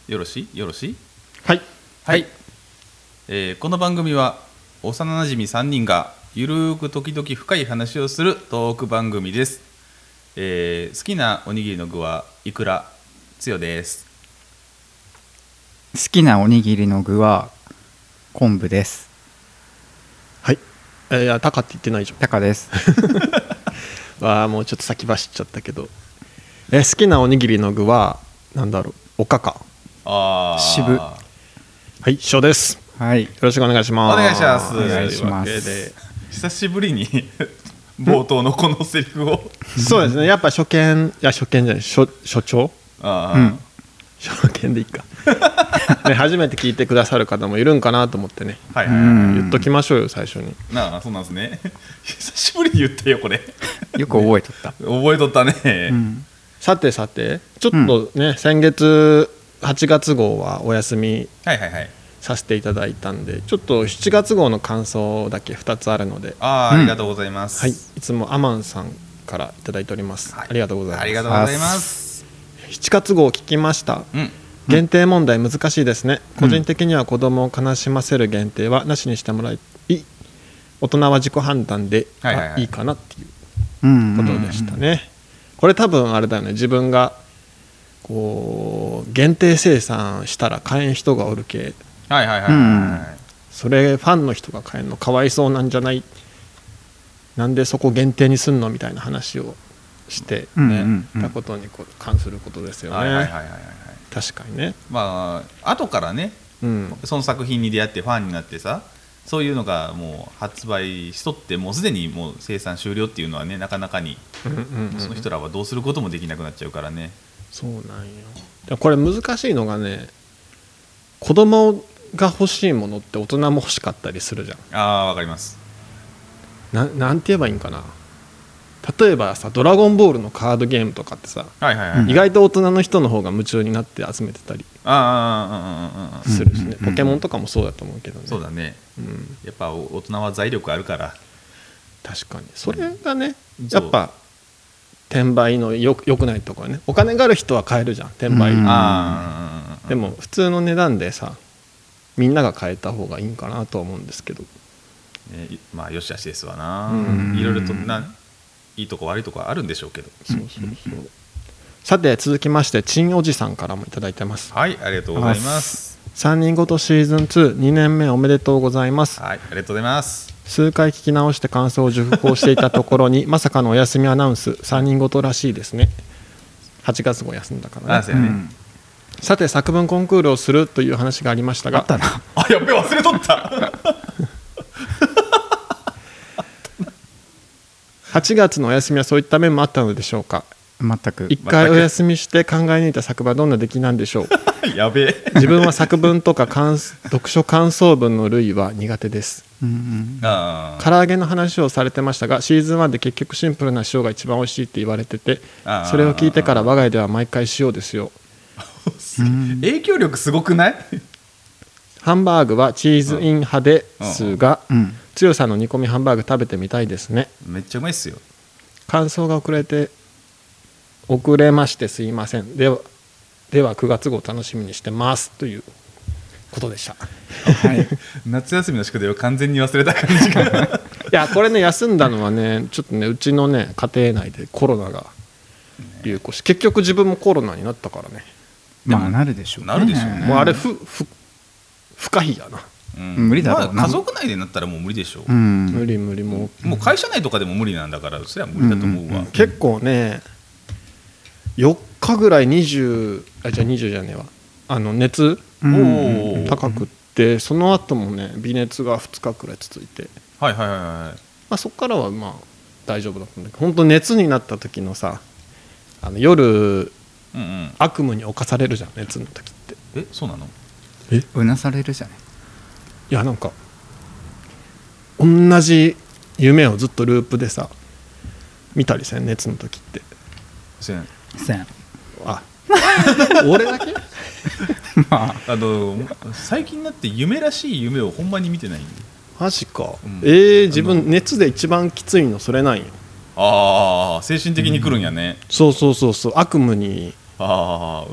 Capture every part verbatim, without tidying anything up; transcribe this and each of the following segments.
よろしいよろしいはいはい、えーこの番組は幼なじみさんにんがゆるーく時々深い話をするトーク番組です。えー好きなおにぎりの具はいくらつよです。 好きなおにぎりの具は昆布です。 はい、えー、いやタカって言ってないじゃん。 タカですわあもうちょっと先走っちゃったけど、えー好きなおにぎりの具はなんだろう、おかか。 あー渋はい、一緒です。 はい、 よろしくお願いします。 お願いしますお願いしますというわけで久しぶりに冒頭のこのセリフをそうですね、やっぱ初見、いや初見じゃない、初所長あー、 うん初見でいいか、ね、初めて聞いてくださる方もいるんかなと思ってね、 はいはいはい、 うん言っときましょうよ最初に。 なあそうなんですね久しぶりに言ったよこれよく覚えとった、 覚えとったね、 うんさてさて、ちょっとね、先月はちがつ号はお休みはいはいはい。 させていただいたんで、ちょっとしちがつ号の感想だけふたつあるので、 あー、 うんありがとうございます。 はい、いつもアマンさんからいただいております、 はいありがとうございます。 ありがとうございます。 しちがつ号聞きました。 うん。 限定問題難しいですね、個人的には子供を悲しませる限定はなしにしてもらい、大人は自己判断で、 はいはいはいあいいかなっていううんことでしたね。これ多分あれだよね、自分がこう限定生産したら買えん人がおるけ、 はいはいはいはい、 うんそれファンの人が買えんのかわいそうなんじゃない、なんでそこ限定にすんのみたいな話をしてうんねうんうんたことにこう関することですよね、 はいはいはいはいはい。 確かにね、 まあ後からね、 うん、 その作品に出会ってファンになってさ、そういうのがもう発売しとってもうすでにもう生産終了っていうのはね、なかなかにうんうんうん、 その人らはどうすることもできなくなっちゃうからね。 そうなんよ。でこれ難しいのがね、子供が欲しいものって大人も欲しかったりするじゃん。 ああわかります。 ななんて言えばいいんかな。例えばさ、ドラゴンボールのカードゲームとかってさ、 はいはいはい、はい、 意外と大人の人の方が夢中になって集めてたりああああああああするしね、 うんうんうんポケモンとかもそうだと思うけどね。 そうだね。 うん、 やっぱ大人は財力あるから。 確かにそれがね、 うんやっぱ転売のよよくないところね。お金がある人は買えるじゃん、転売、 うんああでも普通の値段でさ、みんなが買えた方がいいんかなとは思うんですけど、 えーまあよしあしですわな、 うんいろいろとないいとこ悪いとこあるんでしょうけど。 そうそうそう。さて続きまして、チンおじさんからもいただいてます。 はい、ありがとうございます。 さんにんごとシーズンツー、にねんめおめでとうございます。 はい、ありがとうございます。 数回聞き直して感想を熟考していたところにまさかのお休みアナウンス、さんにんごとらしいですね。はちがつ号休んだからね。 あそうやね、 うんさて作文コンクールをするという話がありましたが、 あったなあ、やっべ忘れとったはちがつのお休みはそういった面もあったのでしょうか。 全く一回お休みして考え抜いた作文はどんな出来なんでしょう。 やべえ自分は作文とか感読書感想文の類は苦手です。 うんうんあ唐揚げの話をされてましたが、シーズンワンで結局シンプルな塩が一番美味しいって言われてて、 あーそれを聞いてから我が家では毎回塩ですよ。 うん影響力すごくない？ ハンバーグはチーズイン派ですが、 うん強さの煮込みハンバーグ食べてみたいですね。 めっちゃうまいっすよ。 感想が遅れて遅れましてすいません。ではではくがつ号楽しみにしてますということでした。 はい夏休みの宿題を完全に忘れた感じがいやこれね、休んだのはね、ちょっとね、うちのね家庭内でコロナが流行し、結局自分もコロナになったからね。 まあなるでしょうねなるでしょうねもうあれふふ不可避やな。 うん無理だろうなまあ、家族内でなったらもう無理でしょう、 うん無理無理、もう、 もう会社内とかでも無理なんだから、それは無理だと思うわ、 うんうんうん結構ねよっかぐらいにじゅうあじゃあにじゅうじゃねえわ、あの熱うんおー高くって、その後もね微熱がふつかくらい続いて、 はいはいはいはい。 まあ、そこからはまあ大丈夫だったんだけど、本当熱になった時のさ、あの夜うんうん。 悪夢に侵されるじゃん、熱の時って。 え、そうなの？ うなされるじゃないいやなんか同じ夢をずっとループでさ見たりせん、熱の時って。 せんせんあ俺だけまああの最近になって夢らしい夢をほんまに見てないんで。 マジか、 うんえー、自あの分熱で一番きついのそれなんよ。 ああ、精神的に来るんやね。 そうそうそうそう、悪夢に。 ああ、う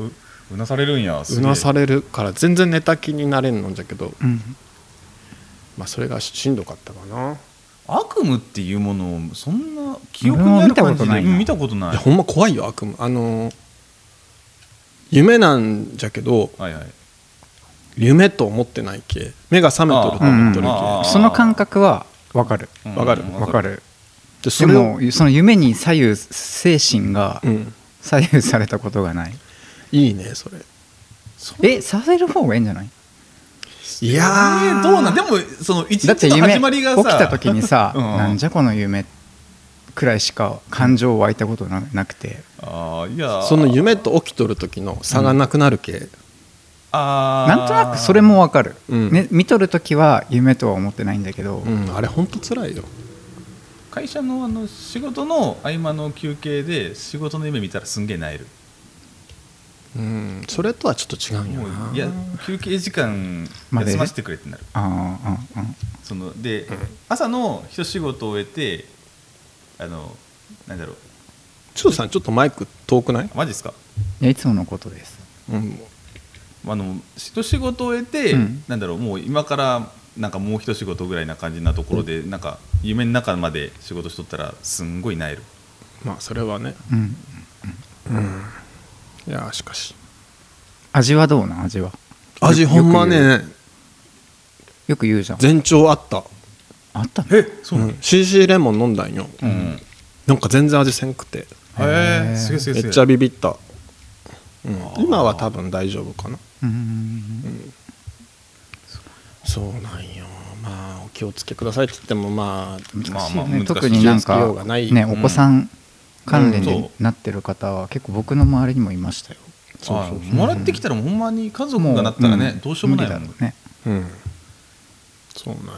うなされるんや。すげえうなされるから全然寝た気になれんのんじゃけど、 うんまあそれがしんどかったかな。 悪夢っていうものをそんな記憶にある感じで俺も見たことないなうん見たことないいやほんま怖いよ悪夢。あの夢なんじゃけどはいはい。 夢と思ってないけ、目が覚めとると思っとるあーその感覚は分かるうんわかる分かるけ。でそれをでもその夢に左右精神がうん左右されたことがないいいねそれ。 えさせる方がいいんじゃないいやーえーどうなんでもその一日のだって夢始まりがさ起きた時にさ、 うんなんじゃこの夢くらいしか感情湧いたことななくて、 あーいやーその夢と起きとる時の差がなくなるけ、 あーなんとなくそれも分かる、 うんね、見とる時は夢とは思ってないんだけど、 うん、あれほんとつらいよ。 会社のあの仕事の合間の休憩で仕事の夢見たらすんげえ萎える。 うん、それとはちょっと違うんよもな。 ういや休憩時間まで休ませてくれってなる。 あーあーあそので、朝の一仕事を終えてあのなんだろうちょっとさんちょっとマイク遠くない？ マジっすか。 ーいやいつものことです。 うん、 あの一仕事を終えて、 うんなんだろうもう今からなんかもう一仕事ぐらいな感じなところで、なんか夢の中まで仕事しとったらすんごい萎える。 まあそれはね。 うん、 うん。いやしかし味はどうなん味は味ほんまねよく言うじゃん。 前兆あった。 あったのえそうなの、 うん、シーシー レモン飲んだんよ。 うんうんなんか全然味せんくてへえすげえすげえすげえめっちゃビビった。うんあ、ー今は多分大丈夫かな。 うんそうなんよ。まあお気をつけくださいって言ってもまあ難しいよね、 まあまあ難しい特になん気をつけようがかないね、 うんお子さん関連うんになってる方は結構僕の周りにもいましたよ。 そうそうそうあもらってきたらもうほんまに家族がなったらね、 んどうしようもないもん無理だろうね。 うんそうなんよ。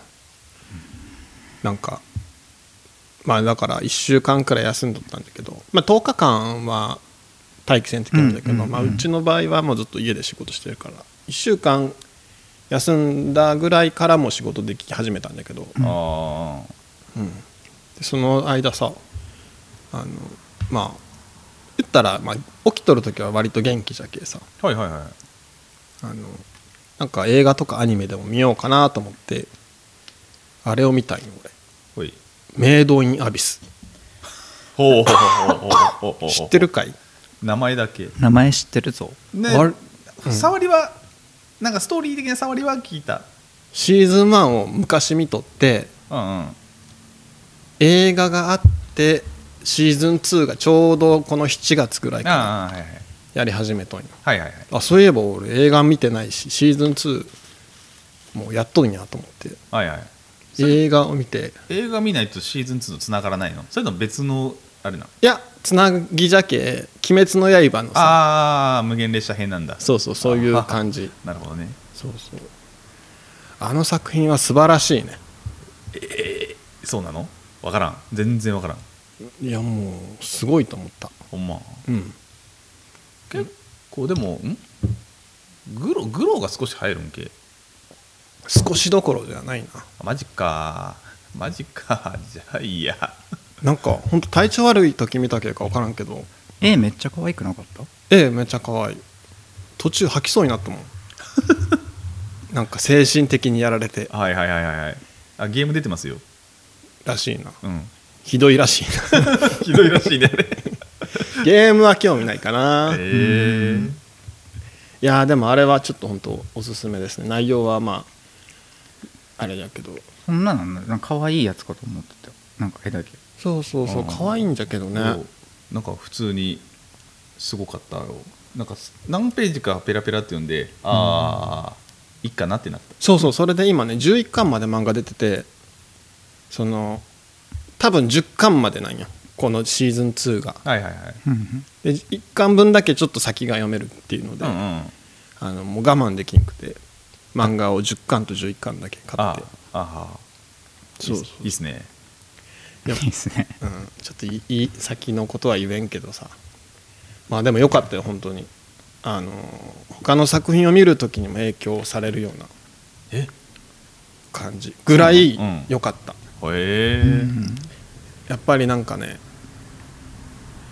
なんかまあだからいっしゅうかんくらい休んどったんだけど、まあ、とおかかんは待機せんといけないんだけど、 うんうんうんまあ、うちの場合はもうずっと家で仕事してるからいっしゅうかん休んだぐらいからもう仕事でき始めたんだけど、 あうん、でその間さあのまあ言ったら、まあ、起きとる時は割と元気じゃけさあはいはいはいあのなんか映画とかアニメでも見ようかなと思ってあれを見たんよ俺。 ほいメイドインアビスほうほうほうほうほうほうほう知ってるかい？ 名前だけ名前知ってるぞ。 ねあれうん触りはなんかストーリー的な触りは聞いた。 シーズンワンを昔見とってうんうん映画があってシーズンツーがちょうどこのしちがつぐらいからああはいはいやり始めとんよ。 はいはいはいあそういえば俺映画見てないしシーズンツーもうやっとんやと思ってはいはい映画を見て映画見ないとシーズンツーとつながらないの？それとも別のあれなの？ いやつなぎじゃけ鬼滅の刃のさああ無限列車編なんだ。 そうそうそういう感じ。 なるほどね。 そうそうあの作品は素晴らしいね。 えー、そうなの？わからん全然わからん。 いやもうすごいと思った。 ほんまうん結構でもんグログロが少し入るんけ。 少しどころじゃないな。 マジかマジかじゃあいいや。 なんかほんと体調悪い時見たけか分からんけどえめっちゃ可愛くなかった？ ええめっちゃ可愛い。途中吐きそうになったもんなんか精神的にやられてはいはいはいはいはい。あゲーム出てますよ。 らしいな。 うん。 ひどいらしいなひどいらしいね。 ゲームは興味ないかな、 へえ。 いやーでもあれはちょっと本当おすすめですね。内容はまああれだけどそんなのなんか可愛いやつかと思ってたよ。なんか絵だけ。 そうそうそうあー可愛いんじゃけどね。 なんか普通にすごかったよ。なんか何ページかペラペラって読んで、ああ、いいかなってなった。 そうそうそれで今ねじゅういっかんまで漫画出ててその多分じゅっかんまでなんやこのシーズンツーが。 はいはいはい。 うんでいっかんぶんだけちょっと先が読めるっていうので、 うんうん。 あのもう我慢できんくて漫画をじゅっかんとじゅういっかんだけ買あってああそうそういいっすね。 いやいいですね。 うん、ちょっといい先のことは言えんけどさまあでもよかったよ本当に。あの他の作品を見るときにも影響されるようなえ感じぐらいうん良かった。 へえ。 うんやっぱりなんかね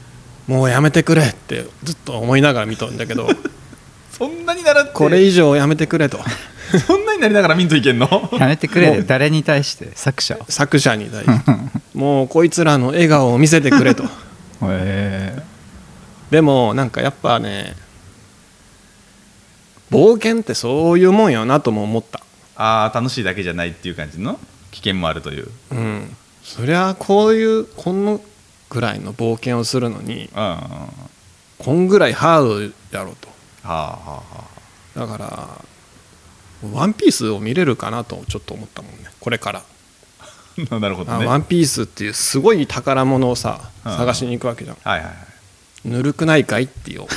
もうやめてくれってずっと思いながら見とるんだけどそんなにならってこれ以上やめてくれとそんなになりながら見んといけんのやめてくれもうで誰に対して作者作者に対してもうこいつらの笑顔を見せてくれとへえでもなんかやっぱね冒険ってそういうもんやなとも思った。 ああ楽しいだけじゃないっていう感じの危険もあるという。 うんそりゃこういうこのぐらいの冒険をするのにうんはこんぐらいハードやろうと。 あはあはあだからワンピースを見れるかなとちょっと思ったもんねこれから。 なるほどね。 あワンピースっていうすごい宝物をさうん探しに行くわけじゃん。 はいはいはい。 ぬるくないかいっていう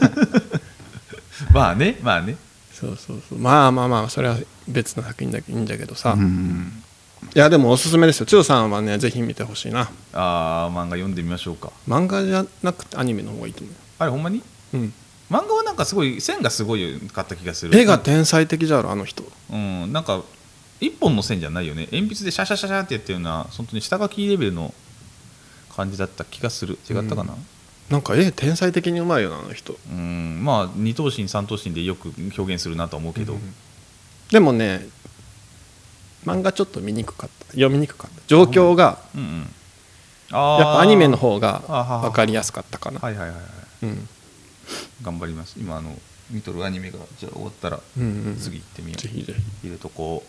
まあねまあね。 そうそうそうまあまあまあそれは別の作品だけいいんだけどさ、 うんいやでもおすすめですよ。つよさんはねぜひ見てほしいな。 ああ漫画読んでみましょうか。 漫画じゃなくてアニメの方がいいと思あれほんまにうよ、うん、 漫画はなんかすごい線がすごいかった気がする。 絵が天才的じゃろあの人。 うんなんか一本の線じゃないよね。鉛筆でシャシャシャシャってやってるような本当に下書きレベルの感じだった気がする。違ったかな。 うんなんか絵天才的にうまいよなあの人。 うんまあ二頭身三頭身でよく表現するなとは思うけど、 うんでもね漫画ちょっと見にくかった読みにくかった状況がうんうんあーやっぱアニメの方があはは分かりやすかったかな。 はいはいはいはいうん頑張ります。今あの見とるアニメがじゃあ終わったらうんうん次行ってみよう。 ぜひぜひ入れとこ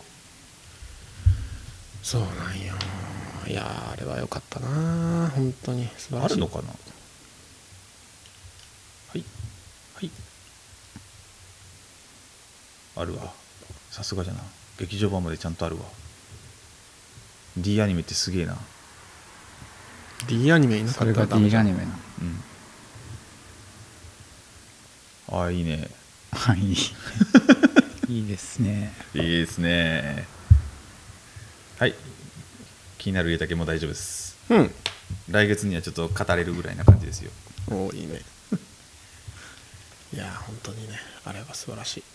そうなんよ。いやーあれは良かったな本当に素晴らしい。 う。あるのかな。はいはいあるわ。さすがじゃな。劇場版までちゃんとあるわ。 D アニメってすげえな。 D アニメいなかそれがったらダメ D じゃん。 アニメなうんああいいね。 はいいいですね。 いいですね。はい気になる家だけも大丈夫です。 うん来月にはちょっと語れるぐらいな感じですよ。 おーいいねいやー本当にねあれは素晴らしい。い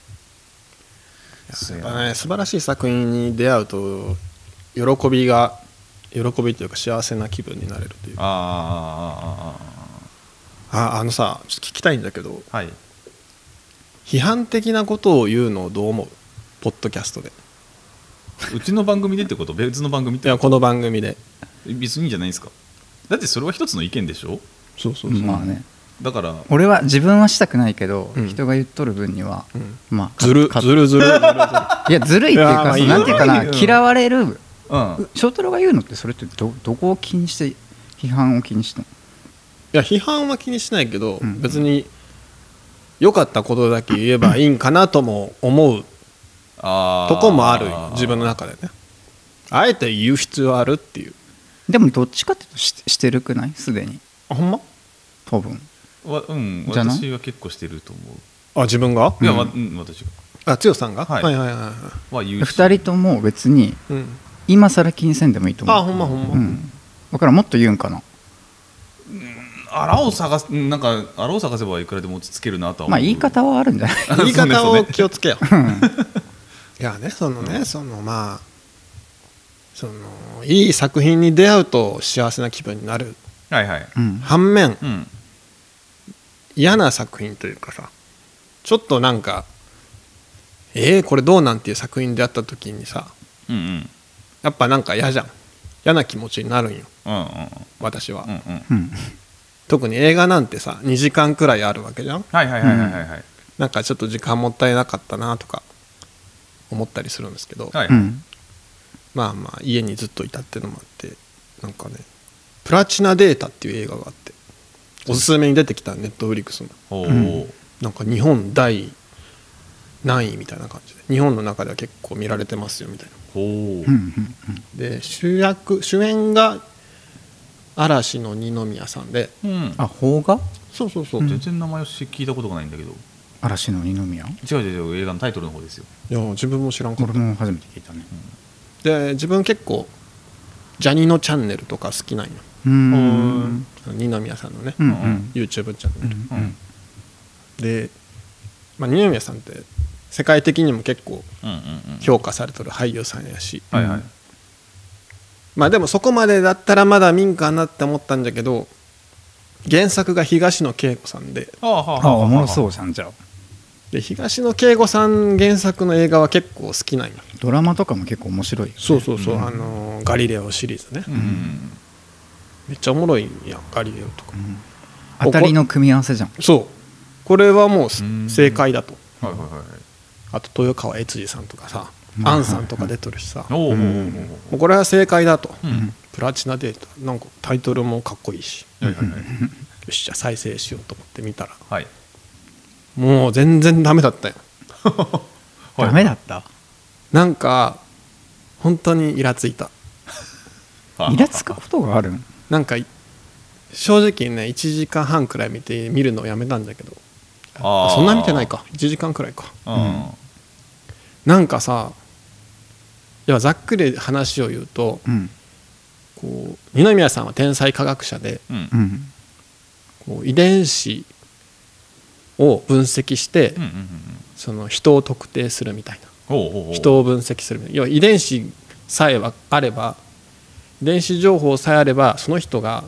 そうやややっぱね素晴らしい作品に出会うと喜びが喜びというか幸せな気分になれるというか。 ああああのさちょっと聞きたいんだけどあはい批判的なことを言うのをどう思うポッドキャストで。 うちの番組でってこと別の番組っていやこの番組で別にいいんじゃないですか。だってそれは一つの意見でしょ。 そうそうそう、 まあねだから俺は自分はしたくないけど、 うん人が言っとる分には、 うんまあずるかずるずるずるずるいやずるいっていうかいやまあいいよなんていうかなずるいよ嫌われるうん翔太郎が言うのってそれってどどこを気にして批判を気にしてんの。 いや批判は気にしないけど、 うん別に良かったことだけ言えばいいんかなとも思うあとこもあるよ自分の中でね。あえて言う必要あるっていう。 でもどっちかっていうとししてるくないすでにあほんま多分わうんじゃない私は結構してると思あ自分がう。いや、 うんわうん、私があ剛さんが、 はいはいはいはいはいは言うしふたりとも別にうん今更気にせんでもいいと思う。 あほんまほんま、 うんだからんもっと言うんかな。 あらを探すなんかあらを探せばいくらでも落ち着けるなとは思う。 まあ言い方はあるんじゃない言い方をそうね気をつけよういやねそのね、そのまあそのいい作品に出会うと幸せな気分になるはいはいうん反面うん嫌な作品というかさちょっとなんかえー、これどうなんていう作品であった時にさうんうんやっぱなんか嫌じゃん。嫌な気持ちになるんようんうん私は、 うんうんうん特に映画なんてさにじかんくらいあるわけじゃん。 はいはいはいはいはいはいなんかちょっと時間もったいなかったなとか思ったりするんですけど、 はいうんまあまあ家にずっといたっていうのもあってなんかねプラチナデータっていう映画があっておすすめに出てきたネットフリックスのほううんなんか日本第何位みたいな感じで日本の中では結構見られてますよみたいな。 ほううんうんで主役主演が嵐の二宮さんでうんあ邦画そうそうそう、 うん全然名前を聞いたことがないんだけど嵐の二宮違う違う違う映画のタイトルの方ですよ。 いや自分も知らんかっ俺も初めて聞いたね。 た。で自分結構ジャニのチャンネルとか好きなんよ。 うーん二宮さんのね、 うんうん YouTube チャンネル、 うんうんで、まあ、二宮さんって世界的にも結構うんうんうん評価されてる俳優さんやし、 はいはいまあでもそこまでだったらまだ見んかなって思ったんだけど原作が東野圭吾さんで、 はあはあはああはあおもろそうじゃん。じゃあで東野圭吾さん原作の映画は結構好きなんよ。 ドラマとかも結構面白いよね。 そうそうそう、あのーガリレオシリーズね、 うんめっちゃおもろいやんガリレオとか、 うん当たりの組み合わせじゃん。 そうこれはもううん正解だと。 はいはいはいあと豊川悦司さんとかさ、 うんアンさんとか出てるしさ、もおおおおうこれは正解だと、 うんプラチナデータなんかタイトルもかっこいいし、 はいはいはいよしじゃあ再生しようと思って見たらはいもう全然ダメだったよ。 ダメだった。 なんか本当にイラついた。 イラつくことがあるん。 なんか正直ねいちじかんはんくらい見て見るのをやめたんだけど、 あーそんな見てないかいちじかんくらいか。 うんなんかさいやざっくり話を言うと、 うんこう二宮さんは天才科学者でうんうんこう遺伝子を分析して、 うんうんうんその人を特定するみたいな、 ほうほうほう人を分析するみたいな、要は遺伝子さえあれば遺伝子情報さえあればその人が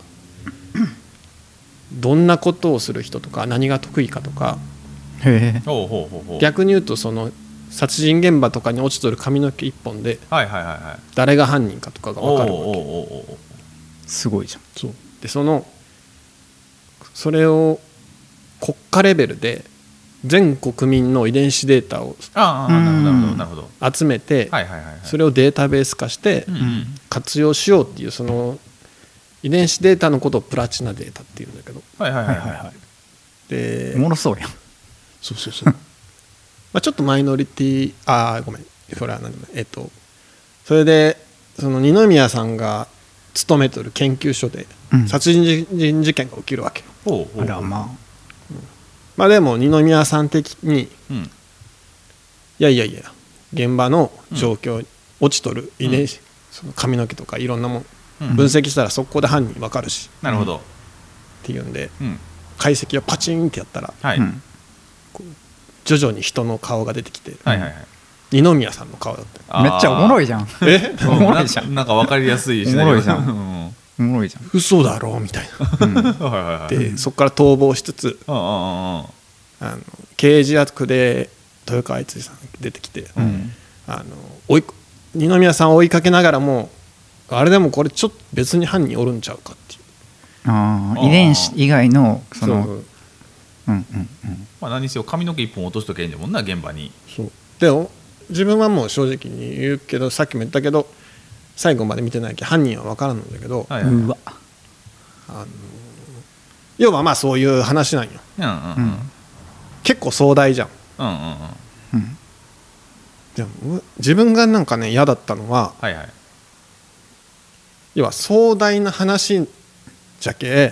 どんなことをする人とか何が得意かとか、 へえ。 ほうほうほうほう逆に言うとその殺人現場とかに落ちとる髪の毛一本ではいはいはいはい誰が犯人かとかが分かるわけ。 おうおうおうおうすごいじゃん。 そうでそのそれを国家レベルで全国民の遺伝子データをああなるほどなるほどなるほど集めて、 はいはいはいはいそれをデータベース化してうんうん活用しようっていうその遺伝子データのことをプラチナデータっていうんだけど、 はいはいはいはいでおもろそうやん。 そうそうそうまあちょっとマイノリティあーごめんそれは何でもないえっとそれでその二宮さんが勤めてる研究所でうん殺人事件が起きるわけよ。 ほうほうほうあらままあでも二宮さん的にいうんやいやいや現場の状況、落ちとる遺伝子、その髪の毛とかいろんなもんうん分析したら速攻で犯人分かるしなるほどっていうんでうん解析をパチンってやったらはいあ。うん徐々に人の顔が出てきてはいはいはい二宮さんの顔だったよ。 あーめっちゃおもろいじゃん。 えおもろいじゃん。 ななんか分かりやすいしおもろいじゃんうんおもろいじゃん。 嘘だろみたいなはいはいはいでそこから逃亡しつつうんうんうんうんあの刑事役で豊川悦司さんが出てきて、 うんあの追い二宮さんを追いかけながらもあれでもこれちょっと別に犯人おるんちゃうかっていうあああー遺伝子以外のそのそううんうんうんまあ何せよ髪の毛一本落としとけんじゃもんな現場にそうでお自分はもう正直に言うけどさっきも言ったけど最後まで見てないけど犯人は分からんのだけど、 はいはいはいうわあの要はまあそういう話なんよ。 うんうんうん結構壮大じゃん。 うんうんうんうんでもう自分がなんかね嫌だったのははいはい要は壮大な話じゃけ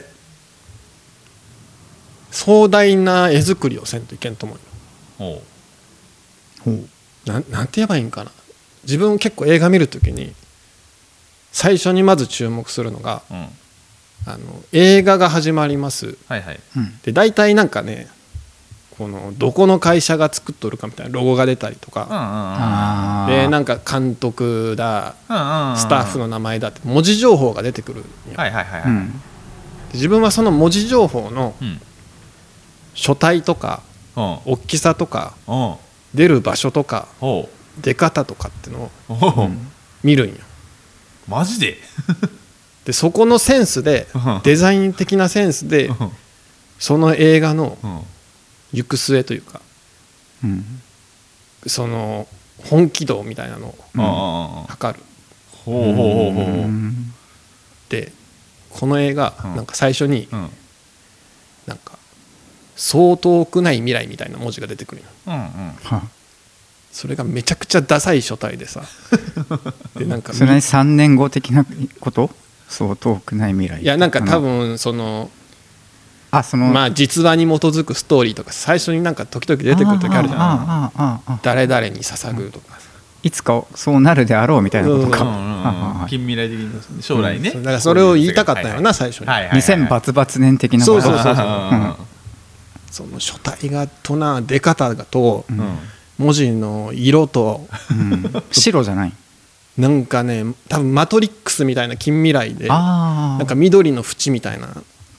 壮大な絵作りをせんといけんと思うよ。 ほうほうなんなんて言えばいいんかな。自分結構映画見るときに最初にまず注目するのがうんあの映画が始まりますはいはいうんで大体なんかねこのどこの会社が作っとるかみたいなロゴが出たりとか、 うんうんうんああでなんか監督だうんうんうんスタッフの名前だって文字情報が出てくるんよ。 はいはいはいはいうん自分はその文字情報のうん書体とかうん大きさとかうん出る場所とかほ出方とかっていうのをうほう見るんよ。 マジででそこのセンスでうんデザイン的なセンスでうんその映画のうん行く末というかうんその本気度みたいなのをうんうんうん測る。 ほうほうほうほううんでこの映画うんなんか最初にうんなんかそう遠くない未来みたいな文字が出てくるよ。 うんうんはそれがめちゃくちゃダサい書体でさでなんかそれなりさんねんご的なことそう遠くない未来いやなんか多分そのあそのまあ実話に基づくストーリーとか最初になんか時々出てくる時あるじゃん。 ああああああ誰々に捧ぐとかさいつかそうなるであろうみたいなことか、 うんうんうんはうん近未来的に将来ねそうだからそれを言いたかったよな最初に。 はいはいはいにせんバツバツ年的なことそうそうそうそううんその書体がとな出方がとうん文字の色とうん白じゃないなんかね多分マトリックスみたいな近未来でああなんか緑の縁みたいな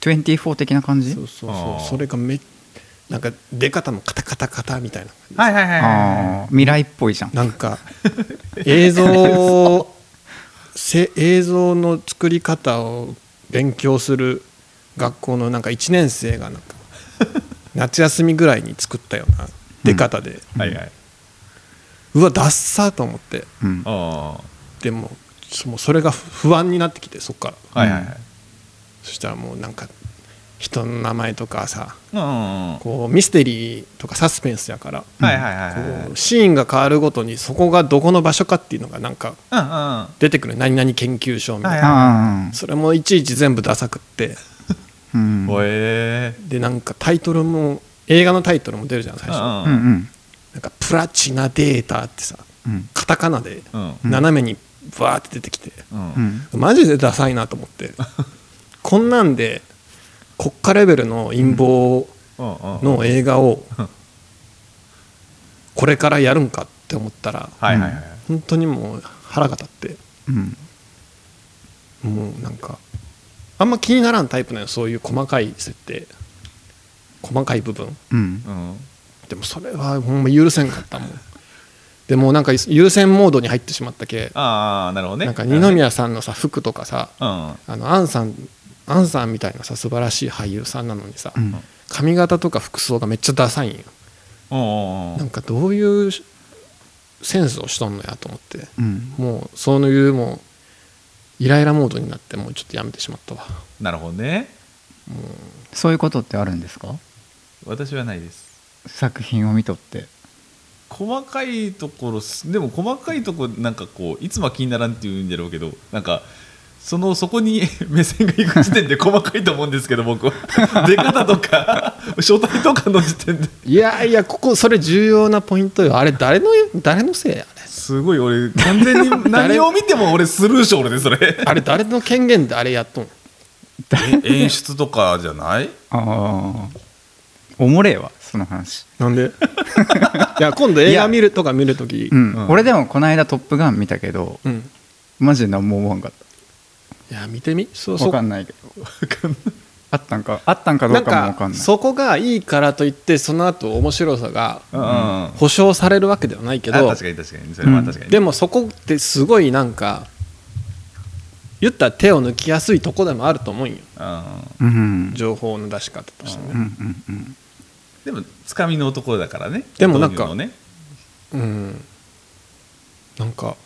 にじゅうよん的な感じ。 そうそうあーそう、それがめなんか出方もカタカタカタみたいな感じ、 はいはいはいはいああ未来っぽいじゃん。 なんか映像せ映像の作り方を勉強する学校のなんかいちねん生がなんか夏休みぐらいに作ったような出方で、 はいはい。 うわダッサーと思って、 うんあでももうそれが不安になってきて、そっからあ。はいはいはい。 そしたらもうなんか人の名前とかさ、 うんうんうん。 こうミステリーとかサスペンスやから、 はいはいはいはい。 こうシーンが変わるごとにそこがどこの場所かっていうのがなんかうんうん。は出てくる、何々研究所みたいな、 はいあそれもいちいち全部ダサくって、 あうんおえでなんかタイトルも映画のタイトルも出るじゃん最初、 ー。 うんうんなんかプラチナデータってさうんカタカナでうんうん斜めにバーって出てきて、 うんうんマジでダサいなと思ってこんなんで国家レベルの陰謀うんうん。 の映画をうんこれからやるんかって思ったらはいはいはい。 本当にもう腹が立ってうんもうなんかあんま気にならんタイプなの、そういう細かい設定細かい部分うんうん。 でもそれはほんま許せんかったもん。でもなんか優先モードに入ってしまったけ、 ああ、なるほどね。 なんか二宮さんのさ服とかさ、 うん。 あのアンさんアンさんみたいなさ素晴らしい俳優さんなのにさ、 うん髪型とか服装がめっちゃダサいんよ。 うんうんうん。 なんかどういうセンスをしとんのやと思って、 うんもうそういうもうイライラモードになってもうちょっとやめてしまったわ。 なるほどね。 そういうことってあるんですか？ 私はないです。 作品を見とって。 細かいところすでも細かいところなんかこういつもは気にならんっていうんだろうけど、なんかそのそこに目線がいく時点で細かいと思うんですけど僕は出方とか書体とかの時点でいやいやここそれ重要なポイントよ。あれ誰の誰のせいやあれすごい俺完全に何を見ても俺スルーショールでそれあれ誰の権限であれやっとん。 え演出とかじゃない？ ああおもれえわその話。 なんでいや今度映画見るとか見るとき、 うんうん俺でもこの間「トップガン」見たけどうん、 マジで何も思わんかっいや見てみそうた。 そう分かんないけどあったんかあったんかどなうんかも分かんない。 そこがいいからといってその後面白さがうんうんうん保証されるわけではないけあど、 確かに確かにそれは確かに、 でもそこってすごいなんか言ったら手を抜きやすいとこでもあると思うんよ、 うんうん情報の出し方としてうんうね、 んうんでもつかみの男だからね。 でもなんかどういうのねうん、なんか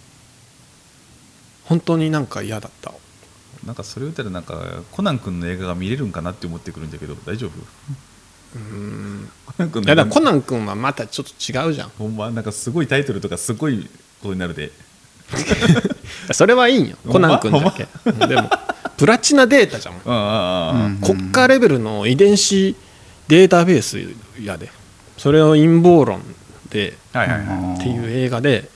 本当になんか嫌だった。 なんかそれ言ったらなんかコナン君の映画が見れるんかなって思ってくるんだけど大丈夫？ うんコナン君のいやだからコナン君はまたちょっと違うじゃん。 ほんまなんかすごいタイトルとかすごいことになるで。 それはいいんよコナン君だけ、うんでもプラチナデータじゃん、 うんうんうんうん国家レベルの遺伝子データベースやで、それを陰謀論ではいはいはい。 っていう映画で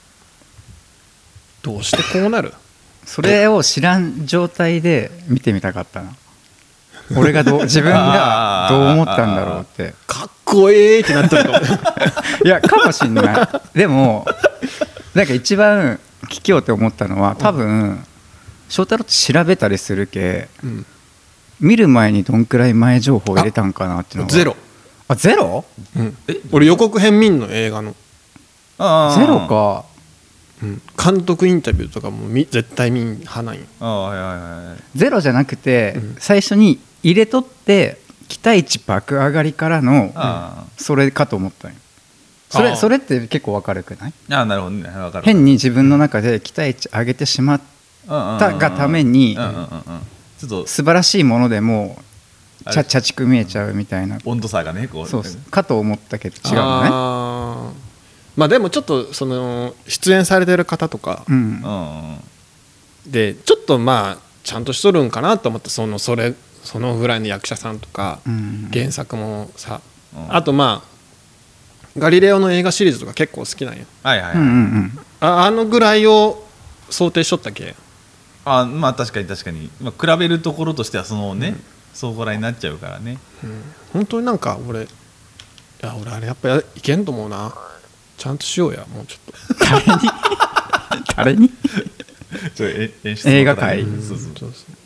どうしてこうなる。 それを知らん状態で見てみたかったな。俺がどう自分がどう思ったんだろうってかっこええってなってるかもいやかもしんないでもなんか一番聞きようって思ったのは多分翔太郎って調べたりするけうん見る前にどんくらい前情報を入れたんかなっていうのがゼロ、 あゼロうんえ俺予告編見んの映画の、 あーゼロかうん監督インタビューとかもみ絶対見ん派なんよ。 あーはいはいはいゼロじゃなくてうん最初に入れとって期待値爆上がりからのあそれかと思ったんよそあーれそれって結構明るくないーあーなるほどね分かる変に自分の中で期待値上げてしまったがためにうんうんうんうんちょっと素晴らしいものでもあれちゃ茶畜見えちゃうみたいな温度差がねこうそうかと思ったけど違うのねあーまあでもちょっとその出演されてる方とかうんうんうんでちょっとまあちゃんとしとるんかなと思って、そのそれそのぐらいの役者さんとかうん原作もさ、 うんあとまあガリレオの映画シリーズとか結構好きなんよ。 はいはいはい、 うんうんうんああのぐらいを想定しとったっけ。 あまあ確かに確かに、まあ、比べるところとしてはそのね、そこらになっちゃうからね。 本当になんか俺いや俺あれやっぱいけんと思うな。ちゃんとしようやもうちょっと。 誰に誰にちょえ演出映画界の方にそうそうそうそう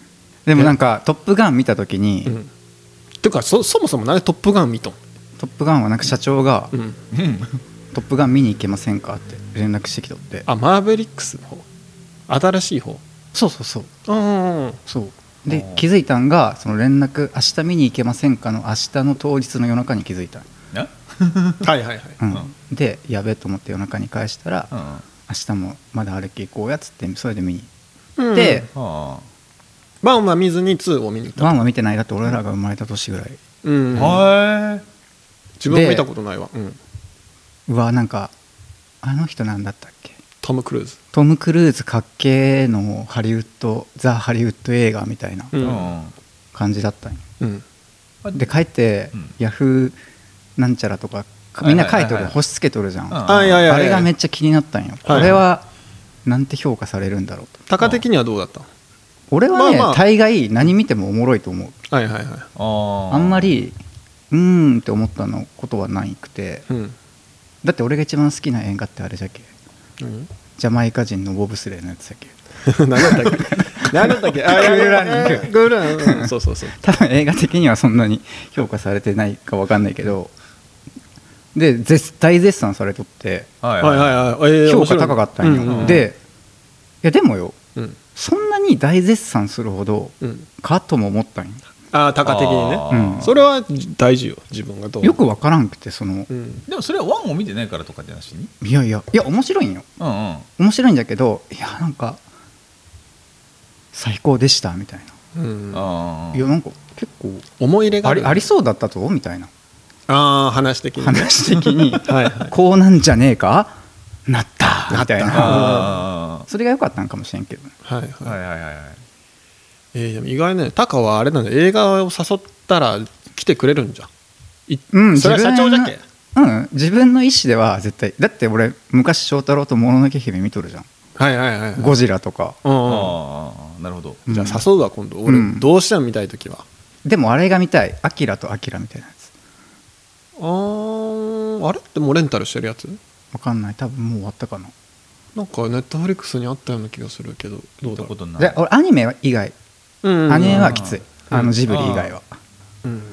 でもなんか「トップガン」見た時に、 うん、ていうか そ, そもそもなんで「トップガン」見とん？ トップガンはなんか社長が、 うん、 トップガン見に行けませんかって連絡してきとって。 あ、マーベリックスの方、新しい方。 そうそうそう、 うん、 そうで気づいたんが、その連絡「明日見に行けませんか」の明日の当日の夜中に気づいた。 はいはいはい、 うん、でやべえと思って夜中に返したら、 うん、 明日もまだ歩き行こうやっつって、それで見にうん、 で、 はワンは見ずにツーを見に行った。 ワンは見てない。だって俺らが生まれた年ぐらい。 うん、 あ、 自分も見たことないわ。うん、 うわ、なんかあの人なんだったっけ、 トム・クルーズ。 トム・クルーズかっけーのハリウッドザ・ハリウッド映画みたいなうん感じだったんよ、 うん、 で帰って、うん、ヤフーなんちゃらとかみんな書いとる、星つけとるじゃん、 あれがめっちゃ気になったんよ。これはなんて評価されるんだろうと。 タカ的にはどうだった？ 俺はね、まあまあ、大概何見てもおもろいと思う。 はいはいはい。 あんまりうーんって思ったのことはないくて、うん、だって俺が一番好きな映画ってあれじゃけ、うん、ジャマイカ人のボブスレーのやつだっけ何だったっけ何だったっけあ、グーランニング、グーランニング、そうそうそう。 多分映画的にはそんなに評価されてないか分かんないけど、で大絶賛されとって、 はいはいはい、 評価高かったんよ、うんうん、でいやでもよ、うん、そんなに大絶賛するほどかとも思ったんよ。 ああ、タカ的にね、うん、それは大事よ、自分がどうよく分からんくて、その、 うん、でもそれはワンを見てないからとかじゃなしに、 いやいやいや面白いんよ、うんうん、面白いんだけど、いやなんか最高でしたみたいな、うん、いやなんか結構思い入れがあり, ありそうだったぞみたいな、 あ話的に、ね、 話的にはい、はい、こうなんじゃねえかなったみたいな、それが良かったんかもしれんけど、 はいはいはいはいはい、えー、でも意外ね、タカはあれなんで、映画を誘ったら来てくれるんじゃん、うん、それは社長じゃけ、 うん、自分の意思では絶対だって。俺昔翔太郎ともののけ姫見とるじゃん、 はいはいはいはい、 ゴジラとか、 うんうん、ああなるほど、 じゃあ誘うわ今度、俺、うん、どうしても見たいときは。 でもあれが見たい、アキラとアキラみたいなやつ。 あー、あれってもうレンタルしてるやつ？ わかんない、多分もう終わったかな。 なんかネットフリックスにあったような気がするけど、どうだことない。 で俺アニメ以外、うん、アニメはきつい、あのジブリ以外は、うんうん、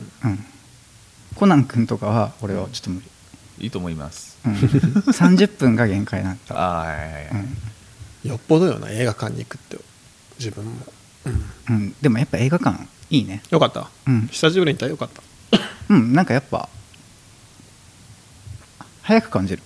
コナン君とかは俺はちょっと無理。 いいと思います、 うん、さんじゅっぷんが限界なんだ。 あ、はいはいはい、 うん、よっぽどよな、映画館に行くって自分も、 うんうん、でもやっぱ映画館いいね。 よかった、うん、久しぶりに行ったらよかった。 うん、なんかやっぱ早く感じる。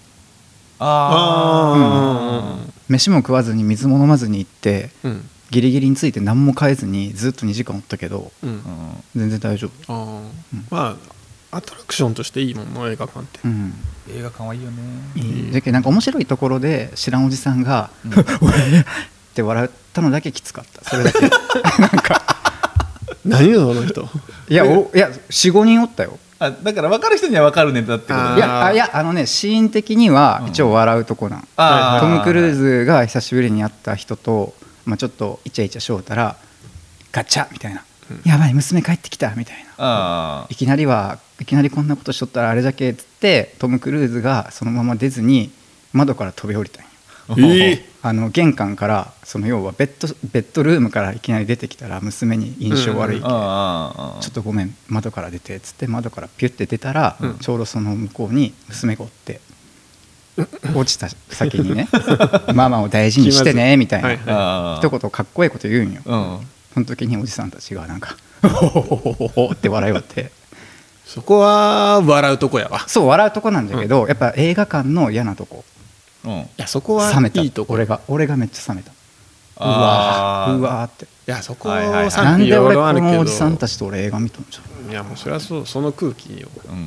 ああ、うん、 飯も食わずに水も飲まずに行って、うん、ギリギリについて何も変えずにずっとにじかんおったけど、うん、全然大丈夫。 あ、うん、まあアトラクションとしていいもんな、映画館って、うん、 映画館はいいよね。 いいだけどなんか面白いところで知らんおじさんが「うん、って笑ったのだけきつかった。それだけなんか何よあの人。 いやおいや よん,ご 人おったよ。 あ、だから分かる人には分かるネタってことだ。 いや、あ、いや、あのね、シーン的には一応笑うとこなん、うん、トム・クルーズが久しぶりに会った人と、まあ、ちょっとイチャイチャしようたらガチャみたいな、うん、やばい娘帰ってきたみたいな、あ、いきなりはいきなりこんなことしとったらあれだけっつってトム・クルーズがそのまま出ずに窓から飛び降りたんよ。えー、あの玄関からその要はベッド、ベッドルームからいきなり出てきたら娘に印象悪いけ、うん、ちょっとごめん窓から出てっつって窓からピュッて出たら、うん、ちょうどその向こうに娘がおって、うん、落ちた先にねママを大事にしてねみたいな、はいはい、一言かっこいいこと言うんよ、うん、その時におじさんたちがなんかホホホホホって笑いよって。 そこは笑うとこやわ。 そう笑うとこなんだけど、うん、やっぱ映画館の嫌なとこ、 うん、いやそこは冷めた。 いいとこ。 俺が俺がめっちゃ冷めた。うわーうわーって。いやそこはなんで俺このおじさんたちと俺映画見とんじゃん。 いやもうそれはそう、その空気よ、 うんうん、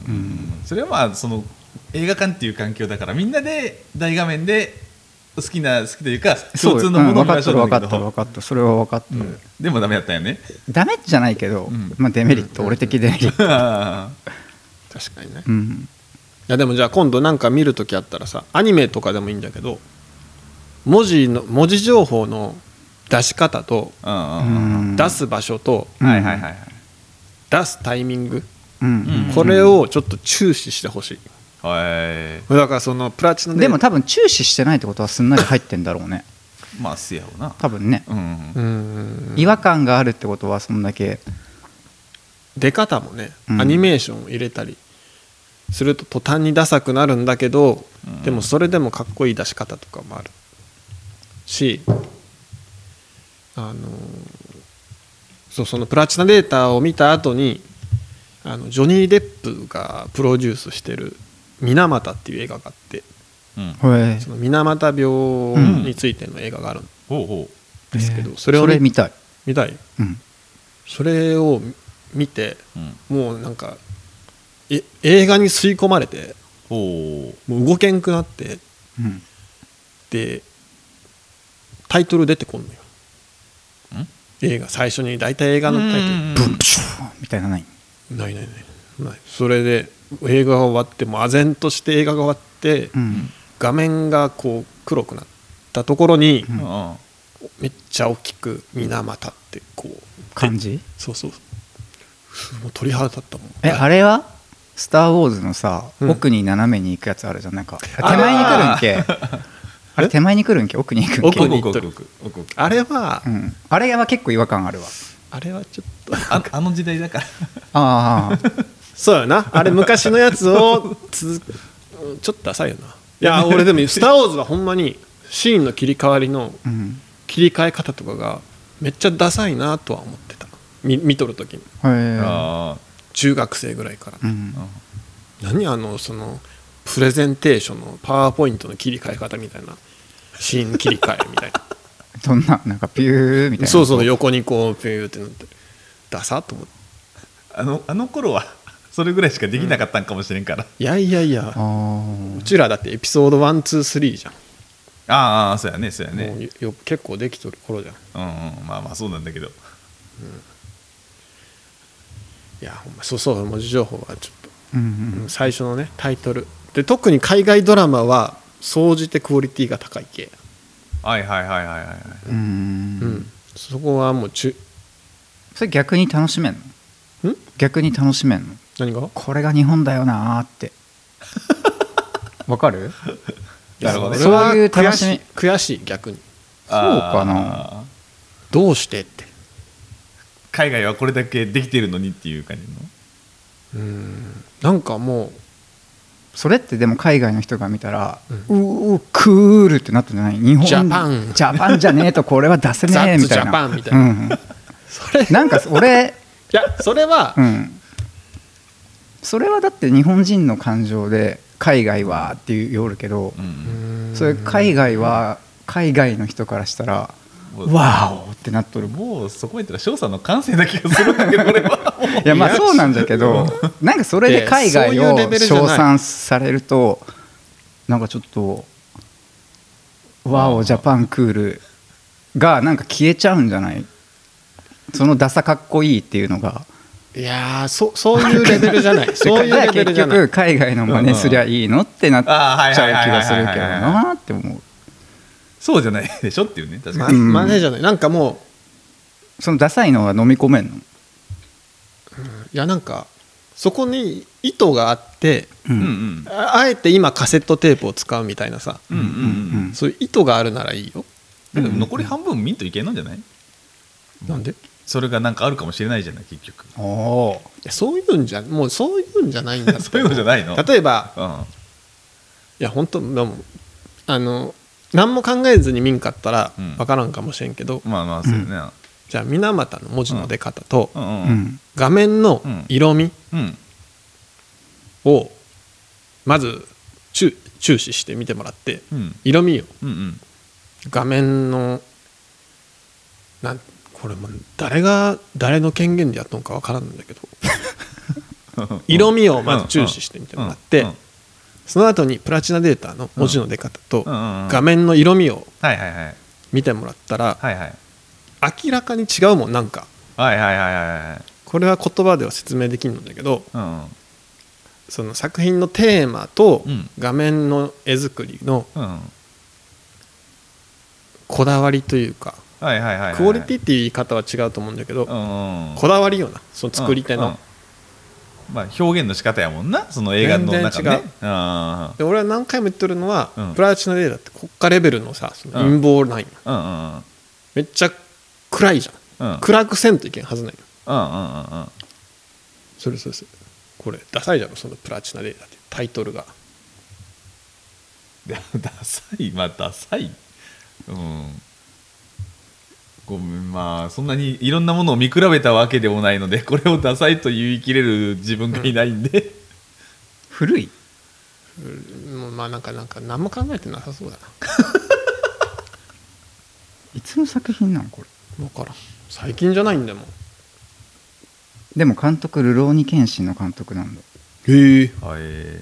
それはまあその映画館っていう環境だからみんなで大画面で好きな好きというか共通のものを見ましょう。 分かった分かった分かったそれは分かった、うん、 でもダメだったよね。 ダメじゃないけど、うん、まあデメリット、うん、俺的デメリット確かにね、うん、いやでもじゃあ今度なんか見るときあったらさ、アニメとかでもいいんだけど文字の文字情報の出し方と出す場所と出すタイミング、これをちょっと注視してほしい。だからそのプラチナででも多分注視してないってことはすんなり入ってんだろうね。 まあせやろな多分ね、 うんうん違和感があるってことはそんだけ出方もね、 うんアニメーションを入れたりすると途端にダサくなるんだけど、 うん、 でもそれでもかっこいい出し方とかもあるし、あのーそうそのプラチナデータを見た後にあのジョニー・デップがプロデュースしてる「水俣」っていう映画があって、 うん、 へえその水俣病についての映画があるんほうほですけど、 えーそれをそれ見たい、 見たいうんそれを見てう、うん、 もうなんかえ映画に吸い込まれてほうもう動けんくなってうん、 でタイトル出てこんのよん映画最初に大体映画のタイトルうんうんうんブンプシューみたいなないないないないないそれで映画が終わってもう唖然として映画が終わって、 うん画面がこう黒くなったところに、 うんうんめっちゃ大きく「水俣」ってこう感じそうそうもう鳥肌立ったもんえあれはスター・ウォーズのさ、 うん奥に斜めに行くやつあるじゃんなんか手前に来るんけあれ手前に来るんけ奥に行くんけ奥に行っとる奥奥奥奥あれは、 うん、あれは結構違和感あるわあれはちょっとああの時代だからああそうやなあれ昔のやつをつちょっと浅いよないや俺でも「スター・ウォーズ」はほんまにシーンの切り替わりのうん切り替え方とかがめっちゃダサいなとは思ってた 見, 見とる時にへえあ中学生ぐらいから、 うん何あのそのプレゼンテーションのパワーポイントの切り替え方みたいなシーン切り替えみたいなそんななんかピューみたいなそうそう横にこうピューってなってダサっと思ってあのあの頃はそれぐらいしかできなかったんかもしれんから、 いやいやいやあーうちらだってエピソードワンツースリーじゃん、 ああそうやねそうやもねうよ結構できとる頃じゃんうんうんまあまあそうなんだけどいやほんまそうそう文字情報はちょっと、 うんうん最初のねタイトルで特に海外ドラマは総じてクオリティが高い系、 はいはいはいはいはいはいうんうんうんそこはもう中それ逆に楽しめんのん逆に楽しめんの何がこれが日本だよなーってわかるなるほどねそういう楽しみ悔しい悔しい逆にそうかなあーどうしてって海外はこれだけできてるのにっていう感じのうんなんかもうそれってでも海外の人が見たら、 ううークールってなってない日本ジャパンジャパンじゃねえとこれは出せねえみたいなザッツジャパンみたいなうんそれなんか俺、 いやそれはうん、それはだって日本人の感情で海外はって言うけど、 うんそれ海外は海外の人からしたらもうワオってなっとるもうそこまで言ったら翔さんの感性な気がするんだけど俺はもういやまあそうなんだけどなんかそれで海外いやそういうレをベルじゃない称賛されるとなんかちょっとワオジャパンクールがなんか消えちゃうんじゃないそのダサかっこいいっていうのがいやーそそういうレベルじゃないそういうレベルじゃない結局海外の真似すりゃいいのってなっちゃう気がするけどなって思うそうじゃないでしょっていうね確かまに、 うん真似じゃないなんかもそのダサいのは飲み込めんのういやなんかそこに意図があってううんうんんああえて今カセットテープを使うみたいなさうんうんうんそういう意図があるならいいよだけど残り半分ミントいけんのんじゃないなんでいそれがなんかあるかもしれないじゃない結局おおやそういうんじゃもうそういうんじゃないんだってそういうのじゃないの例えばうんいや本当でもあの何も考えずに見んかったらうん分からんかもしれんけど、 まあまあそうよねじゃあ水俣の文字の出方とうんううんん画面の色味うんをまず注注視して見てもらってうん色味をうんうん画面のなんこれも誰が誰の権限でやっとんか分からんんだけど色味をまず注視してみてもらってうんうんその後にプラチナデータの文字の出方とうんうんうん画面の色味をはいはいはい見てもらったらはいはい明らかに違うもんなんかはいはいはいはいはいこれは言葉では説明できるんだけどうんその作品のテーマとうん画面の絵作りのうんこだわりというかはいはいはいはいクオリティっていう言い方は違うと思うんだけどうんうんこだわりよなその作り手のうんうんまあ、表現の仕方やもんな、その映画の中で、ね、 うんで俺は何回も言ってるのは、 うん、 プラチナデータって国家レベルのさその陰謀ないよ、 うんうんうん、 めっちゃ暗いじゃん、うん、暗くせんといけんはずないよ、 うんうんうんうん、 それそれそれこれダサいじゃんそのプラチナデータってタイトルがダサいまあダサいうんごめんまあそんなにいろんなものを見比べたわけでもないのでこれをダサいと言い切れる自分がいないんで、うん、 古いもうまあなんかなんか何も考えてなさそうだないつの作品なのこれ分からん最近じゃないんだもんでも監督ルローニケンシンの監督なんだへええ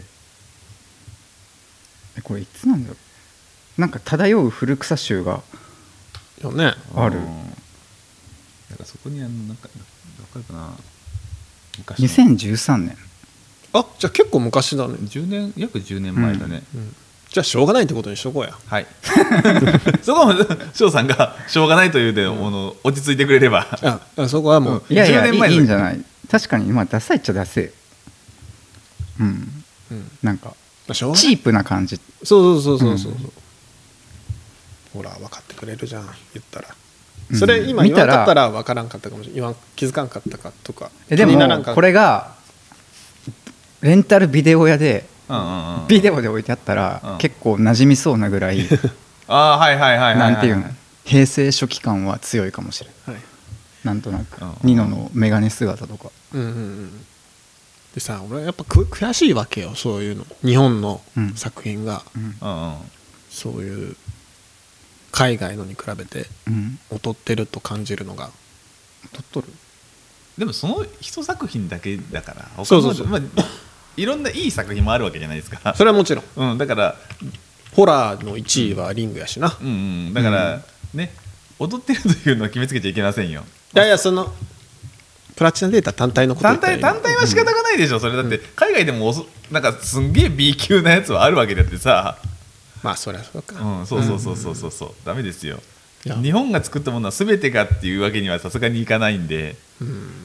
これいつなんだろうなんか漂う古草臭がよねあるなんかそこにあのなんか分かるかな昔にせんじゅうさんねんあじゃあ結構昔だねじゅうねん約じゅうねんまえだね、 うんうん、じゃあしょうがないってことにしとこうやはいそこも翔さんがしょうがないというで、うん、の落ち着いてくれればあそこはもう、 うん、いやいやじゅうねんまえいいんじゃない確かに今ダサいっちゃダセうん、うん、なんかチープな感じそうそうそうそうそう、うん、ほら分かってくれるじゃん言ったらそれ今言わんかったら分からんかったかもしれない気づかんかったかとかえでもこれがレンタルビデオ屋でビデオで置いてあったら結構馴染みそうなぐらいあはいはいはいなんていうの平成初期感は強いかもしれない、はい、なんとなくニノのメガネ姿とかうんうんうんでさ俺はやっぱ悔しいわけよそういうの日本の作品が、うんうん、そういう海外のに比べて劣ってると感じるのが劣っとるでもその一作品だけだから他そうそうそう、まあ、いろんないい作品もあるわけじゃないですかそれはもちろん、 うん、だからホラーのいちいはリングやしな、 うんうん、だから、うん、ね劣ってるというのは決めつけちゃいけませんよいやいやそのプラチナデータ単体のこと単体単体は仕方がないでしょ、うん、それだって海外でもなんかすんげえ B 級なやつはあるわけだってさまあそりゃそうか、 うん、そうそうそうそうそうそう、うん、ダメですよ日本が作ったものは全てがっていうわけにはさすがにいかないんで、 うん、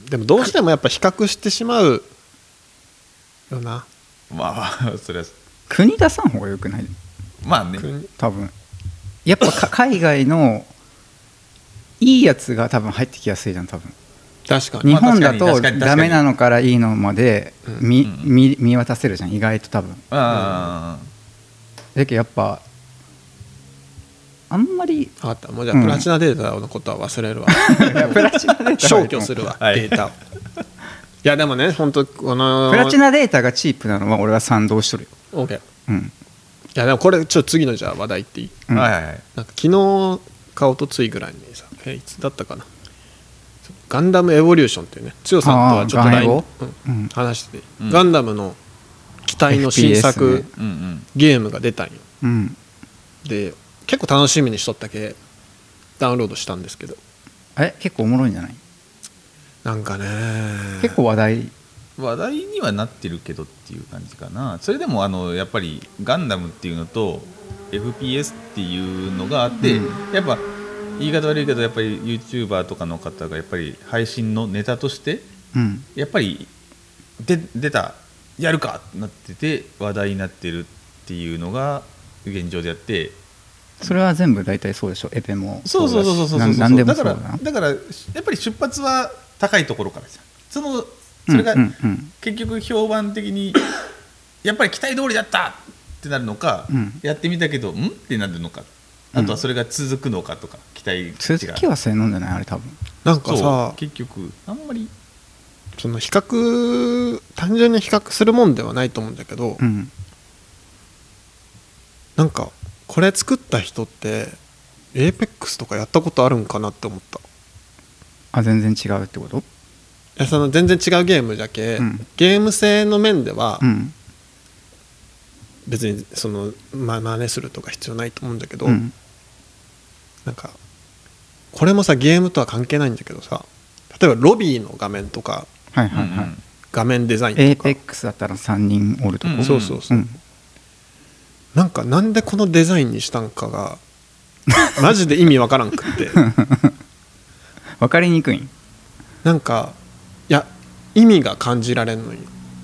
でもどうしてもやっぱ比較してしまうよなまあそれは国出さん方がよくないまあね多分やっぱ海外のいいやつが多分入ってきやすいじゃん多分確かに日本だとダメなのからいいのまで 見,、うん、見, 見渡せるじゃん意外と多分あ、うん、だけどやっぱあんまり分かったもうじゃあプラチナデータのことは忘れるわ、うん、 プラチナデータ消去するわ、はい、データをいやでもね本当このプラチナデータがチープなのは俺は賛同しとるよ OK、うん、いやでもこれちょっと次のじゃあ話題っていい、うん、はいはいはいなんか昨日かおとついぐらいにさえいつだったかなガンダムエボリューションっていうね剛さんとはちょっと ライン、うんうん、話してて、うん、ガンダムの機体の新作、ねうんうん、ゲームが出たんよ、うん、で結構楽しみにしとったけダウンロードしたんですけどえ結構おもろいんじゃないなんかね結構話題話題にはなってるけどっていう感じかなそれでもあのやっぱりガンダムっていうのと エフピーエス っていうのがあって、うん、やっぱ言い方悪いけどやっぱり YouTuber とかの方がやっぱり配信のネタとして、うん、やっぱりで出たやるかってなってて話題になってるっていうのが現状であってそれは全部大体そうでしょエペもそうそうそうそうそうそう何でもそうだからだからやっぱり出発は高いところからですよそのそれが結局評判的にやっぱり期待通りだったってなるのか、うん、やってみたけどんってなるのかあとはそれが続くのかとか期待値が続きは性能じゃないあれ多分なんかさ結局あんまりその比較単純に比較するもんではないと思うんだけど、うん、なんかこれ作った人ってエーペックスとかやったことあるんかなって思ったあ全然違うってこと？ いやその全然違うゲームじゃけ、うん、ゲーム性の面では、うん、別にその真似するとか必要ないと思うんだけど、うん、なんかこれもさゲームとは関係ないんだけどさ例えばロビーの画面とか、はいはいはい、画面デザインとかエーペックスだったらさんにんおるとこ、 うん、そうそうそう、うん、なんかなんでこのデザインにしたんかがマジで意味わからんくって分かりにくいんなんかいや意味が感じられんのよ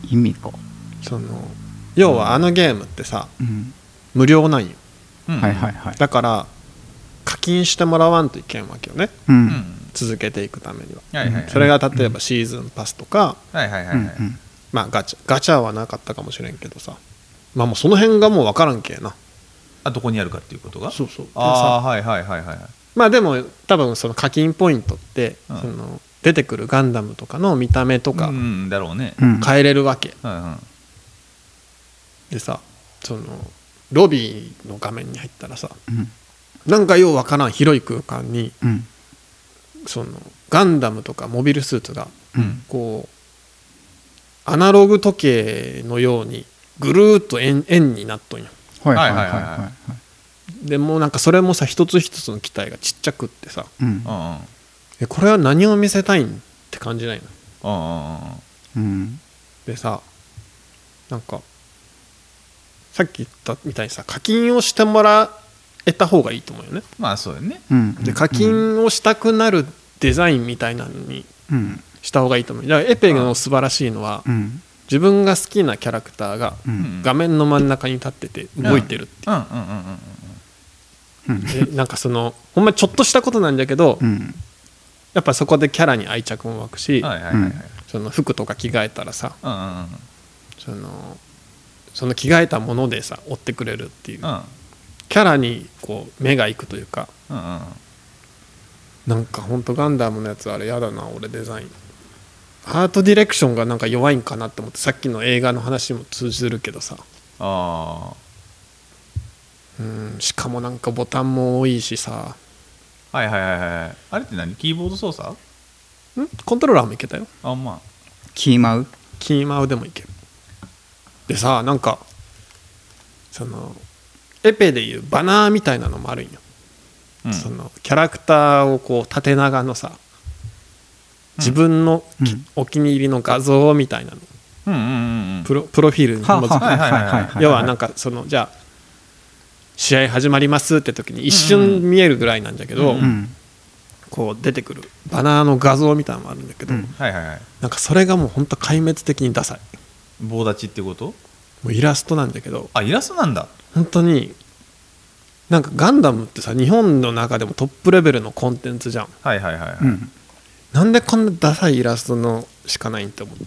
意味か、 その要はあのゲームってさ、 うん、 無料なんよ、 うん、 はいはいはい。 だから課金してもらわんといけんわけよね、 うんうん続けていくためには、 はいはいはい、 それが例えばシーズンパスとか、 はいはいはいはい、 うんうんまあガチャガチャはなかったかもしれんけどさ、まあもうその辺がもう分からんけえな。 あどこにあるかっていうことがそうそう。 ああはいはいはいはい。 まあでも多分その課金ポイントって、 うんその出てくるガンダムとかの見た目とかうんだろうね、 うん変えれるわけ、 うんうん、 でさ、そのロビーの画面に入ったらさ、 うんなんかようわからん広い空間にうんそのガンダムとかモビルスーツがうんこうアナログ時計のようにぐるーっと円円になっとんよ。 はいはいはいはいはいははでもうなんかそれもさ一つ一つの機体がちっちゃくってさ、 い。うんうんうんえこれは何を見せたいんって感じないの。 うんうんうんでさ、なんかさっき言ったみたいにさ課金をしてもらえた方がいいと思うよね。 まあそうよね、 うんで課金をしたくなるデザインみたいなのにうんした方がいいと思う。だからエペの素晴らしいのはうん自分が好きなキャラクターがうん画面の真ん中に立ってて動いてるってうんうんうんうんうんいう、でなんかそのほんまにちょっとしたことなんだけど、 うんやっぱそこでキャラに愛着も湧くし、 はいはいはいはい、 その服とか着替えたらさ、 うんうんうんそのその着替えたものでさ追ってくれるっていう、 うんキャラにこう目がいくというか、 うんうんなんかほんとガンダムのやつあれやだな俺デザインアートディレクションがなんか弱いんかなって思って、さっきの映画の話も通じるけどさ、 あうんしかもなんかボタンも多いしさ、 あはいはいはいはい。あれって何？キーボード操作？ んコントローラーもいけたよ、 あんまキーマウキーマウでもいける。でさ、なんかそのエペでいうバナーみたいなのもあるんよ、 うんそのキャラクターをこう縦長のさ自分のき、 うんお気に入りの画像みたいなのうんうんうんうん。 プロ、プロフィールに紐づく、 はいはいはいはい要はなんかそのじゃあ試合始まりますって時に一瞬見えるぐらいなんだけど、 うんうんこう出てくるバナーの画像みたいなのもあるんだけど、 うんはいはいはい。 なんかそれがもうほんと壊滅的にダサい。 棒立ちってこと？ もうイラストなんだけどあイラストなんだ。 本当になんかガンダムってさ日本の中でもトップレベルのコンテンツじゃん。 はいはいはいはい。 うんなんでこんなダサいイラストのしかないんって思った。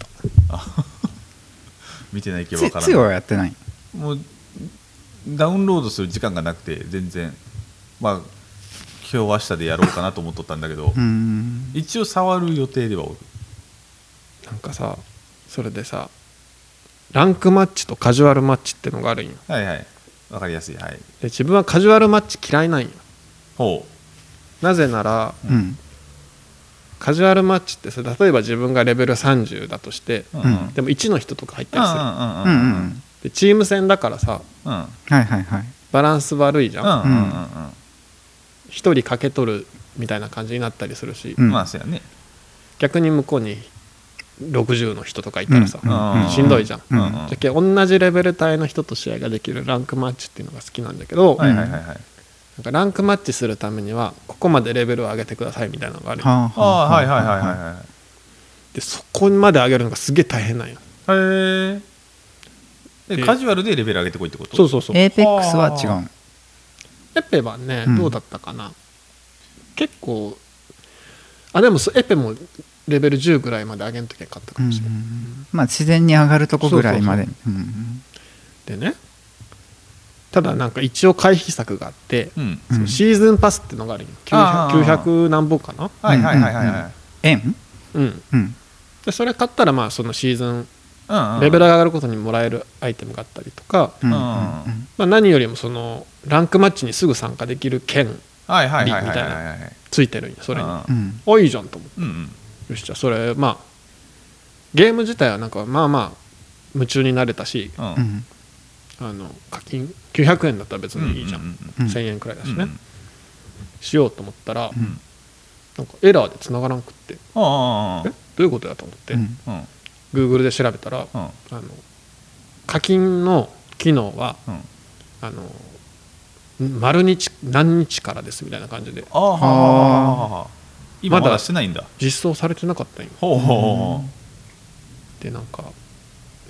見てないけどわからない。 つ強はやってない。 もうダウンロードする時間がなくて全然まあ今日明日でやろうかなと思っとったんだけど、 うん一応触る予定ではおる。 なんかさそれでさランクマッチとカジュアルマッチってのがあるんよ。 はいはい。わかりやすい。はい。 で自分はカジュアルマッチ嫌いなんよ。 ほなぜならうんカジュアルマッチってさ例えば自分がレベルさんじゅうだとしてう。うんうん。 うんでもいちの人とか入ったりする、 うんうんうんうんううんんでチーム戦だからさうんはいはいはいバランス悪いじゃん、 うんうんうんひとりかけ取るみたいな感じになったりするし、 うんまあそうやね。 逆に向こうにろくじゅうの人とかいたらさ、 うんうんしんどいじゃん、 うんうんだけど同じレベル帯の人と試合ができるランクマッチっていうのが好きなんだけど、 はいはいはいはい。 なんかランクマッチするためにはここまでレベルを上げてくださいみたいなのがあるよ、 はああはいはいはいはいはでそこまで上げるのがすげえ大変なんよ。 い。へえ。ででカジュアルでレベル上げてこいってこと？ そうそうそう。 エーペックスは違う。 エペはね、 うんどうだったかな、結構あでもそエペもレベルじゅうぐらいまで上げんときゃよかったかもしれない、 まあ自然に上がるとこぐらいまで。 でねただなんか一応回避策があって、 うん。 うんそのシーズンパスってのがあるよあーきゅうひゃく、きゅうひゃく何本かな、 はいはいはいはいはい。 円？ うん、 うんでそれ買ったらまあそのシーズンうんうん。 レベル上がることにもらえるアイテムがあったりとか、 うんうんまあ、何よりもそのランクマッチにすぐ参加できる券はいはいはいはいはいみたいはい。 ついてるんよそれに、 うんうんあいいじゃんと思って、 うんうん。 よしじゃあそれまあゲーム自体はなんかまあまあ夢中になれたし、 うんうんうんあの課金きゅうひゃくえんだったら別にいいじゃん、 うんうんうんせんえんくらいだしね、 うんしようと思ったら、 うん。 なんかエラーで繋がらんくって、 ああえどういうことやと思って、 うんうん Google で調べたら、 うんあの課金の機能はうん。 あの丸日何日からですみたいな感じでああはあはあはあ。今ままだだしてないんだ。 実装されてなかったんよ。 ほうほうほでなんか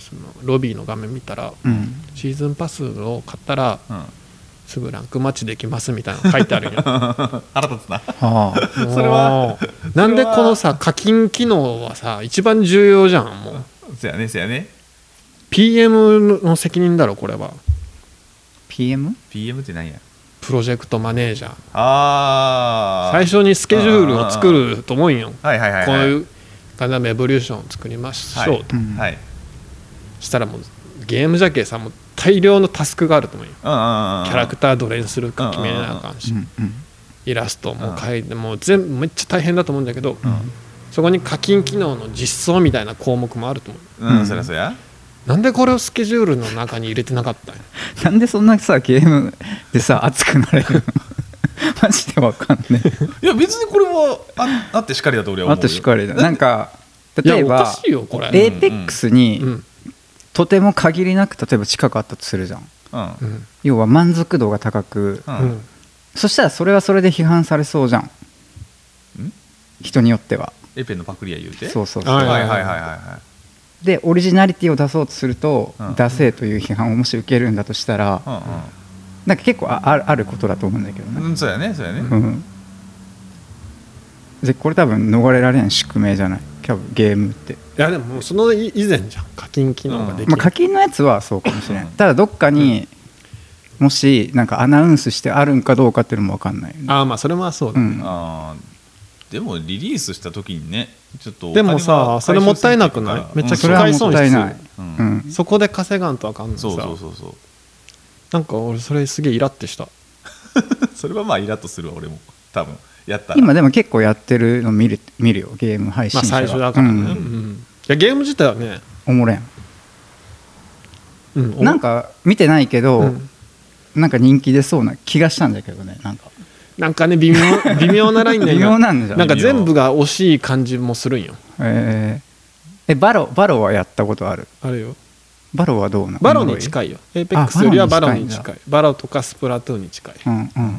そのロビーの画面見たら、 うん、 シーズンパスを買ったら、 うん、 すぐランクマッチできますみたいなの書いてあるんよ腹立つな。 はあ、 それはなんでこのさ課金機能はさ一番重要じゃん。もうそやねそやね。 ピーエム の責任だろこれは。 ピーエム？ ピーエム って何や。 プロジェクトマネージャー。 ああ最初にスケジュールを作ると思うんよ。 はいはいはい、はい、 こういうガンダムエボリューションを作りましょうと、 はい、はい、 したらもうゲームじゃけさもう大量のタスクがあると思うよ。 うんうんうん、 キャラクターどれにするか決めなあかんし、 うんうん、 イラストも書いてもう全部めっちゃ大変だと思うんだけど、うん、そこに課金機能の実装みたいな項目もあると思う。 うん、うん、そりゃそりゃ。 なんでこれをスケジュールの中に入れてなかったんや。 なんでそんなさゲームでさ熱くなれるのマジでわかんねえ。いや別にこれは あ, あってしかりだと俺は思うよ。 あってしかりだ。なんか例えばエーペックスに、うん、とても限りなく例えば近くあったとするじゃん、うん、要は満足度が高く、うん、そしたらそれはそれで批判されそうじゃん、うん、人によっては。 エペのパクリや言うて。 そうそうそう。 はいはいはいはいはい。 でオリジナリティを出そうとすると、うん、ダセーという批判をもし受けるんだとしたら、うんうん、なんか結構 あ, あることだと思うんだけどね、 うん、そうやねそうやね、うん、 でこれ多分逃れられない宿命じゃないゲームって。いやでもその以前じゃん課金機能ができる、 うんまあ、課金のやつはそうかもしれないただどっかにもしなんかアナウンスしてあるんかどうかっていうのも分かんないよね。 ああまあそれはそうだね、うん、 あでもリリースした時にねちょっとでもさそれもったいなくない？めっちゃ機械損失、うんうん、そこで稼がんとあかんのさ。そうそうそうそう。なんか俺それすげえイラってしたそれはまあイラッとするわ俺も多分やったら。 今でも結構やってるの見る、見るよゲーム配信者は、 まあ、最初だからね、うんうん、いやゲーム自体はねおもれん、うん、なんか見てないけど、うん、なんか人気出そうな気がしたんだけどね。なんかなんかね微妙微妙なラインで微妙なんじゃなんか全部が惜しい感じもするんよ。 えー、えバロバロはやったことある？ あるよ。 バロはどうなの？ バロに近いよ。エーペックスよりはバロに近い。バロとかスプラトゥーンに近い。うんうんうんうん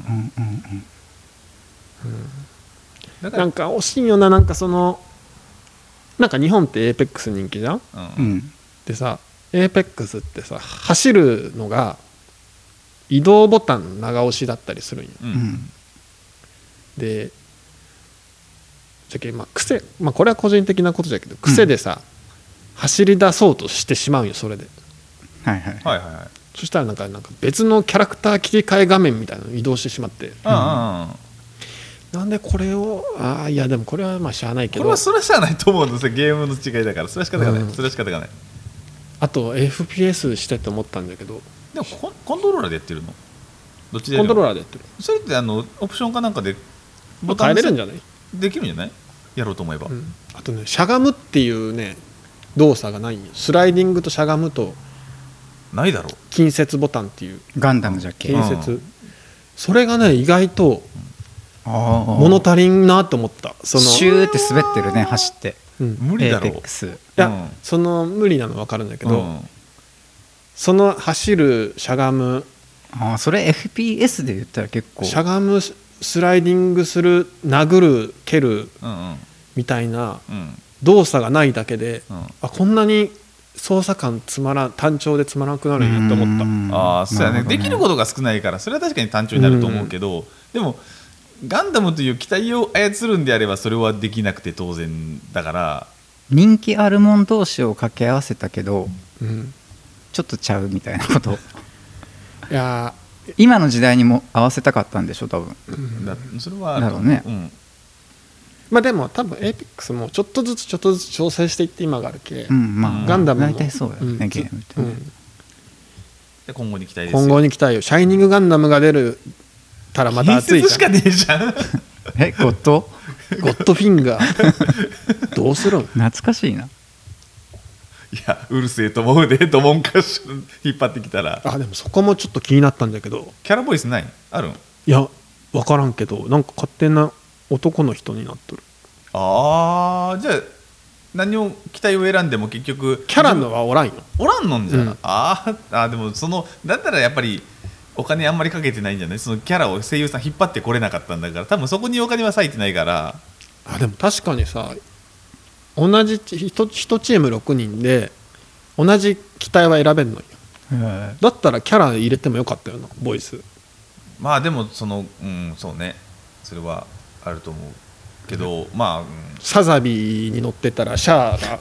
うん。なんか惜しいよな。なんかそのなんか日本ってエーペックス人気じゃん。うん、でさエーペックスってさ走るのが移動ボタン長押しだったりするんよ。うん、でじゃけまあ癖まあこれは個人的なことだけど癖でさ、うん、走り出そうとしてしまうんよそれで。 はいはいはいはい。 そしたらなんかなんか別のキャラクター切り替え画面みたいなの移動してしまって、うん、なんでこれをああいやでもこれはまあしゃあないけど、 これはそれはしゃあないと思うんですよ。ゲームの違いだからそれは仕方がない、うん、それは仕方がない。 あと エフピーエス してって思ったんだけど、 でもコン、コントローラーでやってるの？どっちでコントローラーでやってる。 それってあのオプションかなんかでボタン変えれるんじゃない？ できるんじゃない？やろうと思えば、うん、 あとねしゃがむっていうね動作がないんよ。スライディングとしゃがむとないだろう。 近接ボタンっていうガンダムじゃっけ、 近接、うん、それがね意外と物足りんなと思った。そのシューって滑ってるね走って、 うん、無理だろう。 いや、うん、その無理なの分かるんだけど、うん、その走るしゃがむ、 あそれ エフピーエス で言ったら結構しゃがむスライディングする殴る蹴るみたいな動作がないだけで、うんうん、あこんなに操作感つまら単調でつまらなくなるんやと思った。 ああそうやね。できることが少ないからそれは確かに単調になると思うけど、でもガンダムという機体を操るんであればそれはできなくて当然だから。 人気あるもん同士を掛け合わせたけど、うん、ちょっとちゃうみたいなこといや今の時代にも合わせたかったんでしょ多分、 うん、だそれはだろうね、うん、 まあでも多分 エーペックス もちょっとずつちょっとずつ調整していって今があるけ、 うんまあ、 ガンダムも大体そうだよね、うん、ゲームってね、うん、 で今後に期待ですよ。 今後に期待よ。シャイニングガンダムが出るたらまた熱いじゃん。 しかねえじゃんえゴッドゴッドフィンガーどうするん。 懐かしいな。 いやうるせえと思うでドモンカッシュ引っ張ってきたら。 あでもそこもちょっと気になったんだけど。 キャラボイスないあるん？いや分からんけどなんか勝手な男の人になっとる。 ああじゃあ何を機体を選んでも結局キャラのはおらんよ。 おらんのんじゃ、うん、ああでもそのだったらやっぱりお金あんまりかけてないんじゃない。そのキャラを声優さん引っ張ってこれなかったんだから多分そこにお金は割いてないから。 あでも確かにさ同じ 1, 1チームろくにんで同じ機体は選べるのよ。 へだったらキャラ入れてもよかったよな、ボイス。 まあでもそのうんそうねそれはあると思うけど、まあ、うん、 サザビーに乗ってたらシャアが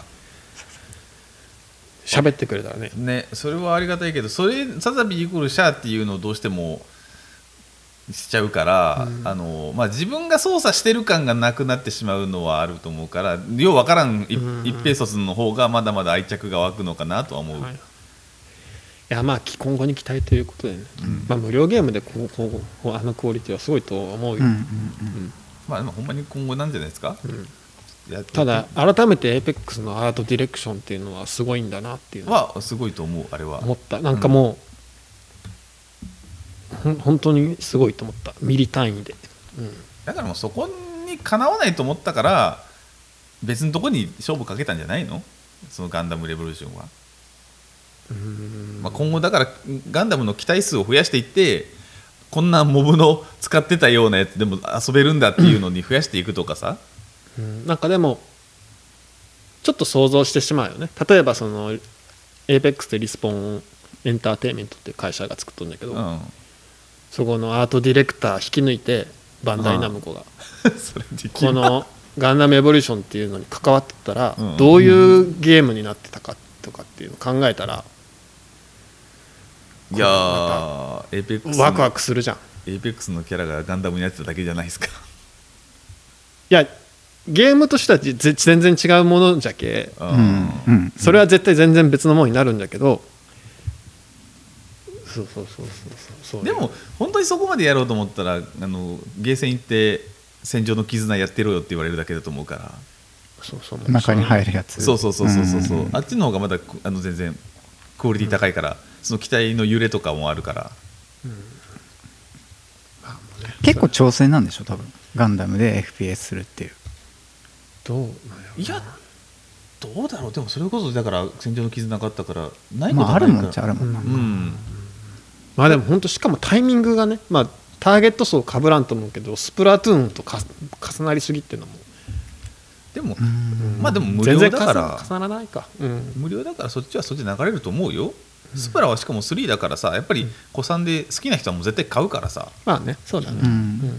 喋ってくれたらね。 ね、それはありがたいけど、それサザビーイコールシャアっていうのをどうしてもしちゃうから、うん、あのまあ、自分が操作してる感がなくなってしまうのはあると思うから、ようわからん、うん、一平卒の方がまだまだ愛着が湧くのかなとは思う、はい、いやまあ今後に期待ということでね、うん、まあ、無料ゲームでこうこうあのクオリティはすごいと思うよ、うんうんうん、 まあ、でもほんまに今後なんじゃないですか、うん、 ただ改めて エーペックス のアートディレクションっていうのはすごいんだなっていうのはすごいと思う。あれは思った。なんかもう、うん、本当にすごいと思った。ミリ単位で、うん、 だからもうそこにかなわないと思ったから別のとこに勝負かけたんじゃないの、そのガンダムレボリューションは。うーん、まあ、今後だからガンダムの機体数を増やしていって、こんなモブの使ってたようなやつでも遊べるんだっていうのに増やしていくとかさ、 うん、なんかでもちょっと想像してしまうよね。例えばその エーペックス でリスポンエンターテインメントっていう会社が作っとるんだけど、うん、そこのアートディレクター引き抜いてバンダイナムコがそれでこのガンダムエボリューションっていうのに関わってたらどういうゲームになってたかとかっていうのを考えたら、 いやー、エーペックスワクワクするじゃん。 エーペックスのキャラがガンダムになってただけじゃないですか。 いやゲームとしては全然違うものじゃけ、うんうん、それは絶対全然別のものになるんだけど、そうそうそうそうそう。 でも本当にそこまでやろうと思ったら、あのゲーセン行って戦場の絆やってろよって言われるだけだと思うから、 そうそう中に入るやつ、 そうそうそうそうそう、うんうん、あっちの方がまだあの全然クオリティ高いから、うん、その機体の揺れとかもあるから、うん、 まあね、結構挑戦なんでしょ多分ガンダムで エフピーエス するっていう。 どうなんやいやどうだろう。でもそれこそだから戦場の絆なかったからないことはないから、まあ、 あるもんっちゃあるもんな、うんうん、 まあでも本当しかもタイミングがね、まあ、ターゲット層かぶらんと思うけどスプラトゥーンとか重なりすぎっていうのもでも、うん、まあでも無料だから重ならないか、うん、 無料だからそっちはそっちで流れると思うよ。スプラはしかもスリーだからさ、やっぱり古参で好きな人はもう絶対買うからさ、 まあね、そうだね、 うん、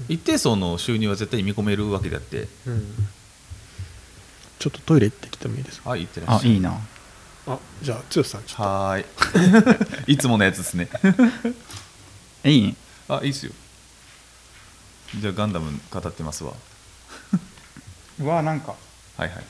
一定層の収入は絶対に見込めるわけだって、うん、 ちょっとトイレ行ってきてもいいですか。 はい、行ってらっしゃい。 あ、いいな。 あ、じゃあ剛さんちょっと。 はーいいつものやつですねいい。 あ、いいっすよ。じゃあガンダム語ってますわうわ、なんかはいはい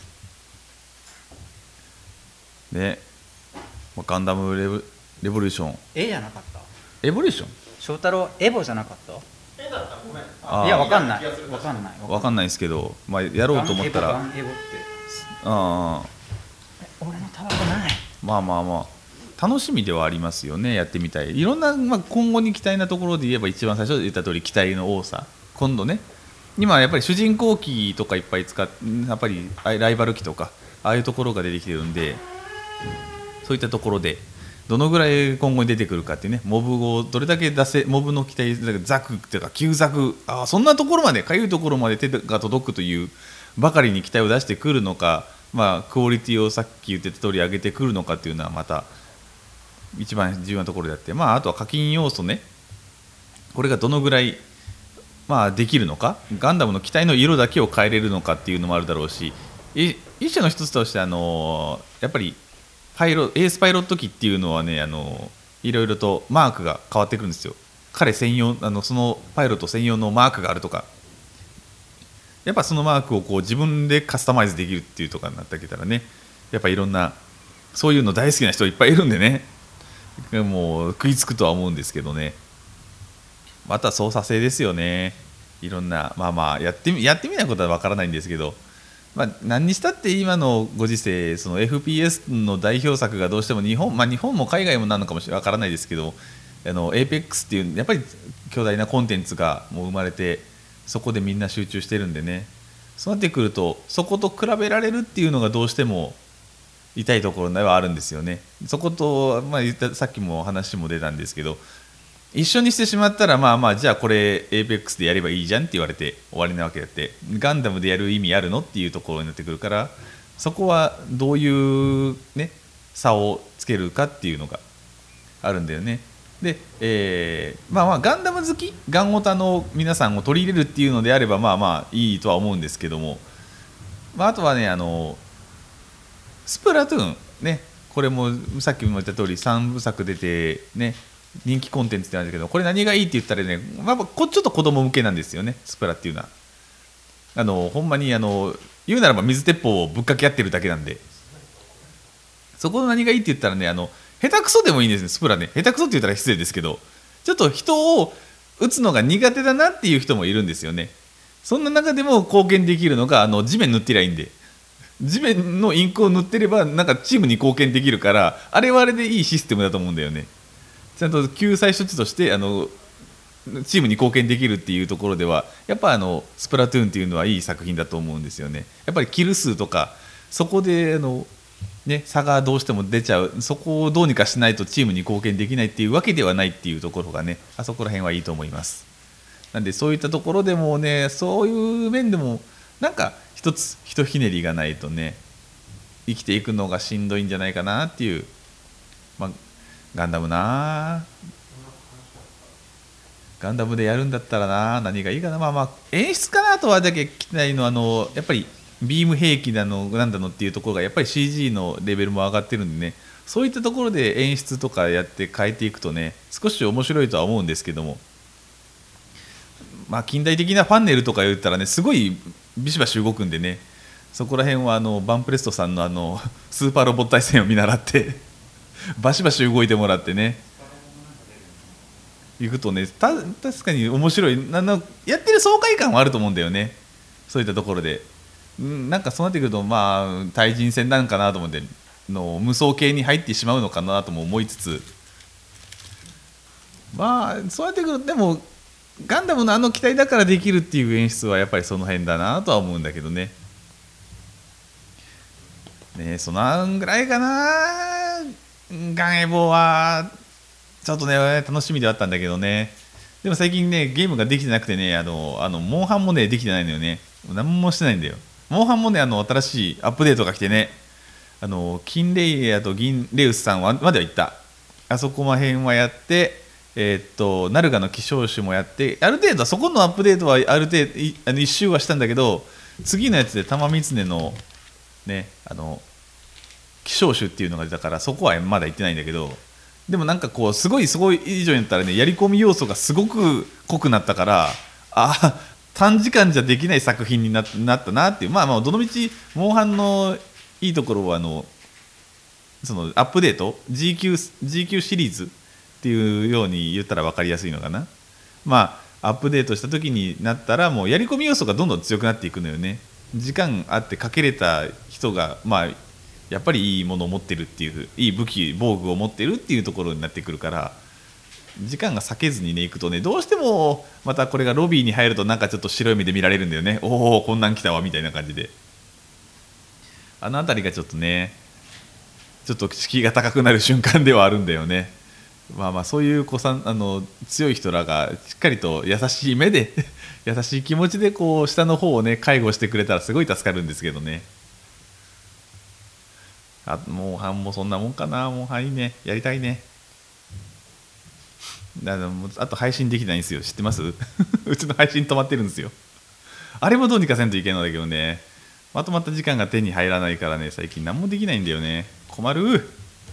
で、ガンダムレボ、レボリューション、 絵じゃなかった。 エボリューション、 翔太郎エボじゃなかった。 絵だったらごめん。 いや、わかんないわかんないわかんないですけど、まあ、やろうと思ったらガンエボ、ガンエボって、 ああ、 俺のタバコない。 まあまあまあ楽しみではありますよね。やってみたいいろんな、まあ、今後に期待なところで言えば一番最初で言った通り期待の多さ。今度ね、今やっぱり主人公機とかいっぱい使ってやっぱりライバル機とかああいうところが出てきてるんで、そういったところでどのぐらい今後に出てくるかっていうね、モブをどれだけ出せ、モブの期待ザクっていうか急ザク、あそんなところまでかゆいところまで手が届くというばかりに期待を出してくるのか、まあ、クオリティをさっき言ってた通り上げてくるのかっていうのはまた一番重要なところであって、まあ、あとは課金要素ね、これがどのぐらい、まあ、できるのか、ガンダムの機体の色だけを変えれるのかっていうのもあるだろうし、一種の一つとしてあのやっぱりパイロエースパイロット機っていうのはね、あのいろいろとマークが変わってくるんですよ。彼専用、あのそのパイロット専用のマークがあるとか、やっぱそのマークをこう自分でカスタマイズできるっていうとかになってきたらね、やっぱいろんなそういうの大好きな人いっぱいいるんでね、もう食いつくとは思うんですけどね。また操作性ですよね。いろんな、まあまあやってみやってみないことはわからないんですけど、まあ、何にしたって今のご時世、その エフピーエス の代表作がどうしても日本、まあ、日本も海外もなのかもしれわからないですけど、あの エーペックス っていうやっぱり巨大なコンテンツがもう生まれて、そこでみんな集中してるんでね、そうなってくるとそこと比べられるっていうのがどうしても痛いところではあるんですよね。そこと、まあ、言ったさっきも話も出たんですけど、一緒にしてしまったら、まあまあじゃあこれ エーペックス でやればいいじゃんって言われて終わりなわけであって、ガンダムでやる意味あるのっていうところになってくるから、そこはどういうね、 差をつけるかっていうのがあるんだよね。で、えー、まあまあガンダム好きガンオタの皆さんを取り入れるっていうのであればまあまあいいとは思うんですけども、まあ、あとはねあのスプラトゥーンね、これもさっきも言った通りさんぶさく出てね人気コンテンツってなんだけど、これ何がいいって言ったらね、まあ、こちょっと子供向けなんですよね、スプラっていうのは。あのほんまにあの言うならば水鉄砲をぶっかけ合ってるだけなんで、そこの何がいいって言ったらね、あの下手くそでもいいんですね、スプラね。下手くそって言ったら失礼ですけど、ちょっと人を撃つのが苦手だなっていう人もいるんですよね。そんな中でも貢献できるのがあの地面塗ってりゃいいんで、地面のインクを塗ってればなんかチームに貢献できるから、あれはあれでいいシステムだと思うんだよね。ちゃんと救済処置としてあのチームに貢献できるっていうところではやっぱあのスプラトゥーンっていうのはいい作品だと思うんですよね。やっぱりキル数とかそこであの、ね、差がどうしても出ちゃう、そこをどうにかしないとチームに貢献できないっていうわけではないっていうところがね、あそこら辺はいいと思います。なんでそういったところでもね、そういう面でもなんか一つひとひねりがないとね生きていくのがしんどいんじゃないかなっていう、まあ、ガンダムなガンダムでやるんだったらな何がいいかな、まあまあ演出かなとはだけ聞きたいのはあのやっぱりビーム兵器だのなんだのっていうところがやっぱり シージー のレベルも上がってるんでね、そういったところで演出とかやって変えていくとね少し面白いとは思うんですけども、まあ近代的なファンネルとか言ったらねすごいビシバシ動くんでね、そこら辺はあのバンプレストさんのあのスーパーロボット対戦を見習ってバシバシ動いてもらってね行くとね、た確かに面白いななやってる爽快感はあると思うんだよね。そういったところで、うん、なんかそうなってくるとまあ対人戦なんかなと思っての無双系に入ってしまうのかなとも思いつつ、まあそうやってくるとでもガンダムのあの機体だからできるっていう演出はやっぱりその辺だなとは思うんだけどね。ね、そのぐらいかな。ガンエボはちょっとね楽しみではあったんだけどね。でも最近ねゲームができてなくてね、あのあのモンハンもねできてないのよね。何もしてないんだよ。モンハンもねあの新しいアップデートが来てね、あの金レイヤーと銀レウスさんはまでは行った。あそこら辺はやって、えー、っとナルガの希少種もやって、ある程度そこのアップデートはある程度いあの一周はしたんだけど、次のやつで玉狐のねあの希少種っていうのが出たからそこはまだ行ってないんだけど、でもなんかこうすごいすごい以上になったらねやり込み要素がすごく濃くなったから、あ短時間じゃできない作品になったなっていう、まあまあどのみちモンハンのいいところはあのそのアップデート ジーキュー, G 級シリーズっていうように言ったら分かりやすいのかな。まあアップデートした時になったらもうやり込み要素がどんどん強くなっていくのよね。時間あってかけれた人がまあやっぱりいいものを持ってるっていう、いい武器防具を持ってるっていうところになってくるから、時間が割けずにね行くとねどうしてもまたこれがロビーに入るとなんかちょっと白い目で見られるんだよね。おおこんなん来たわみたいな感じで、あの辺りがちょっとねちょっと敷居が高くなる瞬間ではあるんだよね。まあまあそういう子さんあの強い人らがしっかりと優しい目で優しい気持ちでこう下の方をね介護してくれたらすごい助かるんですけどね。あモンハンもそんなもんかな。モンハンいいね、やりたいね。あのあと配信できないんですよ、知ってますうちの配信止まってるんですよ。あれもどうにかせんといけないんだけどね、まとまった時間が手に入らないからね最近何もできないんだよね。困る。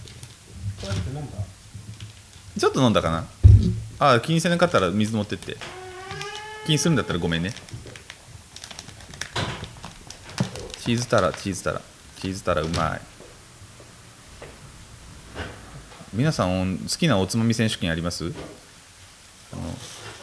ちょっと飲んだかな。あ気にせなかったら水持ってって。気にするんだったらごめんね。チーズタラチーズタラチーズタラうまい。皆さん好きなおつまみ選手権あります？あの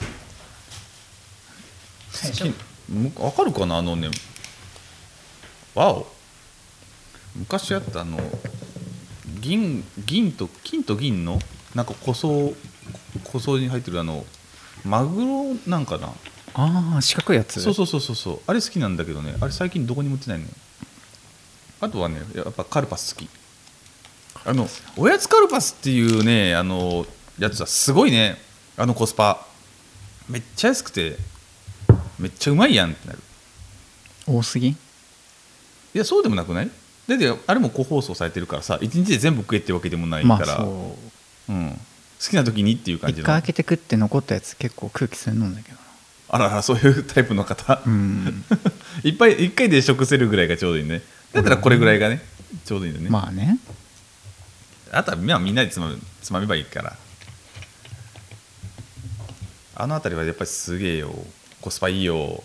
分かるかな。あのねわお昔あったあの銀銀と金と銀のなんか個装個装に入ってるあのマグロなんかな。 ああ四角いやつ。 そうそうそうそうそう、あれ好きなんだけどね、あれ最近どこにも売ってないのよ。あとはねやっぱカルパス好き。あのおやつカルパスっていうねあのやつはすごいね。あのコスパめっちゃ安くてめっちゃうまいやんってなる。 多すぎ？いやそうでもなくない？ だってあれも個包装されてるからさ、一日で全部食えってわけでもないから、 まあそうん、好きな時にっていうう感じの。 一回開けて食って残ったやつ結構空気するのんだけどな。 あらら、そういうタイプの方、 うん、 いっぱいいっかいで食せるぐらいがちょうどいいね。だったらこれぐらいがね、ちょうどいいのね。 まあね。 あとはまあみんなでつまむつまめばいいから。あの辺りはやっぱりすげえよ、コスパいいよ。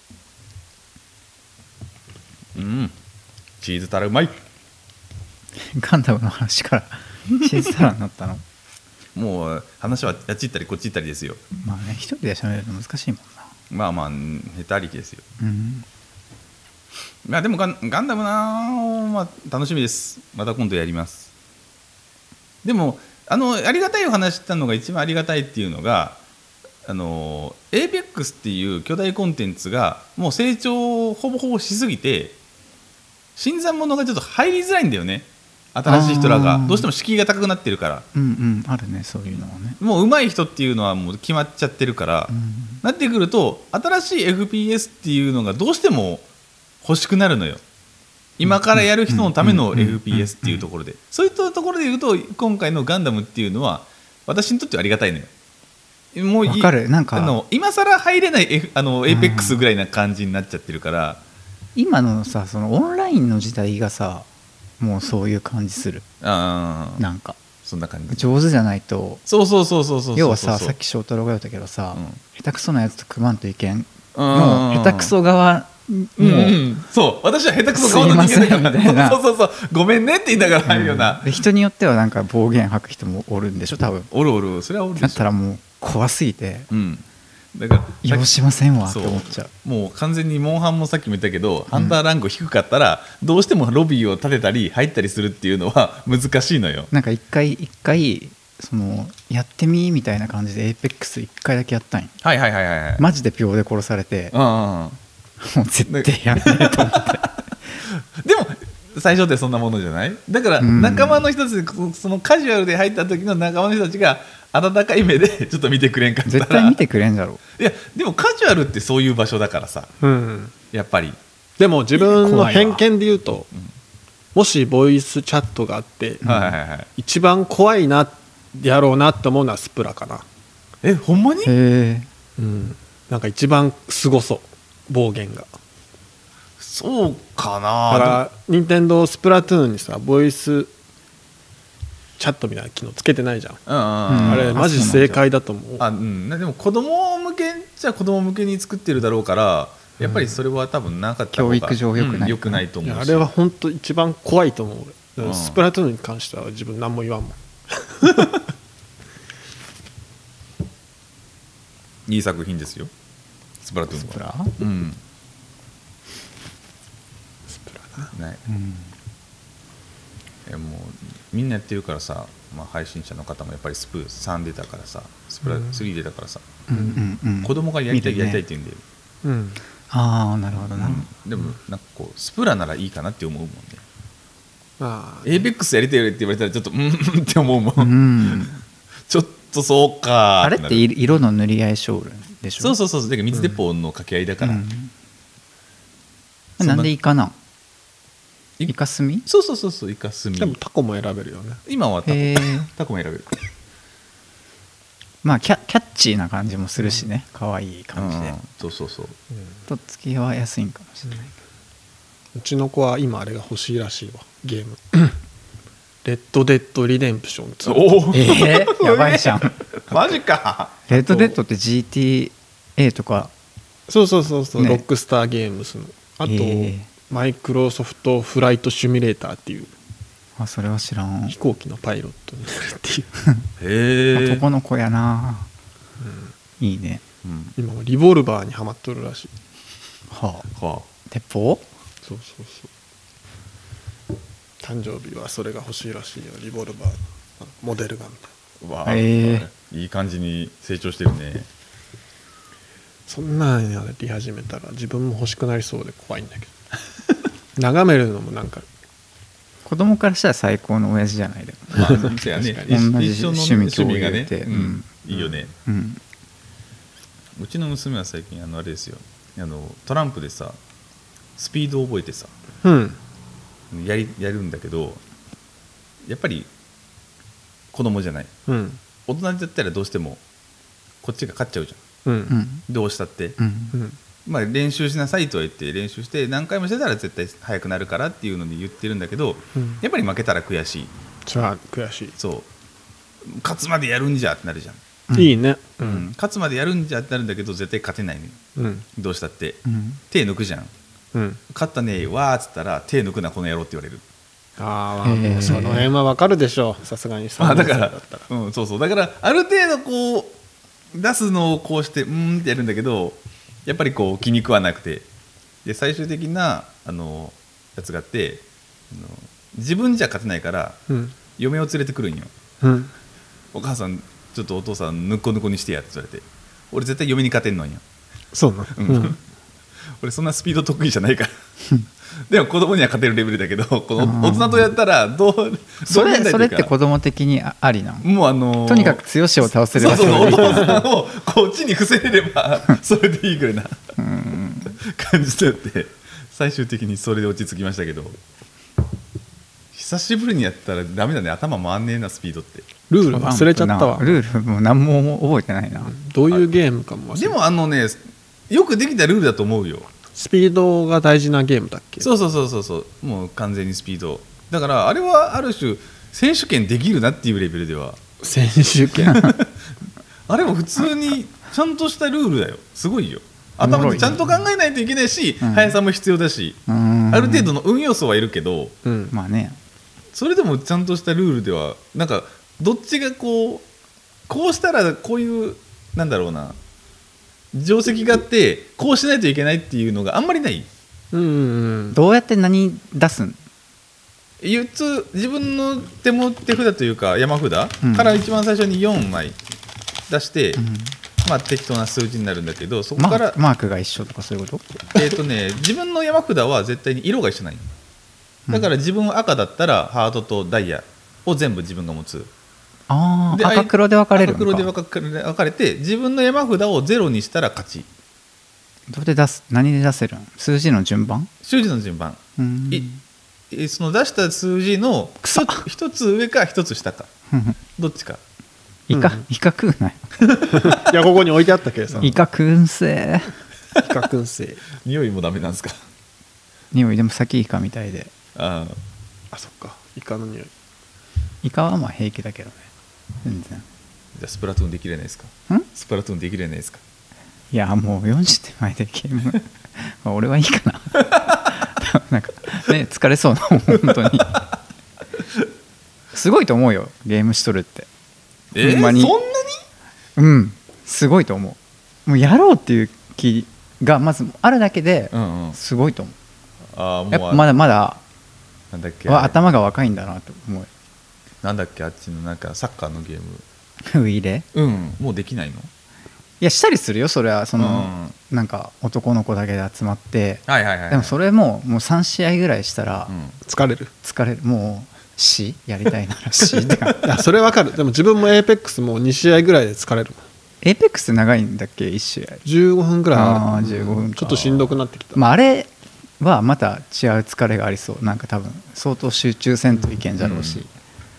うん、チーズタラうまい。 ガンダムの話からチーズタラになったの。 もう話はあっち行ったりこっち行ったりですよ。 まあね、一人で喋るの難しいもんな。 まあまあ下手ありきですよ。 うん、 まあでもガン、ガンダムな、まあ、楽しみです。また今度やります。でもあのありがたいお話したのが一番ありがたいっていうのが、あの エーペックス っていう巨大コンテンツがもう成長をほぼほぼしすぎて、新参者がちょっと入りづらいんだよね。新しい人らがどうしても敷居が高くなってるから。 うんうん、あるね、そういうのはね。 もう上手い人っていうのはもう決まっちゃってるから、 うん、 なってくると新しい エフピーエス っていうのがどうしても欲しくなるのよ。今からやる人のための エフピーエス っていうところで、そういったところでいうと今回のガンダムっていうのは私にとってはありがたいのよ。もういわかる。なんかあの今更入れない、F、あの エーペックス ぐらいな感じになっちゃってるから、 今のさ、そのオンラインの時代がさ、もうそういう感じする。 あなんかそんな感じ。 上手じゃないと。 そうそうそうそうそうそう。 要はさ、さっき翔太郎が言ったけどさ、 うん、 下手くそなやつと組まんといけんうんの下手くそ側もう、 うんうん、そう私は下手くそ側の人間だから、 すいませんみたいなそうそうそうごめんねって言いながら入るような、 うん、で人によってはなんか暴言吐く人もおるんでしょ多分。 おるおる、それはおるでしょ。 だったらもう怖すぎて、 うん、だから要しませんわって思っちゃう。 もう完全にモンハンもさっきも言ったけど、うん、ハンターランク低かったらどうしてもロビーを立てたり入ったりするっていうのは難しいのよ。 なんか一回一回そのやってみみたいな感じでエーペックス一回だけやったんよ。 はいはいはいはい。 マジで秒で殺されて、 うんうん、 もう絶対やんねえと思ってでも最初ってそんなものじゃない。だから仲間の人たち、うん、そのカジュアルで入った時の仲間の人たちが温かい目でちょっと見てくれんかったら絶対見てくれんだろう。 いやでもカジュアルってそういう場所だからさ、うん、やっぱり。 でも自分の偏見で言うと、うん、もしボイスチャットがあって、うん、はいはいはい、一番怖いなやろうなって思うのはスプラかな。 えほんまに。へえ、うん、なんか一番すごそう、暴言が。 そうかな。 だから任天堂スプラトゥーンにさボイスチャットみたいな機能つけてないじゃん、うんうんうん、あれマジ正解だと思う。 あ、うん、でも子供向けじゃ子供向けに作ってるだろうからやっぱりそれは多分なかった方が、 うん、教育上良くない、うん、 良くないと思うし。 あれは本当一番怖いと思う、うん、スプラトゥーンに関しては自分何も言わんもんいい作品ですよスプラトゥーンは。スプラ、うん、 スプラな、 ね、うん、えもうみんなやってるからさ、まあ、配信者の方もやっぱりスプさん出たからさスプラスリー出たからさ、うんうんうん、子供がやりたい、ね、やりたいって言うんだよ、 うん、ああなるほどな、うん、 でもなんかこうスプラならいいかなって思うもんね。あエーベックスやりたいよって言われたらちょっとうんって思うもん、うん、ちょっとそうか。 あれって色の塗り合い勝負でしょ。 そうそうそう、だから水鉄砲の掛け合いだから、うんうん、なんでイカなんイカスミ。 そうそうそうそうイカスミ。 でもタコも選べるよね今はタコタコも選べる。 まあキャ、キャッチーな感じもするしね、可愛い感じで、うん、 そうそうそう、 うん、とっつきは安いんかもしれないけど、 うちの子は今あれが欲しいらしいわゲームレッドデッドリデンプションツー。 おえー、やばいじゃんマジか。 レッドデッドって ジーティーエー とか。 そうそうそうそう、ね、ロックスターゲームスのあと、えー、マイクロソフトフライトシミュレーターっていう、 あそれは知らん。 飛行機のパイロットになるっていうへえ男の子やな、うん、いいね、 うん、今リボルバーにハマっとるらしい。 はあ、はあ、鉄砲。 そうそうそう、誕生日はそれが欲しいらしいよ、リボルバーモデルガンみたいな。 わあ、えー、いい感じに成長してるね。 そんなんやり始めたら自分も欲しくなりそうで怖いんだけど眺めるのもなんか子供からしたら最高の親父じゃないでも、まあ、 そうやね、 同じ趣味共有で、ね、 うん、いいよね、うん、うちの娘は最近あのあれですよ、あのトランプでさスピードを覚えてさ、うん、 やりやるんだけど、やっぱり子供じゃない、 うん、 大人だったらどうしてもこっちが勝っちゃうじゃん、 うんうんどうしたって、 うんうんまあ、練習しなさいとは言って練習して何回もしてたら絶対速くなるからっていうのに言ってるんだけど、 うんやっぱり負けたら悔しい。 じゃあ悔しい、 そう勝つまでやるんじゃってなるじゃん、 うんいいね、ううんん勝つまでやるんじゃってなるんだけど絶対勝てないのよ、 うんどうしたって、 うん手抜くじゃん。 うん、 勝ったねわーっつったら手抜くなこの野郎って言われる。 ああ、 へーその辺はわかるでしょう、さすがにあだからさんねん生だったらうん、そうそうだからある程度こう出すのをこうしてうーんってやるんだけどやっぱりこう気に食わなくて、で最終的なあのやつがあってあの自分じゃ勝てないからうん嫁を連れてくるんよ。 うんお母さんちょっとお父さんぬっこぬこにしてやって言われて、俺絶対嫁に勝てんのんよ。 そうなの、うん俺そんなスピード得意じゃないからでも子供には勝てるレベルだけどこの大人とやったらどうそれどうそれって子供的にあありなの？ もうあのーとにかく剛を倒せればそうそうそうおれでいい父さんをこっちに伏せれればそれでいいくらいな感じだって最終的にそれで落ち着きましたけど、久しぶりにやったらダメだね、頭回んねえなスピードって。 ルール忘れちゃったわ。 ルールもう何も覚えてないな。 どういうゲームかも忘れでもあのねよくできたルールだと思うよ。 スピードが大事なゲームだっけ？ そうそうそうそうそう、もう完全にスピードだからあれはある種選手権できるなっていうレベルでは選手権あれも普通にちゃんとしたルールだよ。すごいよ。頭でちゃんと考えないといけないし、 うん速さも必要だし、 うんある程度の運要素はいるけど、 うんまあね。 それでもちゃんとしたルールではなんかどっちがこうこうしたらこういうなんだろうな定石があってこうしないといけないっていうのがあんまりない。 うんうんどうやって何出すん？ ゆっつ自分の手も手札というか山札うんから一番最初によんまい出して、 うんまあ適当な数字になるんだけど、そこマからークマークが一緒とかそういうこと？ えーとね自分の山札は絶対に色が一緒ない。だから自分は赤だったらハートとダイヤを全部自分が持つ。でああ、赤黒で分かれるのか。 赤黒で分かれ分かれて自分の山札をゼロにしたら勝ち。 どうやって出す？何で出せるん？数字の順番？ 数字の順番、 うんいえその出した数字の草一つ一つ上か一つ下かどっちか。 イカ、 うんイカ食うなよ。 いやここに置いてあったけどさイカ食うんせー。 イカ燻製匂いもダメなんですか？ 匂いでも先イカみたいで。 ああそっかイカの匂いイカはまあ平気だけどね。全然。 じゃあスプラトゥーンできれないですか？ ん？ スプラトゥーンできれないですか？ いやもうよんじゅう手前でゲームまあ俺はいいかななんかね疲れそうな本当にすごいと思うよゲームしとるって。 えー、 ほんまにそんなに？ うんすごいと思う。もうやろうっていう気がまずあるだけでうんうん。 すごいと思う。 ああもうやっぱまだまだなんだっけは頭が若いんだなと思う。 なんだっけあっちのなんかサッカーのゲーム。 ウイレうんもうできないの？ いやしたりするよそれはその、 うなんか男の子だけで集まって、 はいはいはいはい。 でもそれももうさん試合ぐらいしたらうん疲れる疲れる。もう死やりたいなら死って感じいやそれわかる。でも自分もエーペックスもうに試合ぐらいで疲れるもん。 エーペックス長いんだっけいち試合。 じゅうごふんぐらいああーる。 じゅうごふんかちょっとしんどくなってきた、 まああれはまた違う疲れがありそう。なんか多分相当集中せんといけんじゃろうし、 うん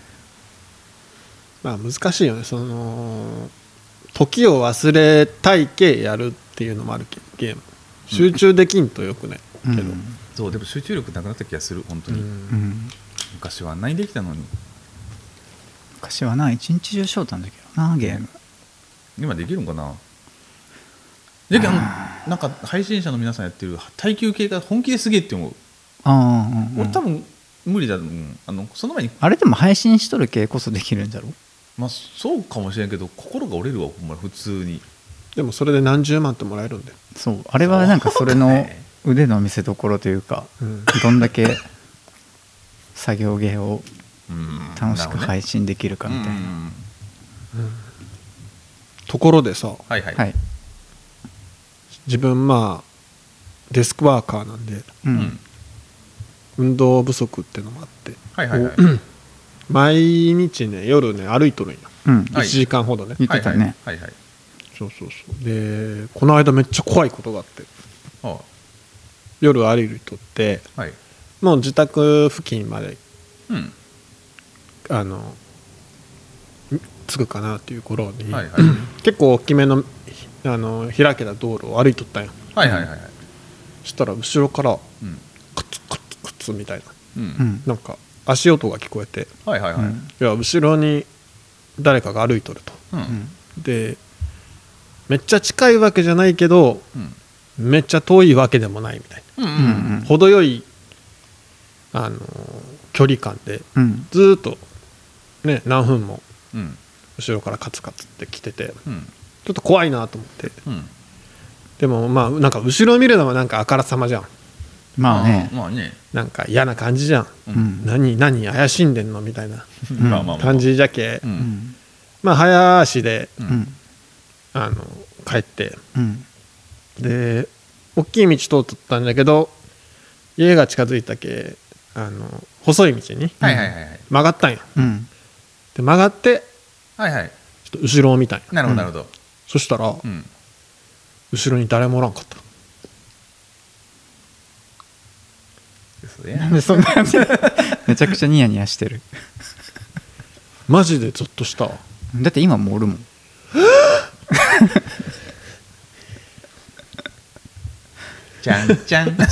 まあ難しいよね。その時を忘れたいけやるっていうのもあるけどゲーム集中できんとよくね、 うんけど、 そうでも集中力なくなった気がする本当に、 うんうん昔はあんなにできたのに昔はな一日中ショートなんだけどなゲーム。 今できるんかな。じゃけんなんか配信者の皆さんやってる耐久系が本気ですげえって思う、 ああ、うんうん、 俺多分無理だ、うん、あのその前にあれでも配信しとる系こそできるんじゃろ。 まあそうかもしれんけど心が折れるわほんまに普通に。 でもそれで何十万ってもらえるんだよ、 そうあれはなんかそれのそうかね腕の見せ所というか、 うんどんだけ作業芸をうん楽しくなるほどね配信できるかみたいな。 うんところでさはいはい、 はい、 自分まあデスクワーカーなんでううんん、 運動不足ってのもあってはいはいはいこう毎日ね夜ね歩いとるんようんはいいちじかんほどね、 言ってたね。 はいはいはいそうそうそうでこの間めっちゃ怖いことがあってはい夜歩いとってはいまもう自宅付近までうんあの着くかなっていう頃に、 はいはい結構大きめのあの開けた道路を歩いとったんよ。 はいはいはいはいそしたら後ろからうんカツカツカツみたいなううんんなんか足音が聞こえて、 はいはいはいうんいや後ろに誰かが歩いとると。 うんうんでめっちゃ近いわけじゃないけどうんめっちゃ遠いわけでもないみたいうんううんんな程よいあの距離感でうんずーっとね何分もうん後ろからカツカツって来ててうんちょっと怖いなと思って、 うんでもまあなんか後ろ見るのはなんかあからさまじゃん、 まあねまあねなんか嫌な感じじゃん、 うん何何怪しんでんのみたいなまあまあまあ感じじゃけ、 ううんんまあ早足でううんんあの帰ってうんで大きい道通っとったんだけど家が近づいたけあの細い道にはいはいはいはい曲がったんよ。 うんで曲がってはいはいちょっと後ろを見たんよ。 なるほどなるほどそしたらうん後ろに誰もおらんかった。 嘘やでそんなめちゃくちゃニヤニヤしてる。 マジでゾッとしたわ。 だって今もおるもん。 じゃんじゃん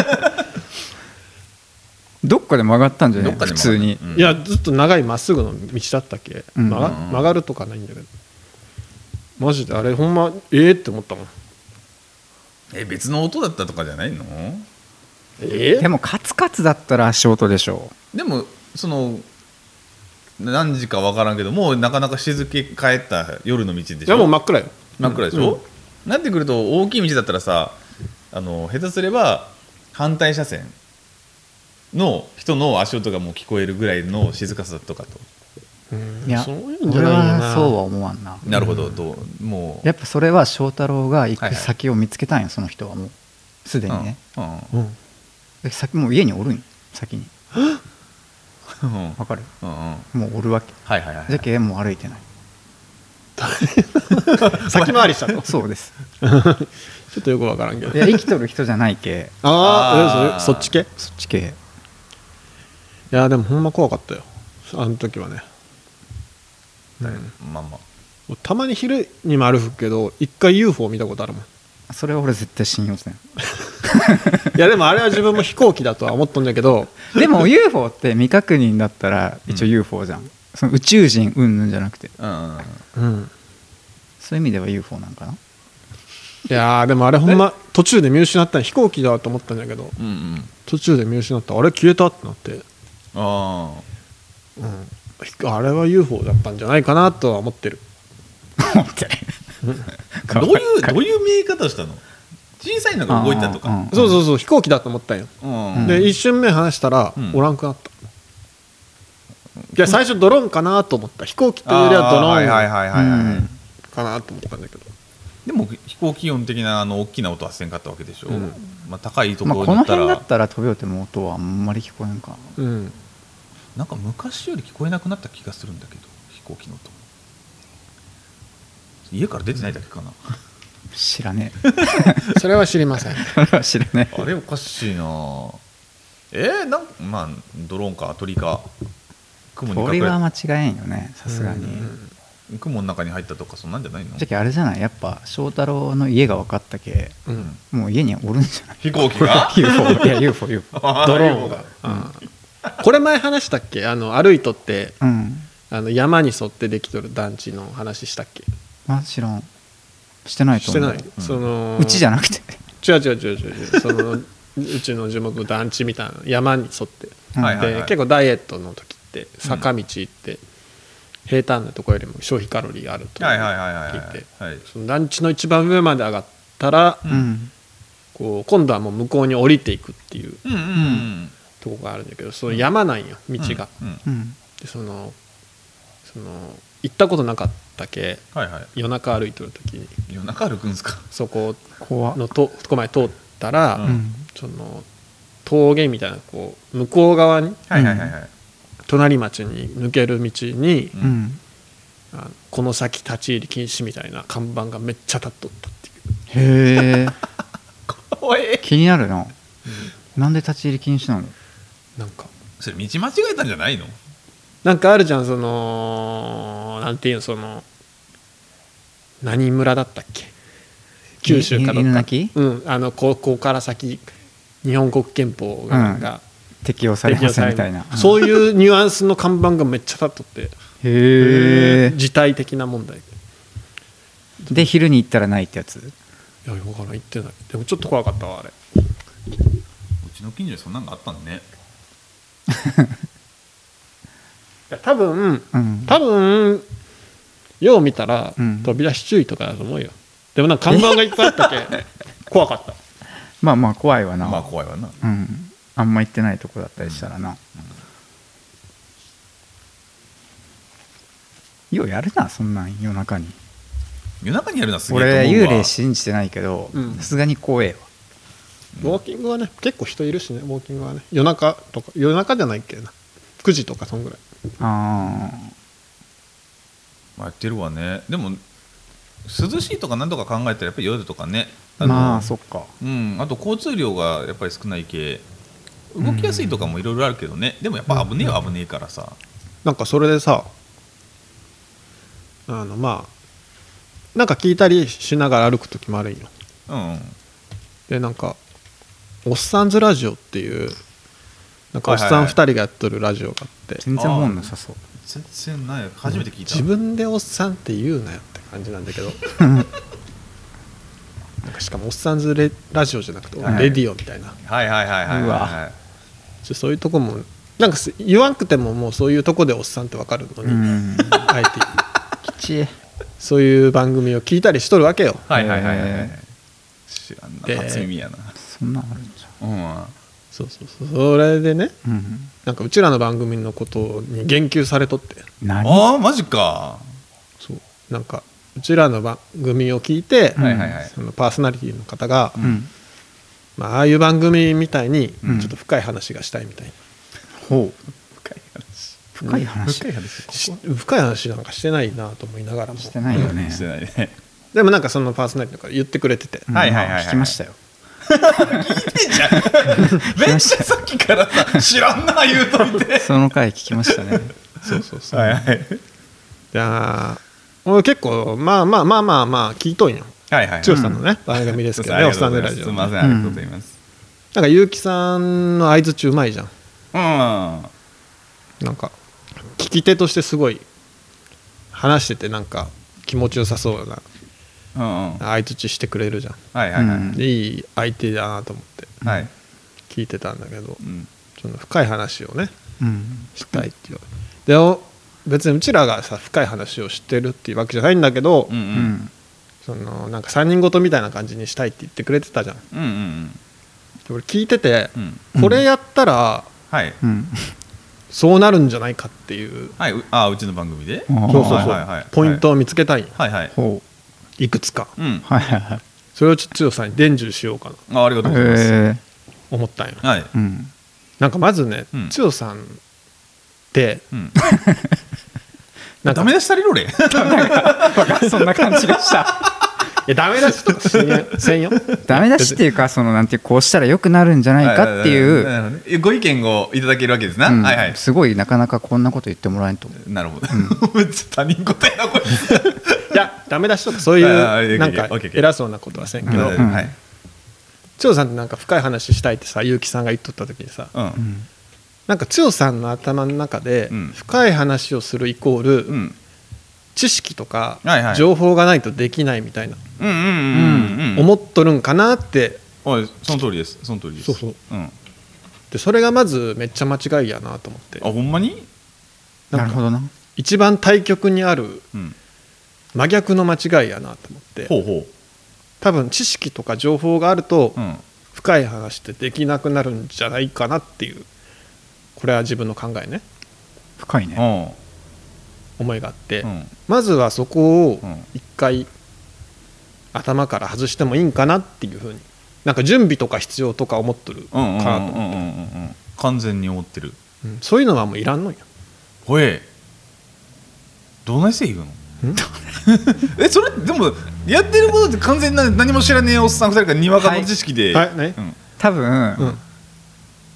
どっかで曲がったんじゃないどっかで普通に。 うんいやずっと長いまっすぐの道だったっけ、 うん曲がうん曲がるとかないんだけどマジであれほんまええって思ったもん。 え別の音だったとかじゃないの？ えでもカツカツだったら足音でしょでもその何時か分からんけどもうなかなか静け返った夜の道でしょ。 いやもう真っ暗よ。 真っ暗でしょ、なってくると大きい道だったらさあの下手すれば反対車線の人の足音がもう聞こえるぐらいの静かさとかと、 うんいやそういうんじゃ俺ないよな。 はそうは思わんな。 なるほどどうもうやっぱそれは翔太郎が行くはいはい先を見つけたんよその人はもうすでにね。 うんうんうんで先もう家におるんよ先に。 うんわかる？ うんうんもうおるわけ。 はいはいはいじゃけもう歩いてない。 先回りしたと。ちそうです。 ょっとよくわからんけど。 いや生きとる人じゃないけあああーそそっち系。 そっち系。 いやでもほんま怖かったよあの時はね。 まあまあたまに昼にも歩くけど一回 ユーフォー 見たことあるもん。 それは俺絶対信用せん。 いやでもあれは自分も飛行機だとは思っとんだけどでも ユーフォー って未確認だったら一応 ユーフォー じゃん、その宇宙人うんぬんじゃなくてうんうんうんそういう意味では ユーフォー なんかな。 いやーでもあれほんま途中で見失ったん飛行機だと思ったんだけどうんうん途中で見失ったあれ消えたってなって、 あうん、あれは ユーフォー だったんじゃないかなとは思ってる。 思ってあどういうどういう見え方したの？小さいのが動いたとか、 うんそうそうそう飛行機だと思ったんよ。 うんうんで一瞬目離したらうんおらんくなった。いや最初ドローンかなと思った飛行機というよりはドロあーはいはいーンはいはいはい、 うんかなと思ったんだけどでも飛行機音的なあの大きな音はせんかったわけでしょ、 うんまあ、高いとまあ、 ころに行ったら、 この辺だったら飛び降りても音はあんまり聞こえんかな。 うんなんか昔より聞こえなくなった気がするんだけど飛行機の音家から出てないだけかな、 知らねそれは知りません。 えそれは知らねあれおかしいなえー、なんまあドローンか鳥か雲えに隠れ鳥は間違えんよねさすがに。 雲の中に入ったとかそんなんじゃないの？ じゃけあれじゃないやっぱ翔太郎の家が分かったけうんもう家におるんじゃない飛行機がユーフォー いや ユーフォー ユーフォードローンが、これ前話したっけあの歩いとってうんあの山に沿ってできとる団地の話したっけ。 あ知らんしてないと思う。 してない、そのうちじゃなくて違う違う違う違う違うそのうちの地元団地みたいな山に沿って、 うんはいはいはいで結構ダイエットの時って坂道行って、平坦なところよりも消費カロリーがあるとはいはいはいはい聞いてはいその団地の一番上まで上がったら、 うんこう今度はもう向こうに降りていくっていううんうんうんとこがあるんだけどその山なんよ道が、 うんうんでそのその行ったことなかったけはいはい夜中歩いてる時に夜中歩くんすか？ そこ怖っのととこまで通ったら、 ううんんその峠みたいなこう向こう側にはいはいはいはい隣町に抜ける道に、 ううんあこの先立ち入り禁止みたいな看板がめっちゃ立っとったっていう。 へえおい気になるな、なんで立ち入り禁止なの？ なんかそれ道間違えたんじゃないの？ なんかあるじゃん、そのなんていうの、その何村だったっけ、九州かどっか、 犬鳴き、 うん、あの高校から先日本国憲法が、 うん適用されませんみたいな、うん、 そういうニュアンスの看板がめっちゃ立っとって、 へえ。 事態的な問題で昼に行ったらないってやつ。 いや分からん、言ってない。でもちょっと怖かったわあれ。 うちの近所にそんなのがあったんだね。 いや多分、 うん、 多分よう見たら、 うん、 飛び出し注意とかだと思うよ。でもなんか看板がいっぱいあったけ怖かった。 まあまあ怖いわな。 まあ怖いわな。 うん、あんま行ってないとこだったりしたらな、うんうん、ようやるなそんなん夜中に。 夜中にやるのはすげえと思うわ。 俺幽霊信じてないけどさすがに怖えわ。 ウォーキングはね結構人いるしね、ウォーキングはね夜中とか、夜中じゃないっけな、くじとかそんぐらい。 ああ、 まあ、やってるわね。でも涼しいとかなんとか考えたらやっぱり夜とかね、あのまあそっか、 うん、あと交通量がやっぱり少ない系動きやすいとかもいろいろあるけどね、でもやっぱ危ねえは危ねえからさ。 なんかそれでさ、あのまあなんか聞いたりしながら歩く時もあるんよ。 うん、うん、 でなんかおっさんずラジオっていうなんかおっさんふたりがやってるラジオがあって、 全然思んなさそう。 全然ない、初めて聞いた。 自分でおっさんって言うなよって感じなんだけどなんかしかもおっさんずレラジオじゃなくて、 はい、 レディオみたいな、 はいはいはいはい、はい、 うわちょそういうとこもなんか言わんくてももうそういうとこでおっさんって分かるのに、 うんあえてきちい。 そういう番組を聞いたりしとるわけよ。 はいはいはいはい、 え知らんでな、初耳やな。 そんなんあるんじうん、 そうそうそう、それでね、 ゃん、うん、 なんかうちらの番組のことに言及されとって、 何。 ああマジか。 そうなんかうちらの番組を聞いて、 うんはいはいはい、 そのパーソナリティの方が、 うんまあ、ああいう番組みたいにうんちょっと深い話がしたいみたいな、 ほう深い話深い話、 深い話し深い話なんかしてないなと思いながらも、 してないよね、 してないね。 でもなんかそのパーソナリティの方言ってくれてて、 うんはいはいはいはい聞きましたよ。 聞いてんじゃん。めっちゃさっきからさ知らんな言うといて。 その回聞きましたね。 そうそうそう、 はいはいじゃあ俺結構まあまあまあまあまあ聞いとんよ、 はいはい。 剛さんのね、番組ですけどね、おっさんでラジオ。 すみません、ありがとうございます。 なんか結城さんの相づちうまいじゃん。 うん。 なんか聞き手としてすごい話しててなんか気持ちよさそうなうんうん。 相づちしてくれるじゃん。 はいはいはい。 うんでいい相手だなと思ってはい。 聞いてたんだけど、 うん。 その深い話をねうんしたいっていう。でお別にうちらがさ深い話をしてるっていうわけじゃないんだけど、 うんう。 うんんそのなんかさんにんごとみたいな感じにしたいって言ってくれてたじゃん。 うんうんで俺聞いてて、 うん。 これやったらはいうんそうなるんじゃないかっていう、 はい。うあうちの番組で。 あーそうそうそう、 はいはいはいポイントを見つけたいんよ、 はいはい。 ほういくつか。 うん。 はいはいはい。 それをちょっと剛さんに伝授しようかなあありがとうございます。 へえ。 思ったんよ。 はい。 うんなんかまずね、 うん剛さんってうん。 なんかダメ出しされる俺。 そんな感じがした。 いやダメ出しとかしんやせんよ。 ダメ出しっていうか、そのなんていうこうしたら良くなるんじゃないかっていう、 なるほどねご意見をいただけるわけですな。 うんはいはい。 すごいなかなかこんなこと言ってもらえんと思う。 なるほど。めっちゃ他人事やなこれ。 いやダメ出しとかそういああいいうなんかオッケーオッケー偉そうなことはせんけど、 うんうんはい。 剛さんってなんか深い話したいってさ結城さんが言っとった時にさ、 うん。 うんなんか剛さんの頭の中でうん深い話をするイコール、 うん。 知識とかはいはい情報がないとできないみたいな、 うんうんうんうん。 思っとるんかなって。 おいその通りです。その通りです。 そうそう。 うん。あでそれがまずめっちゃ間違いやなと思って、 ほんまに？ なんかなるほどな。 一番対極にあるうん。 真逆の間違いやなと思って、 ほうほ多分知識とか情報があるとう。うん。 深い話ってできなくなるんじゃないかなっていう、これは自分の考えね、 深いね。 思いがあって、 うん。 まずはそこをうん一回頭から外してもいいんかなっていうふうに、なんか準備とか必要とか思っとるかうんうんうんうんなと思って、 うんうん。完全に思ってる。 うんそういうのはもういらんのよ。 ほえ。どないせ言うの？えそれでもやってることって完全な何も知らねえおっさんふたりがにわかの知識で、 はいね、 多分、 うん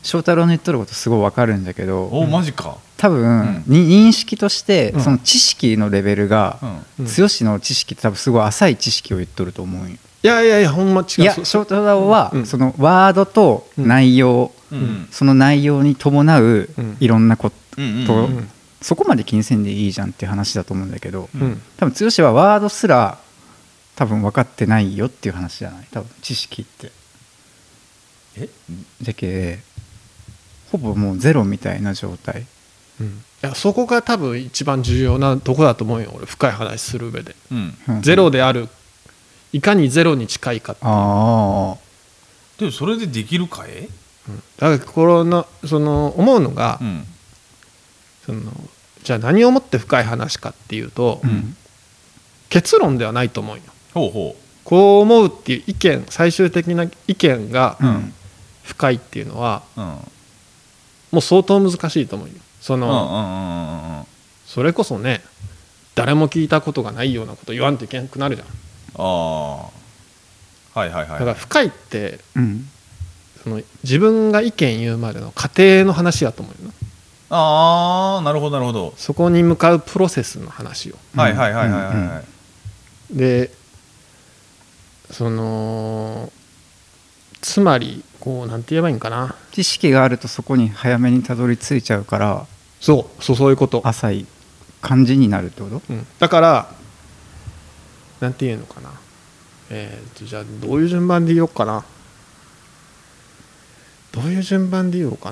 翔太郎の言っとることすごい分かるんだけど、 おマジか。 多分、 うんに認識としてうんその知識のレベルが、 うん剛の知識って多分すごい浅い知識を言っとると思うんよ。 いやいやいやほんま違う。 いやそ翔太郎はうんそのワードと内容、 うんうんその内容に伴ううんいろんなこと、 うんうんとうんそこまで気にせんでいいじゃんっていう話だと思うんだけど、 うん多分剛はワードすら多分分かってないよっていう話じゃない。多分知識ってえじゃけほぼもうゼロみたいな状態。 うんいやそこが多分一番重要なとこだと思うよ俺深い話する上で。 うんうんゼロであるいかにゼロに近いかっていう。 ああでもそれでできるかえ。 うんだからこのその思うのが、 うんそのじゃあ何をもって深い話かっていうと、 うん結論ではないと思うよ。 ほうほこう思うっていう意見最終的な意見がうん深いっていうのはううんもう相当難しいと思うよ。そうんうんうんの、 うんうんそれこそね誰も聞いたことがないようなこと言わんといけなくなるじゃん。 ああはいはいはいだから深いってうんその自分が意見言うまでの過程の話だと思うよな。 ああなるほどなるほど、 そこに向かうプロセスの話を。 はいはいはいはいはいうんうんはいでそのつまりこうなんて言えばいいんかな。 知識があるとそこに早めにたどり着いちゃうからそうそうそういうこと。 浅い感じになるってこと。 うん、だからなんていうのかな、えー、とじゃあどういう順番で言おうかなどういう順番で言おうか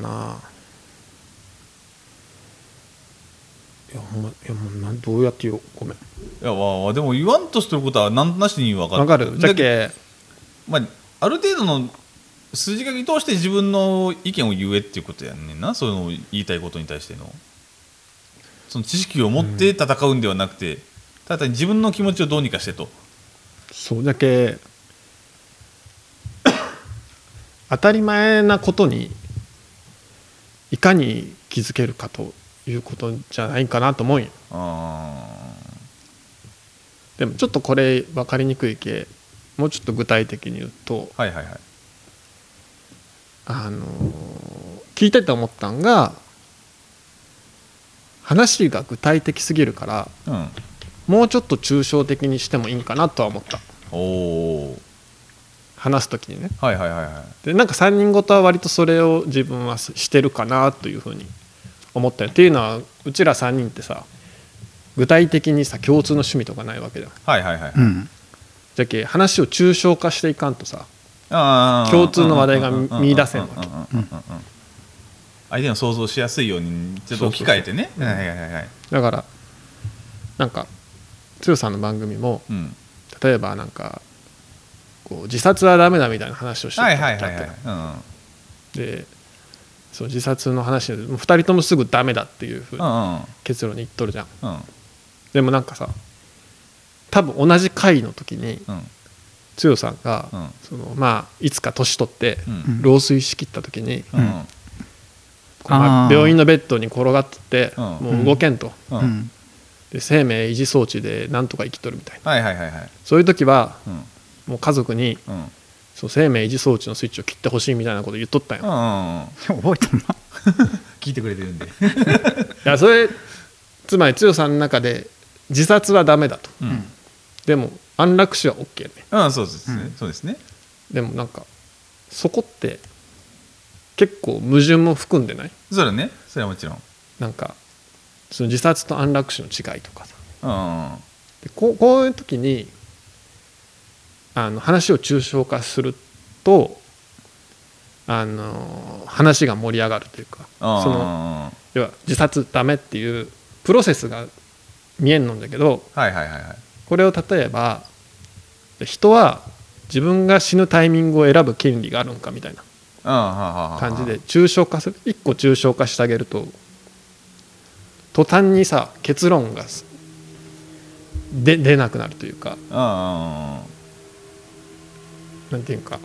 ないやほんまいやもうなんどうやって言おうごめんいやわあでも言わんとしてることは何なしに分かるわかるじゃけまあ、ある程度の筋書き通して自分の意見を言えっていうことやんねんな。そういうのを言いたいことに対してのその知識を持って戦うんではなくて、ただ単に自分の気持ちをどうにかしてと。 そうだけ当たり前なことにいかに気づけるかということじゃないかなと思うよ。 あでもちょっとこれ分かりにくいけもうちょっと具体的に言うとーはいはいはいあの聞いてて思ったんが話が具体的すぎるからうんもうちょっと抽象的にしてもいいんかなとは思った。 おお話す時にね。 はいはいはいはいでなんかさんにんごとは割とそれを自分はしてるかなというふうに思ったよ。っていうのはうちらさんにんってさ具体的にさ共通の趣味とかないわけじゃん。 はいはいはいはいうんじゃけ話を抽象化していかんとさあー共通の話題が見出せんわけうんうんうんうんうんうん相手の想像しやすいようにちょっと置き換えてね。 そうそうそうはいはいはいはいだからなんか剛さんの番組もうん例えばなんかこう自殺はダメだみたいな話をしてたはいわけはいはいはいでそう自殺の話でふたりともすぐダメだっていうふうにうんうん結論に言っとるじゃん。 うんうんでもなんかさ多分同じ回の時にうん剛さんが、 うんそのまあいつか年取ってうん老衰しきった時に、 うんこうまああー病院のベッドに転がってて、 うんもう動けんと、 うんうんうんで生命維持装置でなんとか生きとるみたいなはいはいはいはいそういう時はうんもう家族にうんそう生命維持装置のスイッチを切ってほしいみたいなこと言っとったんよ。 うんうんうん覚えてんな。 聞いてくれてるんでいやそれつまり剛さんの中で自殺はダメだと、 うんでも安楽死は OK ね。 うんそうですね、 うんそうですねでもなんかそこって結構矛盾も含んでない？ それはねそれはもちろんなんかその自殺と安楽死の違いとかさうんうんでこうこういう時にあの話を抽象化するとあの話が盛り上がるというかあーその要は自殺ダメっていうプロセスが見えんのんだけどはいはいはいはいこれを例えば人は自分が死ぬタイミングを選ぶ権利があるんかみたいなうんはあはあはあ感じで抽象化する一個抽象化してあげると途端にさ結論がで出なくなるというかうんうんうんなんていうか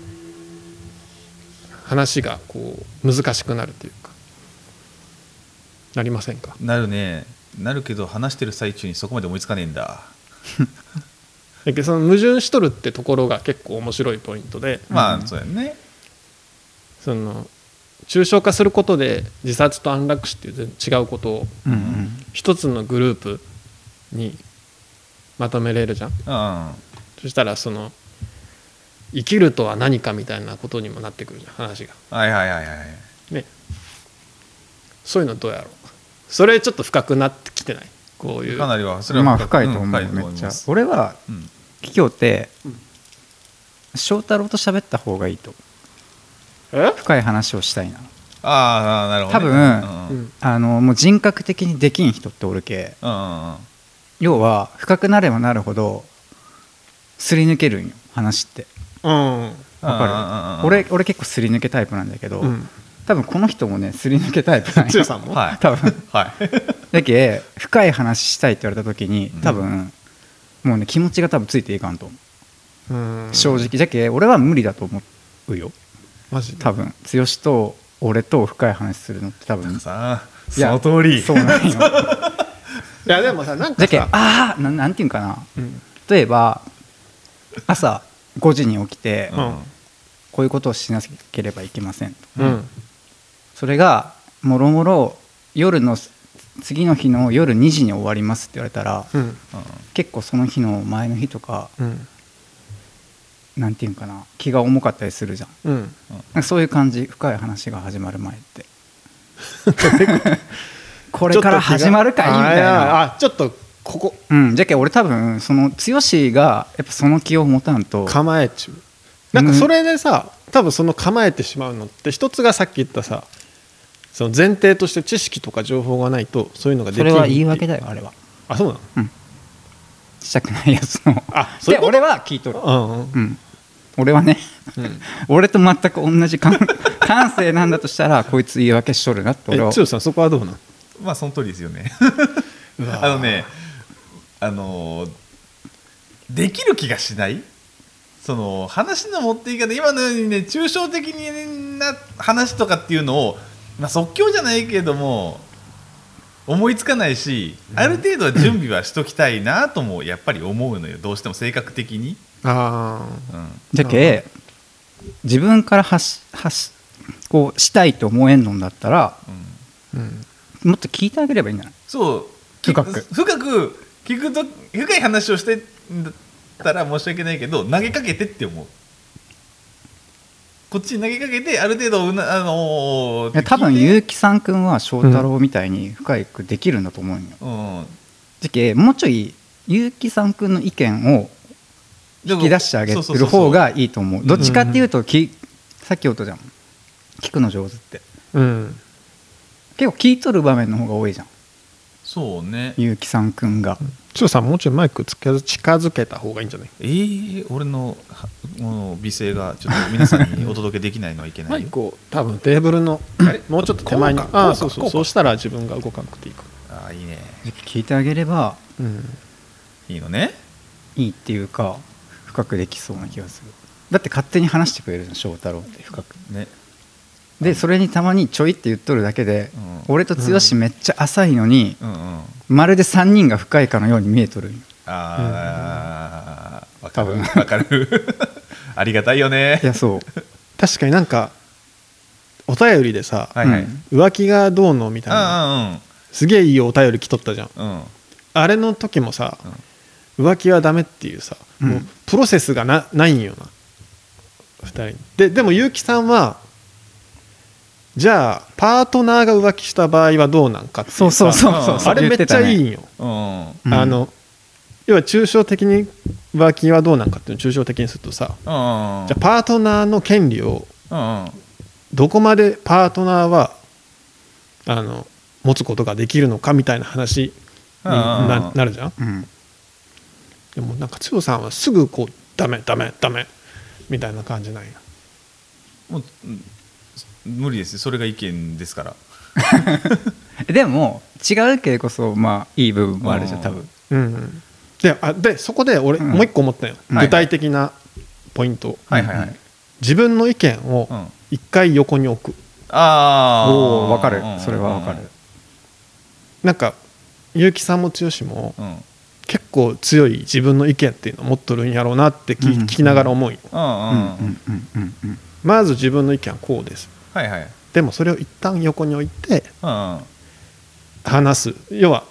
話がこう難しくなるというかなりませんか？ なるねなるけど話してる最中にそこまで思いつかねえんだだけどその矛盾しとるってところが結構面白いポイントでまあそうやねその抽象化することで自殺と安楽死っていう全然違うことをうんうん一つのグループにまとめれるじゃん。 うんそしたらその生きるとは何かみたいなことにもなってくるじゃん話がはいはいはいはいね。そういうのどうやろう。それちょっと深くなってきてない。こういうかなりはそれはまあ深いと思う、 ん深いとめっちゃ思います俺はうん今日って翔太郎と喋った方がいいとえ深い話をしたいな。 ああなるほどね、 多分うんうんうんあのもう人格的にできん人っておるけ、 うんうんうん要は深くなればなるほどすり抜けるんよ話って。 うんわうんうんうんかる。俺俺結構すり抜けタイプなんだけど、 うん多分この人もねすり抜けタイプなんよつゆさんもはい多分はいだけ深い話したいって言われた時に多分、もうね気持ちが多分ついていかんと思う、 うん正直じゃけ俺は無理だと思うよマジで多分剛と俺と深い話するのって多分さあいやその通りそうなんよいやでもさなんじゃけかさああななんていうんかな、 うん例えば朝ごじに起きて、 うんこういうことをしなければいけませんと、 うんそれがもろもろ夜の次の日の夜にじに終わりますって言われたら、 うん結構その日の前の日とかうんなんていうんかな気が重かったりするじゃん。 うんなんかそういう感じ深い話が始まる前ってこれから始まるかいみたいな。 あちょっとここうん、じゃけ俺多分その剛がやっぱその気を持たんと構えちゅうなんかそれでさ多分その構えてしまうのって一つがさっき言ったさその前提として知識とか情報がないとそういうのができないそれは言い訳だよあれはあそうなのしたくないやつのあそういうことで俺は聞いとる、 うんうんうん、俺はね、 うん俺と全く同じ感感性なんだとしたらこいつ言い訳しとるなって俺はえつよさんそこはどうなんまあその通りですよねうわあのねあのーできる気がしないその話の持っていき方今のようにね抽象的な話とかっていうのを、まあ、即興じゃないけれども思いつかないし、ある程度は準備はしときたいなともやっぱり思うのよどうしても性格的に、 あうんじゃけ自分から発発こうしたいと思えんのんだったらうんーうんもっと聞いてあげればいいんじゃない。 そうき深く深く聞くと深い話をしてんだったら申し訳ないけど投げかけてって思うこっちに投げかけてある程度うなあのーいや多分聞い結城さんくんは翔太郎みたいに深くできるんだと思うんよ、 てうんじゃけもうちょい結城さんくんの意見を引き出してあげる方がいいと思う。どっちかっていうときさっき言ったじゃん聞くの上手ってうん結構聞いとる場面の方が多いじゃんそうね結城さんくんが。 つよさんもうちょいマイクつけ近づけた方がいいんじゃないえー、俺のはもう美声がちょっと皆さんにお届けできないのはいけないよマイクを多分テーブルのもうちょっと手前にこうかこうかああそうそうこうかそうしたら自分が動かなくていいかああいいね聞いてあげればらうんいいのねいいっていうか深くできそうな気がする。だって勝手に話してくれるじゃん翔太郎って深くねでそれにたまにちょいって言っとるだけで、 うん俺と剛めっちゃ浅いのに、 うんうんまるでさんにんが深いかのように見えとるんよ。 ああわかる多分わかるありがたいよねいやそう確かになんかお便りでさはいはい、 うん浮気がどうのみたいなあすげえいいお便り来とったじゃんあうんうんあれの時もさ浮気はダメっていうさうんもうプロセスがなないんよなふたりででも結城さんはじゃあパートナーが浮気した場合はどうなんかっていうさそうそうそうそうそうあれめっちゃいいんよ、 うんうんあの要は抽象的に浮気はどうなんかっていうのを抽象的にするとさうんじゃあパートナーの権利をうんうんどこまでパートナーはあの持つことができるのかみたいな話にななるじゃん。 うんでもなんか剛さんはすぐこうダメダメダメみたいな感じなんや。 もううん無理ですよそれが意見ですからでも違うけれこそまあいい部分もあるじゃん多分。 うんうん、であでそこで俺うんもう一個思ったよ、 うん具体的なポイント、 はいはいはい自分の意見をうん一回横に置く。 ああおお分かるそれは分かる。 なんか結城さんも剛もうんうん結構強い自分の意見っていうのを持っとるんやろうなって聞,、 うん聞きながら思うよ。 うんうんうんうんうんうんうんまず自分の意見はこうです。 はいはいでもそれを一旦横に置いてうん話す。要は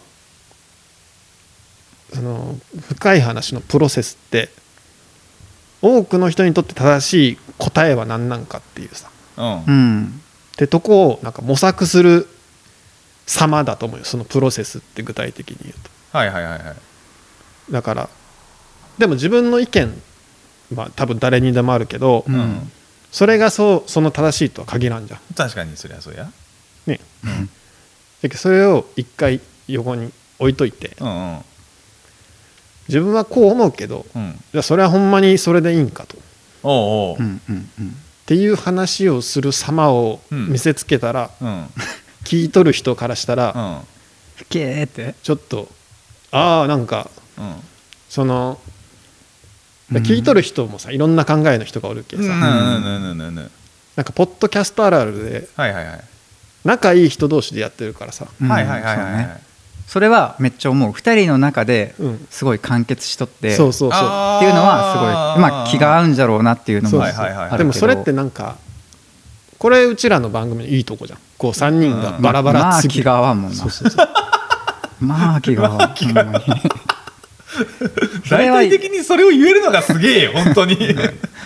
その深い話のプロセスって多くの人にとって正しい答えは何なんかっていうさうんうんってとこをなんか模索する様だと思うよ、そのプロセスって具体的に言うと。 はいはいはいはいだからでも自分の意見は多分誰にでもあるけど、 うんうんそれがそうその正しいとは限らんじゃん確かにそりゃそうやね。だけどそれを一回横に置いといて、 うんうん自分はこう思うけど、 うんじゃあそれはほんまにそれでいいんかとっおうおううんうんうんていう話をする様をうん見せつけたら、 うん聞いとる人からしたら、 うんふけーってちょっとああなんかうんそのうん聞いとる人もさいろんな考えの人がおるけどさ、 うんうんうんうんうんなんかポッドキャストあるあるではいはいはい仲いい人同士でやってるからさ、 うんはいはいはいはいはいそうねそれはめっちゃ思う。ふたりの中でうんすごい完結しとってそうそうそうあーっていうのはすごいまあ気が合うんじゃろうなっていうのもそうあるけど、 はいはいはいはいでもそれってなんかこれうちらの番組のいいとこじゃん。こうさんにんがバラバまあ気ラすぎる、 が合わんもんな。 そうそうそうまあ気が合わんほんまにそれは大体的にそれを言えるのがすげえよ本当にじゃ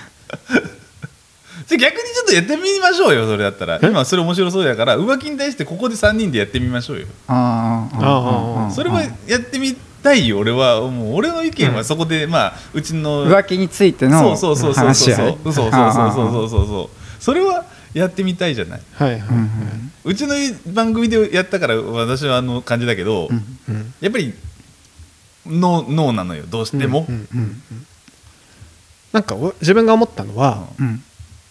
あ逆にちょっとやってみましょうよそれだったら今それ面白そうやから浮気に対してここでさんにんでやってみましょうよあーあーあーあーそれはやってみたいよ俺はもう俺の意見はそこでまあうちの浮気についてのそうそうそうそう話し合いそうそうそうそうそうそうそうそうそれはやってみたいじゃないはいはいはい、 うんうちの番組でやったから私はあの感じだけど、 うんうんやっぱりノーノーなのよどうしても、 うんうんうんうんなんかお自分が思ったのは、 うんうん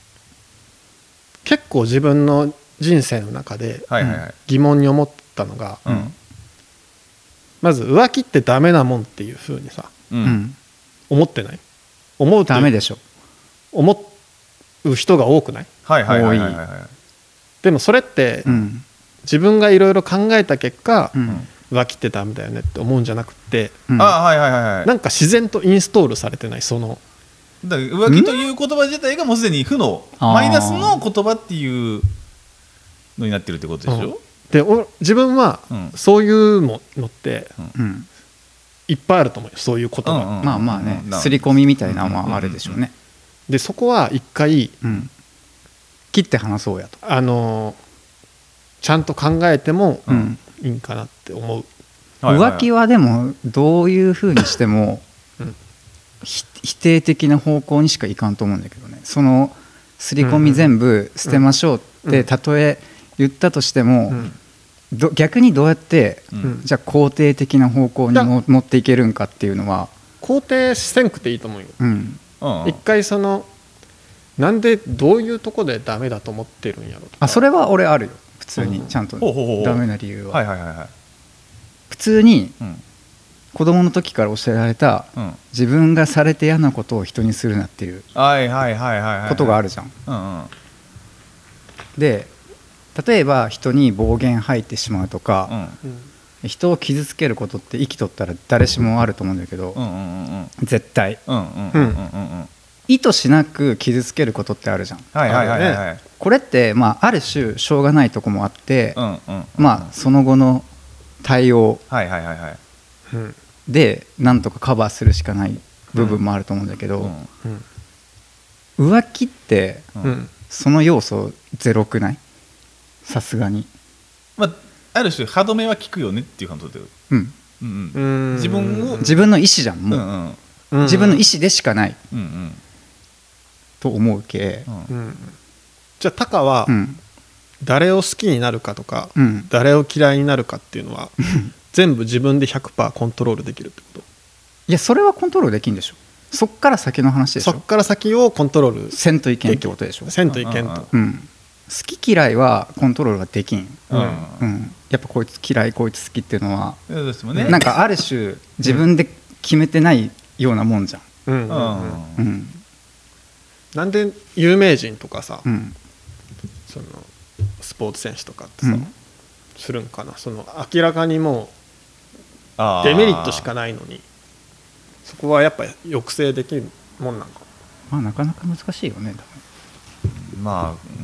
結構自分の人生の中ではいはいはい、 疑問に思ったのが、 うんまず浮気ってダメなもんっていうふうにさううんん思ってない？思うとダメでしょ。 思う人が多くない？ はいはいはいはいはいはいでもそれってうん自分がいろいろ考えた結果、 うん浮気ってダメだよねって思うんじゃなくて、 うんあはいはいはいはいなんか自然とインストールされてない、そのだから浮気という言葉自体がもうすでに負のあーマイナスの言葉っていうのになってるってことでしょ、 でお自分はうんそういうのってうんいっぱいあると思うよ、そういう言葉、 うんうんまあまあねうん刷り込みみたいなのはあるでしょうね。 でそこは一回うん切って話そうやと。 あのちゃんと考えてもうんいいんかなって思う。 はいはいはい浮気はでもどういうふうにしてもうんひ否定的な方向にしかいかんと思うんだけどね。その刷り込み全部捨てましょうってたとえ言ったとしても、 うんど逆にどうやって、 うんじゃあ肯定的な方向にも持っていけるんかっていうのは、 肯定せんくていいと思うよ。 うんうんうん一回そのなんでどういうとこでダメだと思ってるんやろとか、 あそれは俺あるよ普通うんにちゃんとほうほうほうほうダメな理由は、 はいはいはいはい普通にうん子供の時から教えられたうん自分がされて嫌なことを人にするなっていうはいはいはいはいはいことがあるじゃん。 うんうんで例えば人に暴言吐いてしまうとか、 うん人を傷つけることって生きとったら誰しもあると思うんだけど、 うんうんうんうん絶対うんうんうんうんうん意図しなく傷つけることってあるじゃん。 はいはいはいはいはいこれって、まあ、ある種しょうがないとこもあって、 うんうんうんまあその後の対応はいはいはいはいうんでなんとかカバーするしかない部分もあると思うんだけど、 うん浮気ってうんうんうんその要素ゼロくない？さすがに。 まあある種歯止めは効くよねっていう感じでうんうんううんん自分を自分の意思じゃんうもう、 んうんうん自分の意思でしかないうんうんと思うけ、 うんうんじゃあタカはうん誰を好きになるかとか、 うん誰を嫌いになるかっていうのは全部自分で ひゃくパーセント コントロールできるってこと？ いやそれはコントロールできんでしょ。そっから先の話でしょ。 そっから先をコントロールせんといけんってことでしょ。 せんといけんと。 うん、好き嫌いはコントロールができん、 うんうん、やっぱこいつ嫌いこいつ好きっていうのはどうしてもねなんかある種自分で決めてないようなもんじゃん。 うんううんんうんうんなんで有名人とかさ、 うんそのスポーツ選手とかってさ、 うんするんかな、その明らかにもあーうデメリットしかないのにそこはやっぱ抑制できるもんなんか。 まあなかなか難しいよね。 まあうん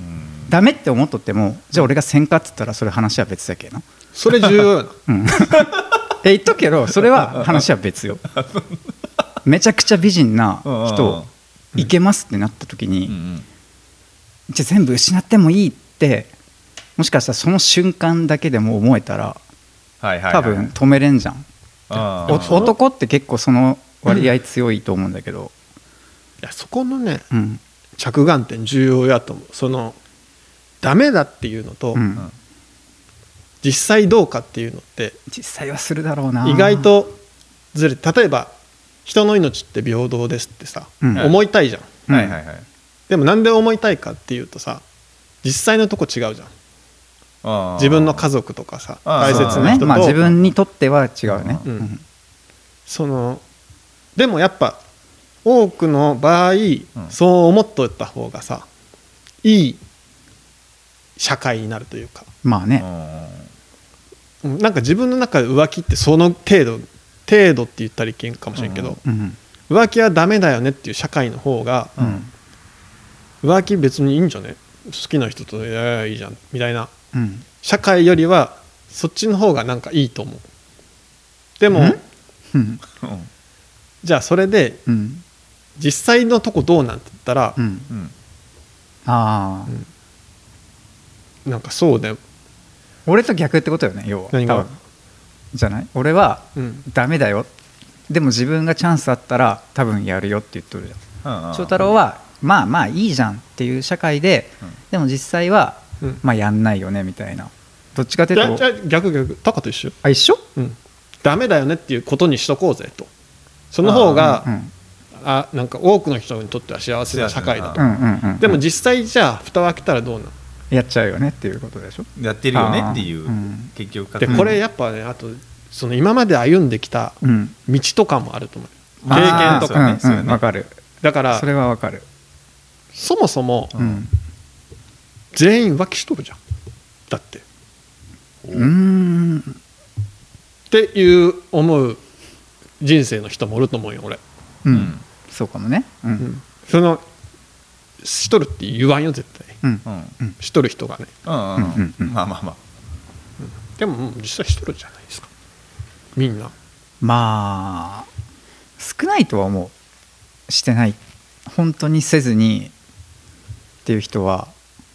ダメって思っとってもじゃあ俺がせんかっつったらそれ話は別だけどな、 それ重要やなうんえ言っとくけどそれは話は別よめちゃくちゃ美人な人いけますってなった時に、 うんうんじゃあ全部失ってもいいってもしかしたらその瞬間だけでも思えたらはいはいはい、 多分止めれんじゃん。 あおー男って結構その割合強いと思うんだけど、 いやそこのねうん着眼点重要やと思う。そのダメだっていうのと、 うん実際どうかっていうのって実際はするだろうな。 意外とずれて、例えば人の命って平等ですってさ、 うん思いたいじゃん。 うんはいはいはい、 でもなんで思いたいかっていうとさ、実際のとこ違うじゃん。 あー自分の家族とかさ、 あー大切そうな人と、 ねまあ自分にとっては違うね。 ううんんそのでもやっぱ多くの場合、そう思っといた方がさいい社会になるというか、 まあね。 うんなんか自分の中で浮気ってその程度程度って言ったらいけんかもしれんけど、 うん浮気はダメだよねっていう社会の方が、 うん浮気別にいいんじゃね、好きな人とやりゃいいじゃんみたいなうん社会よりはそっちの方がなんかいいと思う。でも、 うんうんじゃあそれでうん実際のとこどうなんて言ったら、 うんうんああなんかそうで、 俺と逆ってことよね要は。 何が多分じゃない俺はうんダメだよでも自分がチャンスあったら多分やるよって言っとるじゃん。 うんうん翔太郎はまあまあいいじゃんっていう社会で、 うんでも実際はうんまあやんないよねみたいな。どっちかってじゃいうとじゃ逆逆タカと一緒、 あ一緒。 うん、ダメだよねっていうことにしとこうぜと、その方がうんうんあなんか多くの人にとっては幸せな社会だと、 うんうんうんでも実際じゃあ蓋を開けたらどうなんやっちゃうよねっていうことでしょ。 やってるよねっていう、 あーうん結局でこれやっぱね、あとその今まで歩んできたうん道とかもあると思う、 まあ経験とかね、 そうねうんうんわかる。 だからそれはわかる。 そもそもうん全員浮気しとるじゃんだってうーんっていう思う人生の人もおると思うよ俺、 ううんんそうかもね。ううんん、そのしとるって言わんよ絶対うんうんしとる人がね、 うんうんうんうんうんまあまあまあでももう実際しとるじゃないですかみんな。 まあ少ないとは思う。してない本当にせずにっていう人は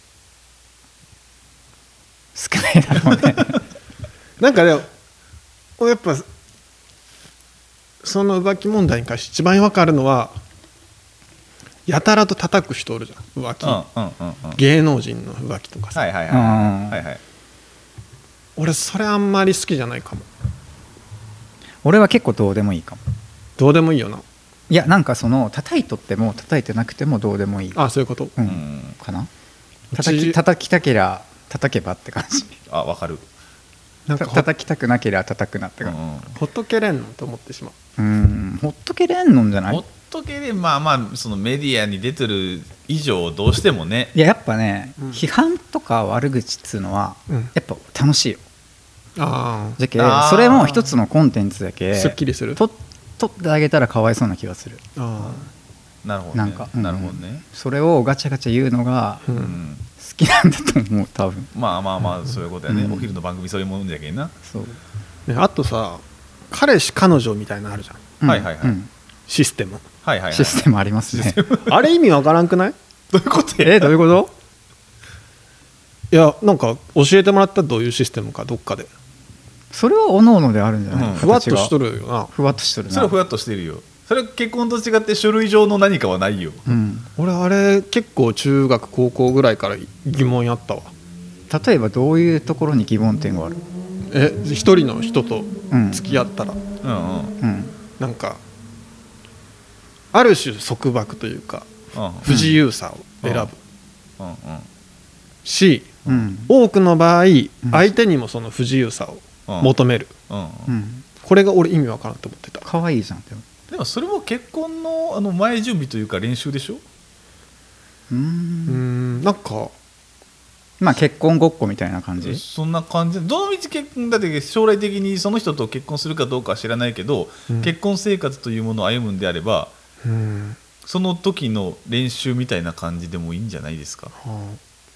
少ないだろうね。 なんかでも俺やっぱその浮気問題に関して一番分かるのはやたらと叩く人おるじゃん浮気、 うんうんうんうん芸能人の浮気とかさ、 はいはいはいうんはいはい俺それあんまり好きじゃないかも。 俺は結構どうでもいいかも。 どうでもいいよな。 いやなんかその叩いとっても叩いてなくてもどうでもいい、 あそういうこと。 ううんんかな。 うち叩き叩きたけりゃ叩けばって感じ。 あわかるたなんかほ叩きたくなければ叩くなって感うんうんほっとけれんのと思ってしまう。 じ。うんほっとけれんのんじゃない。 ほっとけでまあまあそのメディアに出てる以上どうしてもねいややっぱね、 うん批判とか悪口っつうのは、 うんやっぱ楽しいよ。 あじゃけあーそれも一つのコンテンツだけあすっきりする。 と取ってあげたらかわいそうな気がする。 あなるほどねなんか、うんなるほどねそれをガチャガチャ言うのがあ、う、 うんん好きなんだと思う多分。 まあまあまあそういうことやねうんお昼の番組そういうもんじゃけんなそう、 ね、あとさ彼氏彼女みたいなのあるじゃんうんはいはいはいうんシステム。 はいはいはいシステムありますね。 あれ意味わからんくない？ どういうことやえどういうこと？ いやなんか教えてもらったらどういうシステムかどっかでそれは各々であるんじゃない、 うんふわっとしとる。 るよな。 ふわっとしとるな。 それはふわっとしてるよそれは結婚と違って書類上の何かはないようん、 俺あれ結構中学高校ぐらいから疑問やったわ。 例えばどういうところに疑問点がある？ え一人の人とうん付き合ったら、 うんうんうんなんかある種束縛というかうん不自由さを選ぶうんうんし、 うん多くの場合ん相手にもその不自由さを求める、 うんうんうんこれが俺意味わからんと思ってた。 可愛いじゃんでも。 でもそれも結婚のあの前準備というか練習でしょうーうんーんなんかまあ結婚ごっこみたいな感じ。 そんな感じでどのみち結婚だって将来的にその人と結婚するかどうかは知らないけど、 うん結婚生活というものを歩むんであればうんその時の練習みたいな感じでもいいんじゃないですか。 はあ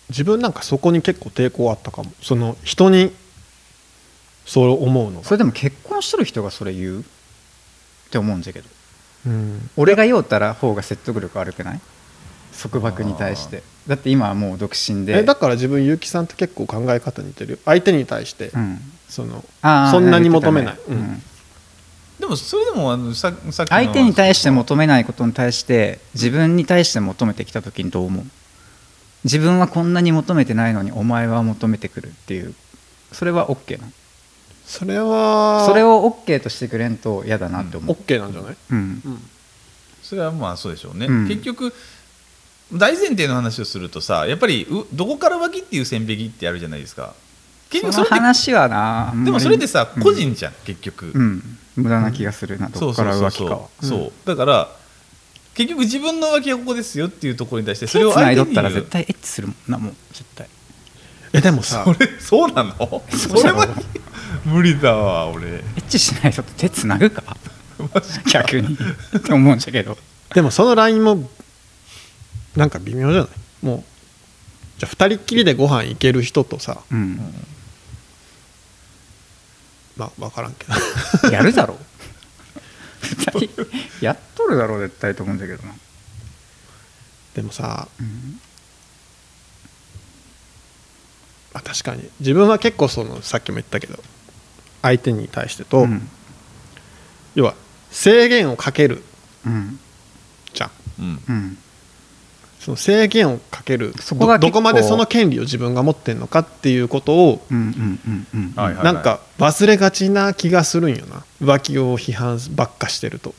自分なんかそこに結構抵抗あったかも。その人にそう思うのが。 それでも結婚してる人がそれ言うって思うんじゃけど、 うん、 俺が言おったら方が説得力悪くない？束縛に対して。だって今はもう独身で。 えだから自分結城さんと結構考え方似てる。相手に対して、 うん、 そのあそんなに求めない、 ね、うん、 でもそれでもあの さ, さっきの相手に対して求めないことに対して自分に対して求めてきた時にどう思う？自分はこんなに求めてないのにお前は求めてくるっていう、それは OK なの？ それはそれを OK としてくれんと嫌だなって思う。 OK なんじゃない？ うん、 うん、 それはまあそうでしょうね、 うん、 結局大前提の話をするとさ、やっぱりうどこから浮気っていう線引きってあるじゃないですか。結局それその話はな、 でもそれでさ、うん、個人じゃん結局、 うん、無駄な気がするな、うん、どこから浮気かは。 そうだから結局自分の浮気はここですよっていうところに対してそれを相手に言う。 手つないどったら絶対エッチするもんな、もう絶対。 えでもさそれそうなの？それは無理だわ俺。エッチしない人って手つなぐか逆にって思うんだけど。 でもそのラインもなんか微妙じゃない？もうじゃあふたりっきりでご飯行ける人とさ、うん、まあ分からんけどやるだろうふたりやっとるだろう絶対と思うんだけどな。 でもさ、 うん、 まあ、確かに自分は結構そのさっきも言ったけど相手に対してと、うん、要は制限をかける、うん、じゃん、うんうん、その制限をかける、そこが ど, どこまでその権利を自分が持ってんのかっていうことをなんか忘れがちな気がするんよな、浮気を批判ばっかしてると、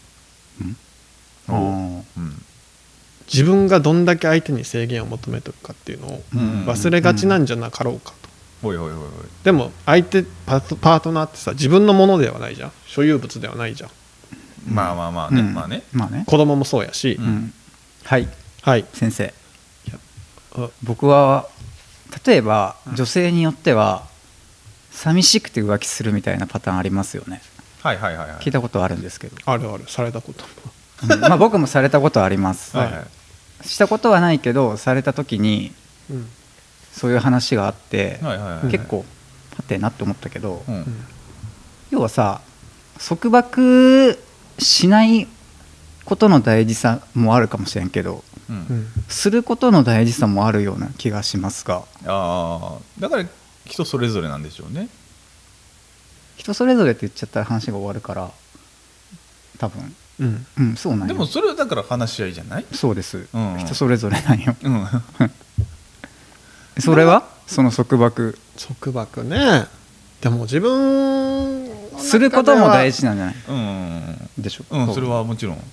うんうん、自分がどんだけ相手に制限を求めてるかっていうのを忘れがちなんじゃなかろうかと。 おいおいおいおい。 でも相手パートナーってさ自分のものではないじゃん、所有物ではないじゃん。 まあまあまあね、うん、まあね、 まあね、 子供もそうやし、 うん、はいはい先生、僕は例えば女性によっては寂しくて浮気するみたいなパターンありますよね。 はいはいはいはい、 聞いたことあるんですけど。 あるある、されたことうん、まあ僕もされたことあります、はいはい、したことはないけどされた時に、うん、そういう話があって、はいはいはい、結構パテなって思ったけど、うん、要はさ束縛しないことの大事さもあるかもしれんけど、うん、することの大事さもあるような気がしますが。 あだから人それぞれなんでしょうね。 人それぞれって言っちゃったら話が終わるから多分、うんうん、そうなんよ。 でもそれはだから話し合いじゃない？ そうです、うんうん、人それぞれなんよ、うん、それはその束縛束縛ね。でも自分することも大事なんじゃない？ うん、 でしょ、 うん、それはもちろん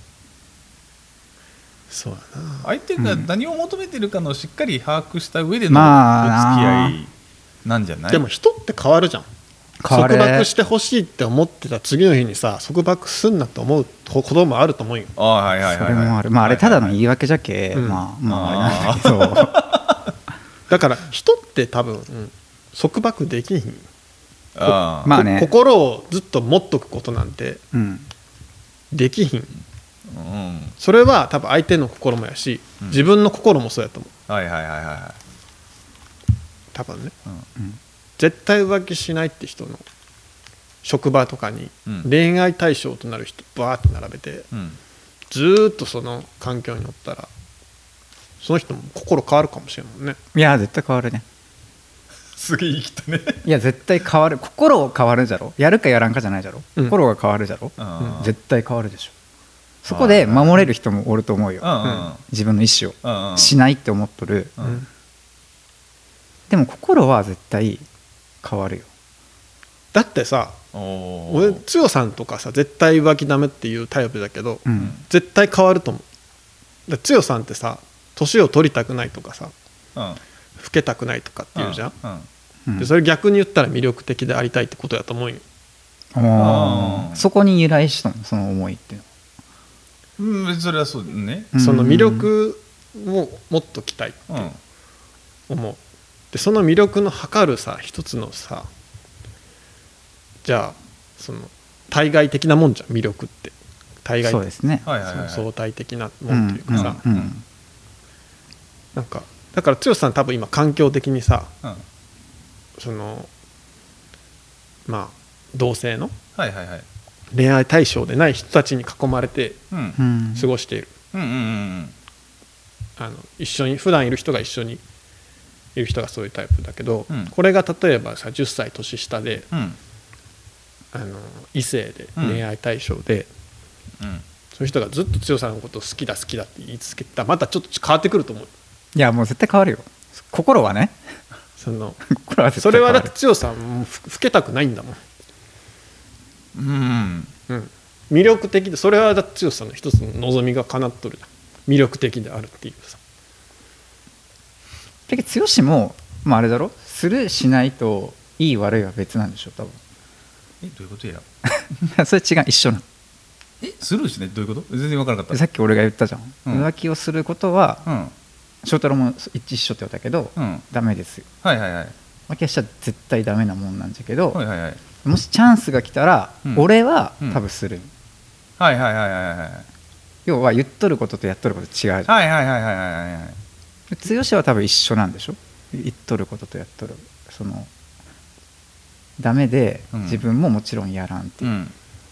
そうだな。 相手が何を求めてるかのをしっかり把握した上でのお付き合いなんじゃない？ でも人って変わるじゃん。束縛してほしいって思ってた次の日にさ束縛すんなって思うこともあると思うよ。 あ、はいはいはいはい、 それもある。まああれただの言い訳じゃけ、うん、まあまああれなんだけどだから人って多分、うん、束縛できひん。 あまあね、 心をずっと持っとくことなんてできひん、うん、それは多分相手の心もやし、うん、自分の心もそうやと思う。 はいはいはいはい多分ね、うん、絶対浮気しないって人の職場とかに恋愛対象となる人バーって並べて、うん、ずっとその環境におったらその人も心変わるかもしれんもんね。 いや絶対変わるね。 すげえ生きたね。 いや絶対変わる。心変わるじゃろ。やるかやらんかじゃないじゃろ、うん、心が変わるじゃろ、うん、絶対変わるでしょ。そこで守れる人もおると思うよ、うん、自分の意思をしないって思っとる、うん、でも心は絶対変わるよ。 だってさ俺強さんとかさ絶対浮気ダメっていうタイプだけど、うん、絶対変わると思う。だ強さんってさ年を取りたくないとかさ、うん、老けたくないとかっていうじゃん、うんうん、でそれ逆に言ったら魅力的でありたいってことだと思うよ。 あそこに由来したのその思いっていうのは、うん、それはそうね。 その魅力をもっときたいって思う。でその魅力の測るさ一つのさじゃあその対外的なもんじゃん魅力って。対外そうですね、 相対的なもんというかさ、うんうんうん、なんかだから剛さん多分今環境的にさ、 うん、 そのまあ同性のはいはいはい、 恋愛対象でない人たちに囲まれてうんうん過ごしている、 うんうんうんあの一緒に普段いる人が一緒にいる人がそういうタイプだけど、 うんこれが例えばさじゅっさい年下でうんうんあの異性で恋愛対象で、 うんそういう人がずっと剛さんのことを好きだ好きだって言い続けたらまたちょっと変わってくると思う。 いやもう絶対変わるよ心はねその心は絶そ対変わるれはだって剛さんもふ老けたくないんだもん、 うんうん、魅力的でそれはだって剛さんの一つの望みが叶っとるじゃん、魅力的であるっていうさ。 結局剛も、まあ、あれだろするしないといい悪いは別なんでしょ多えどういうことや分それ違う一緒なのえスルーしねどういうこと全然分からなかった。 さっき俺が言ったじゃん、 うん浮気をすることはうん翔太郎も一緒って言ったけど、 うんダメですよはいはいはい浮気はしたら絶対ダメなもんなんだけど、 はいはいはいもしチャンスが来たら、 うん俺はうん多分する、 はいはいはいはいはい要は言っとることとやっとること違うじゃん、 はいはいはいはいはいはい剛は多分一緒なんでしょ言っとることとやっとるそのダメでうん自分ももちろんやらんっていう、 うん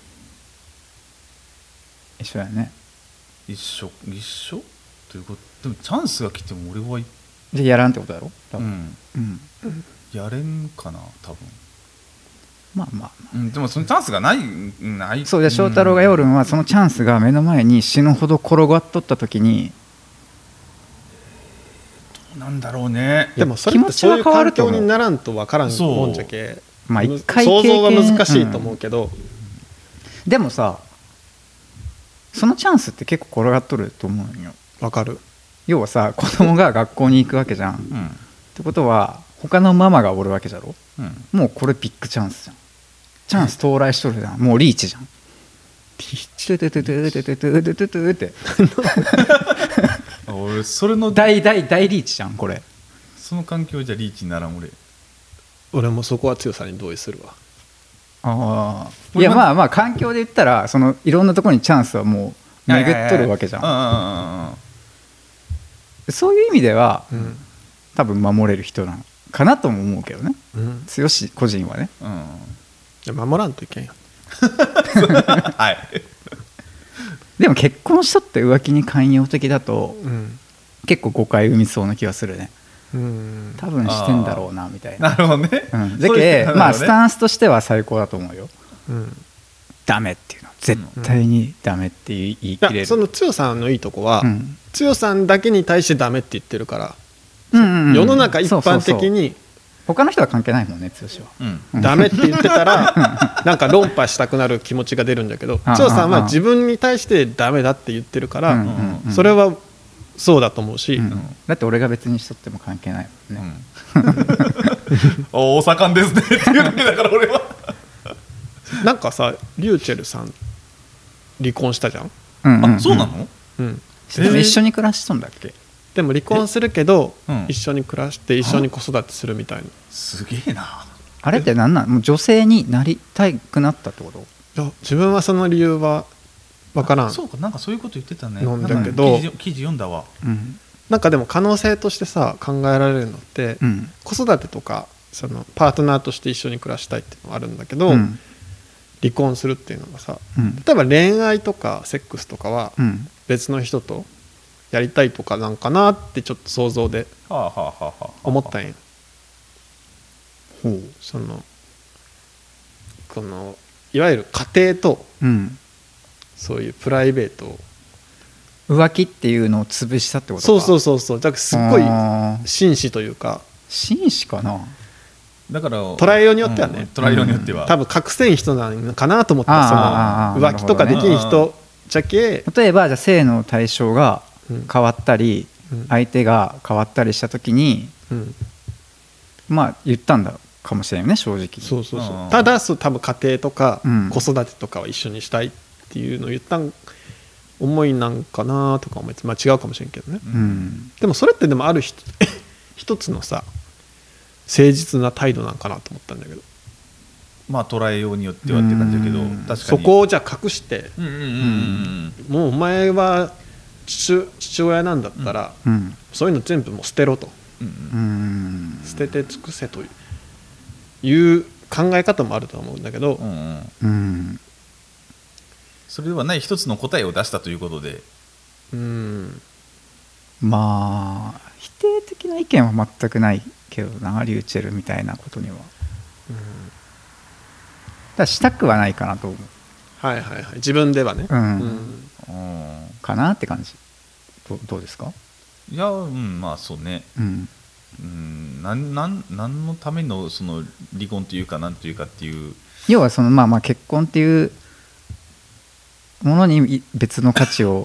一緒だよね。 一緒一緒ということでもチャンスが来ても俺はいじゃあやらんってことだろ多分、 うんうんやれんかな多分、 まあまあまあうん、でもそのチャンスがないないそうで翔太郎が夜はそのチャンスが目の前に死ぬほど転がっとった時にうんなんだろうねでもそれってそういう環境にならんと分からんそうもんじゃけ、 まあ一回想像が経験難しいと思うけど、 でもさそのチャンスって結構転がっとると思うよ。 分かる。 要はさ子供が学校に行くわけじゃん、 うんってことは他のママがおるわけじゃろ。 うんもうこれビッグチャンスじゃん。チャンス到来しとるじゃん。もうリーチじゃん。トゥトゥトゥトゥトゥトゥトゥトゥトゥトゥってあ俺それの大大大リーチじゃんこれ。 その環境じゃリーチにならん俺俺もそこは強さに同意するわ。 ああいやまあまあ環境で言ったらそのいろんなところにチャンスはもう巡っとるわけじゃん。 うんうんうんうんそういう意味ではうん多分守れる人なのかなとも思うけどね。 うん、 剛個人はね。 うん守らんといけんよ。 はいでも結婚しとって浮気に寛容的だとうん結構誤解生みそうな気がするね。 うん多分してんだろうなみたいな。 なるほどね、 うん、だそういうけまあなるほどねスタンスとしては最高だと思うよ。 うんダメっていうの絶対にダメって言い言いい切れる。 やその強さんのいいとこは、 うん強さんだけに対してダメって言ってるから、 うんうんうん世の中一般そうそうそう的に他の人は関係ないもんね剛は。 うんダメって言ってたらなんか論破したくなる気持ちが出るんだけど、 ああ強さんはああ自分に対してダメだって言ってるから、 うんうんうんそれはそうだと思うし、 うんだって俺が別にしとっても関係ないもんね。 おお盛んですねっていうわけだから俺はなんかさリューチェルさん離婚したじゃん、 うんうんうんあそうなのうん、 でも一緒に暮らしとんだっけ。 でも離婚するけど、 うん一緒に暮らして一緒に子育てするみたいな。いすげえなあれって何なんもう女性になりたくなったってこと。 や自分はその理由は分からん。 そうかなんかそういうこと言ってたねなんだけどなんか記事記事読んだわうんなんかでも可能性としてさ考えられるのって、 うん子育てとかそのパートナーとして一緒に暮らしたいっていうのはあるんだけど、 うん離婚するっていうのがさうん例えば恋愛とかセックスとかはうん別の人とやりたいとかなんかなってちょっと想像ではあはあはあはあ思ったんよ。 ほうそのこのいわゆる家庭とうんそういうプライベートを浮気っていうのを潰したってことか。 そうそうそうそうだからすっごいあー紳士というか紳士かな。 だから捉えようによってはねうん捉えようによっては多分隠せん人なのかなと思っあーたそあーあーの浮気とかできん人じゃけ、 例えばじゃあ性の対象がうん変わったり、 うん相手が変わったりした時にうん、 まあ言ったんだかもしれないよね正直。 そうそうそううんただそう多分家庭とかうん子育てとかは一緒にしたいっていうのを言ったん思いなんかなとか思いつまあ違うかもしれんけどね。 うんでもそれってでもある一一つのさ誠実な態度なんかなと思ったんだけど、 まあ捉えようによってはって感じだけどうん確かにそこをじゃあ隠してうんうんうんうんもうお前は父, 父親なんだったら、 うん、 そういうの全部もう捨てろと、 うんうん捨てて尽くせという考え方もあると思うんだけど、 うんうんうん、 それではない一つの答えを出したということで、 うん、 まあ否定的な意見は全くないけどな、リューチェルみたいなことには、 うん、 だからしたくはないかなと思う。 はいはいはい、自分ではね、 うんうんうんかなって感じ。 ど, どうですか？ いやうんまあそうね、 うんうんなんなん何のためのその離婚というかなんというかっていう、 要はそのまあまあ結婚っていうものに別の価値を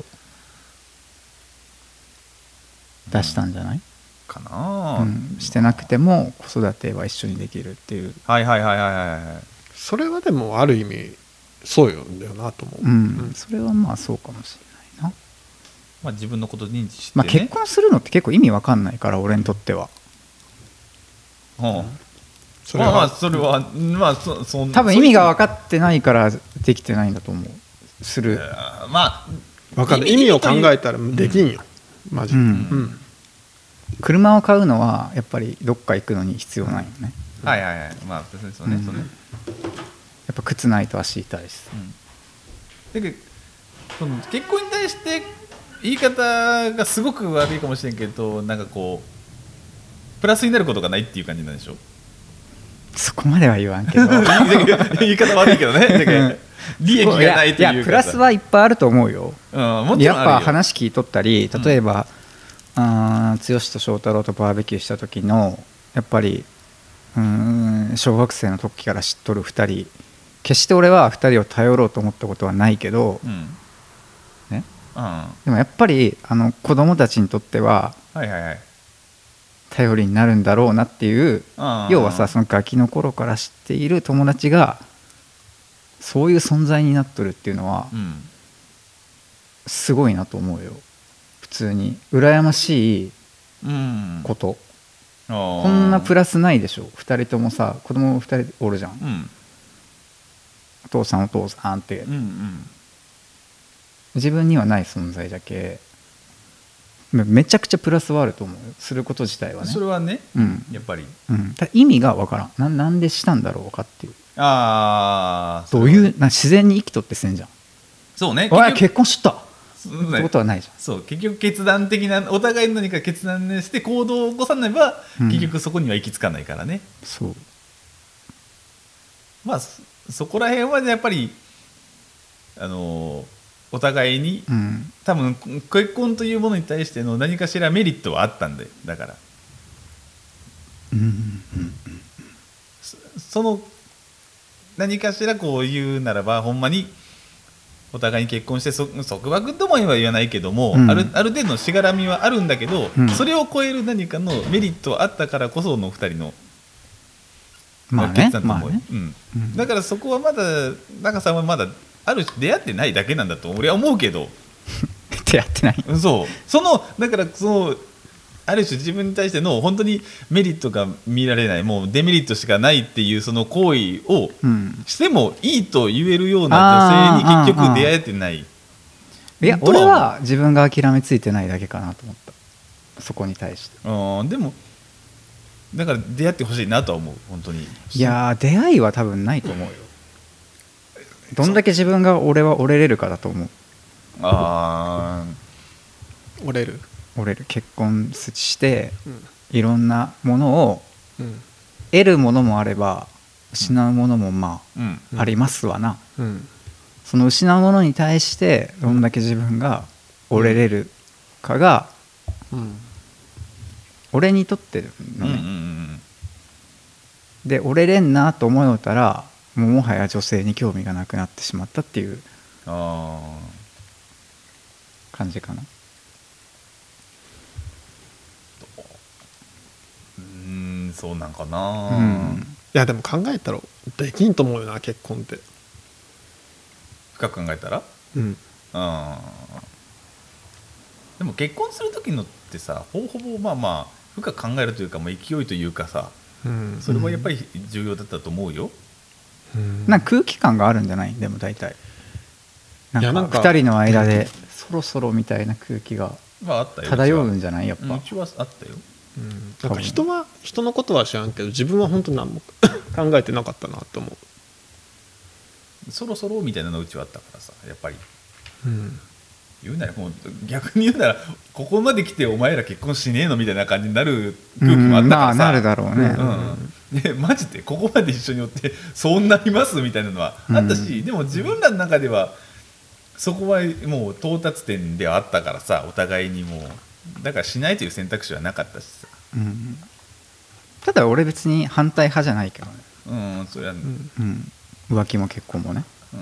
出したんじゃない？ かな、 うん、してなくても子育ては一緒にできるっていう、 はいはいはいはいはいはい、 それはでもある意味そうよだよなと思う、 うんうんそれはまあそうかもしれないな。 まあ、自分のこと認知して、ね、 まあ、結婚するのって結構意味わかんないから俺にとっては。 うんそれはまあまあそれはまあそそん多分意味が分かってないからできてないんだと思う。する、 まあ分かんない、意味を考えたらできんよ、うん、マジで、 うんうん車を買うのはやっぱりどっか行くのに必要ないよね。 はいはいはいまあそうねそうね、 うんそうね、 やっぱ靴ないと足痛いし、 うん、だけどその結婚に対して言い方がすごく悪いかもしれんけど、なんかこうプラスになることがないっていう感じなんでしょ。 そこまでは言わんけど言い方悪いけどね、だけど利益がないというか、 いやいやプラスはいっぱいあると思うよ。 うん、もちろんあるよ。 やっぱ話聞いとったり、例えば、うん、あ剛と翔太郎とバーベキューした時のやっぱりうーん小学生の時から知っとるふたり、決して俺はふたりを頼ろうと思ったことはないけど、 うんね、 うん、はでもやっぱりあの子供たちにとってはいはいはい、 頼りになるんだろうなっていう、要はさそのガキの頃から知っている友達がそういう存在になっとるっていうのはうん、 すごいなと思うよ。普通に羨ましいうん、 こと、 ここんなプラスないでしょ。ふたりともさ子供ふたりおるじゃん、 うんお父さんお父さんってうんうん自分にはない存在だけめめちゃくちゃプラスはあると思うよ、すること自体はね。 それはね、 うんやっぱりうん、ただ意味がわからんな、なんでしたんだろうかっていう、 ああどういうな自然に生きとってせんじゃん。 そうね、 おい結結婚しとった局ってことはないじゃん。 そう結局決断的なお互いの何か決断して行動を起こさないば、 うん結局そこには行き着かないからね。 そうまあそそこら辺はやっぱりあのお互いに、 うん多分結婚というものに対しての何かしらメリットはあったんで、だからうんうんそその何かしらこう言うならばほんまにお互いに結婚してそ束縛ともは言わないけども、 うんあるある程度のしがらみはあるんだけど、 うんそれを超える何かのメリットはあったからこそのふたりのまあね決断と思う、 まあね、 うんうんだからそこはまだ中さんはまだある種出会ってないだけなんだと俺は思うけど、 出会ってない。 そうそのだからそのある種自分に対しての本当にメリットが見られない、もうデメリットしかないっていうその行為をうんしてもいいと言えるような女性に結局出会えてない。 いやとは思う俺は自分が諦めついてないだけかなと思った、そこに対して。 うんでもだから出会ってほしいなとは思う本当に。 いやー出会いは多分ないと思うよ。どんだけ自分が俺は折れれるかだと思う。 あ折れる、 折れる結婚してうんいろんなものをうん得るものもあれば失うものもまーうんあありますわな。 うんその失うものに対してどんだけ自分が折れれるかがうん俺にとってのうんうんうね、 んで折れれんなと思うたらもうもはや女性に興味がなくなってしまったっていうあ感じかな。 ーうーんそうなんかな、 うんいやでも考えたらできんと思うよな結婚って。 深く考えたらうんあでも結婚する時のってさほぼほぼまあまあ深く考えるというか、まあ、勢いというかさうんそれはやっぱり重要だったと思うよ、 うんなんか空気感があるんじゃないでも大体なんかいやなんかふたりの間でそろそろみたいな空気がまああったよ漂うんじゃないやっぱうんうちはあったよ。 うんなんか人は人のことは知らんけど自分は本当何も考えてなかったなと思う。 そろそろみたいなのうちはあったからさ、やっぱりうん言うならもう逆に言うならここまで来てお前ら結婚しねえのみたいな感じになる空気もあったからさ、 うんまあなるだろうね、 うん、でマジでここまで一緒におってそうなりますみたいなのはあったし、うん、でも自分らの中ではそこはもう到達点ではあったからさ、お互いにもうだからしないという選択肢はなかったしさ、 うん、ただ俺別に反対派じゃないけどね。 うんそれは、うんうん、浮気も結婚もね、 うんうん、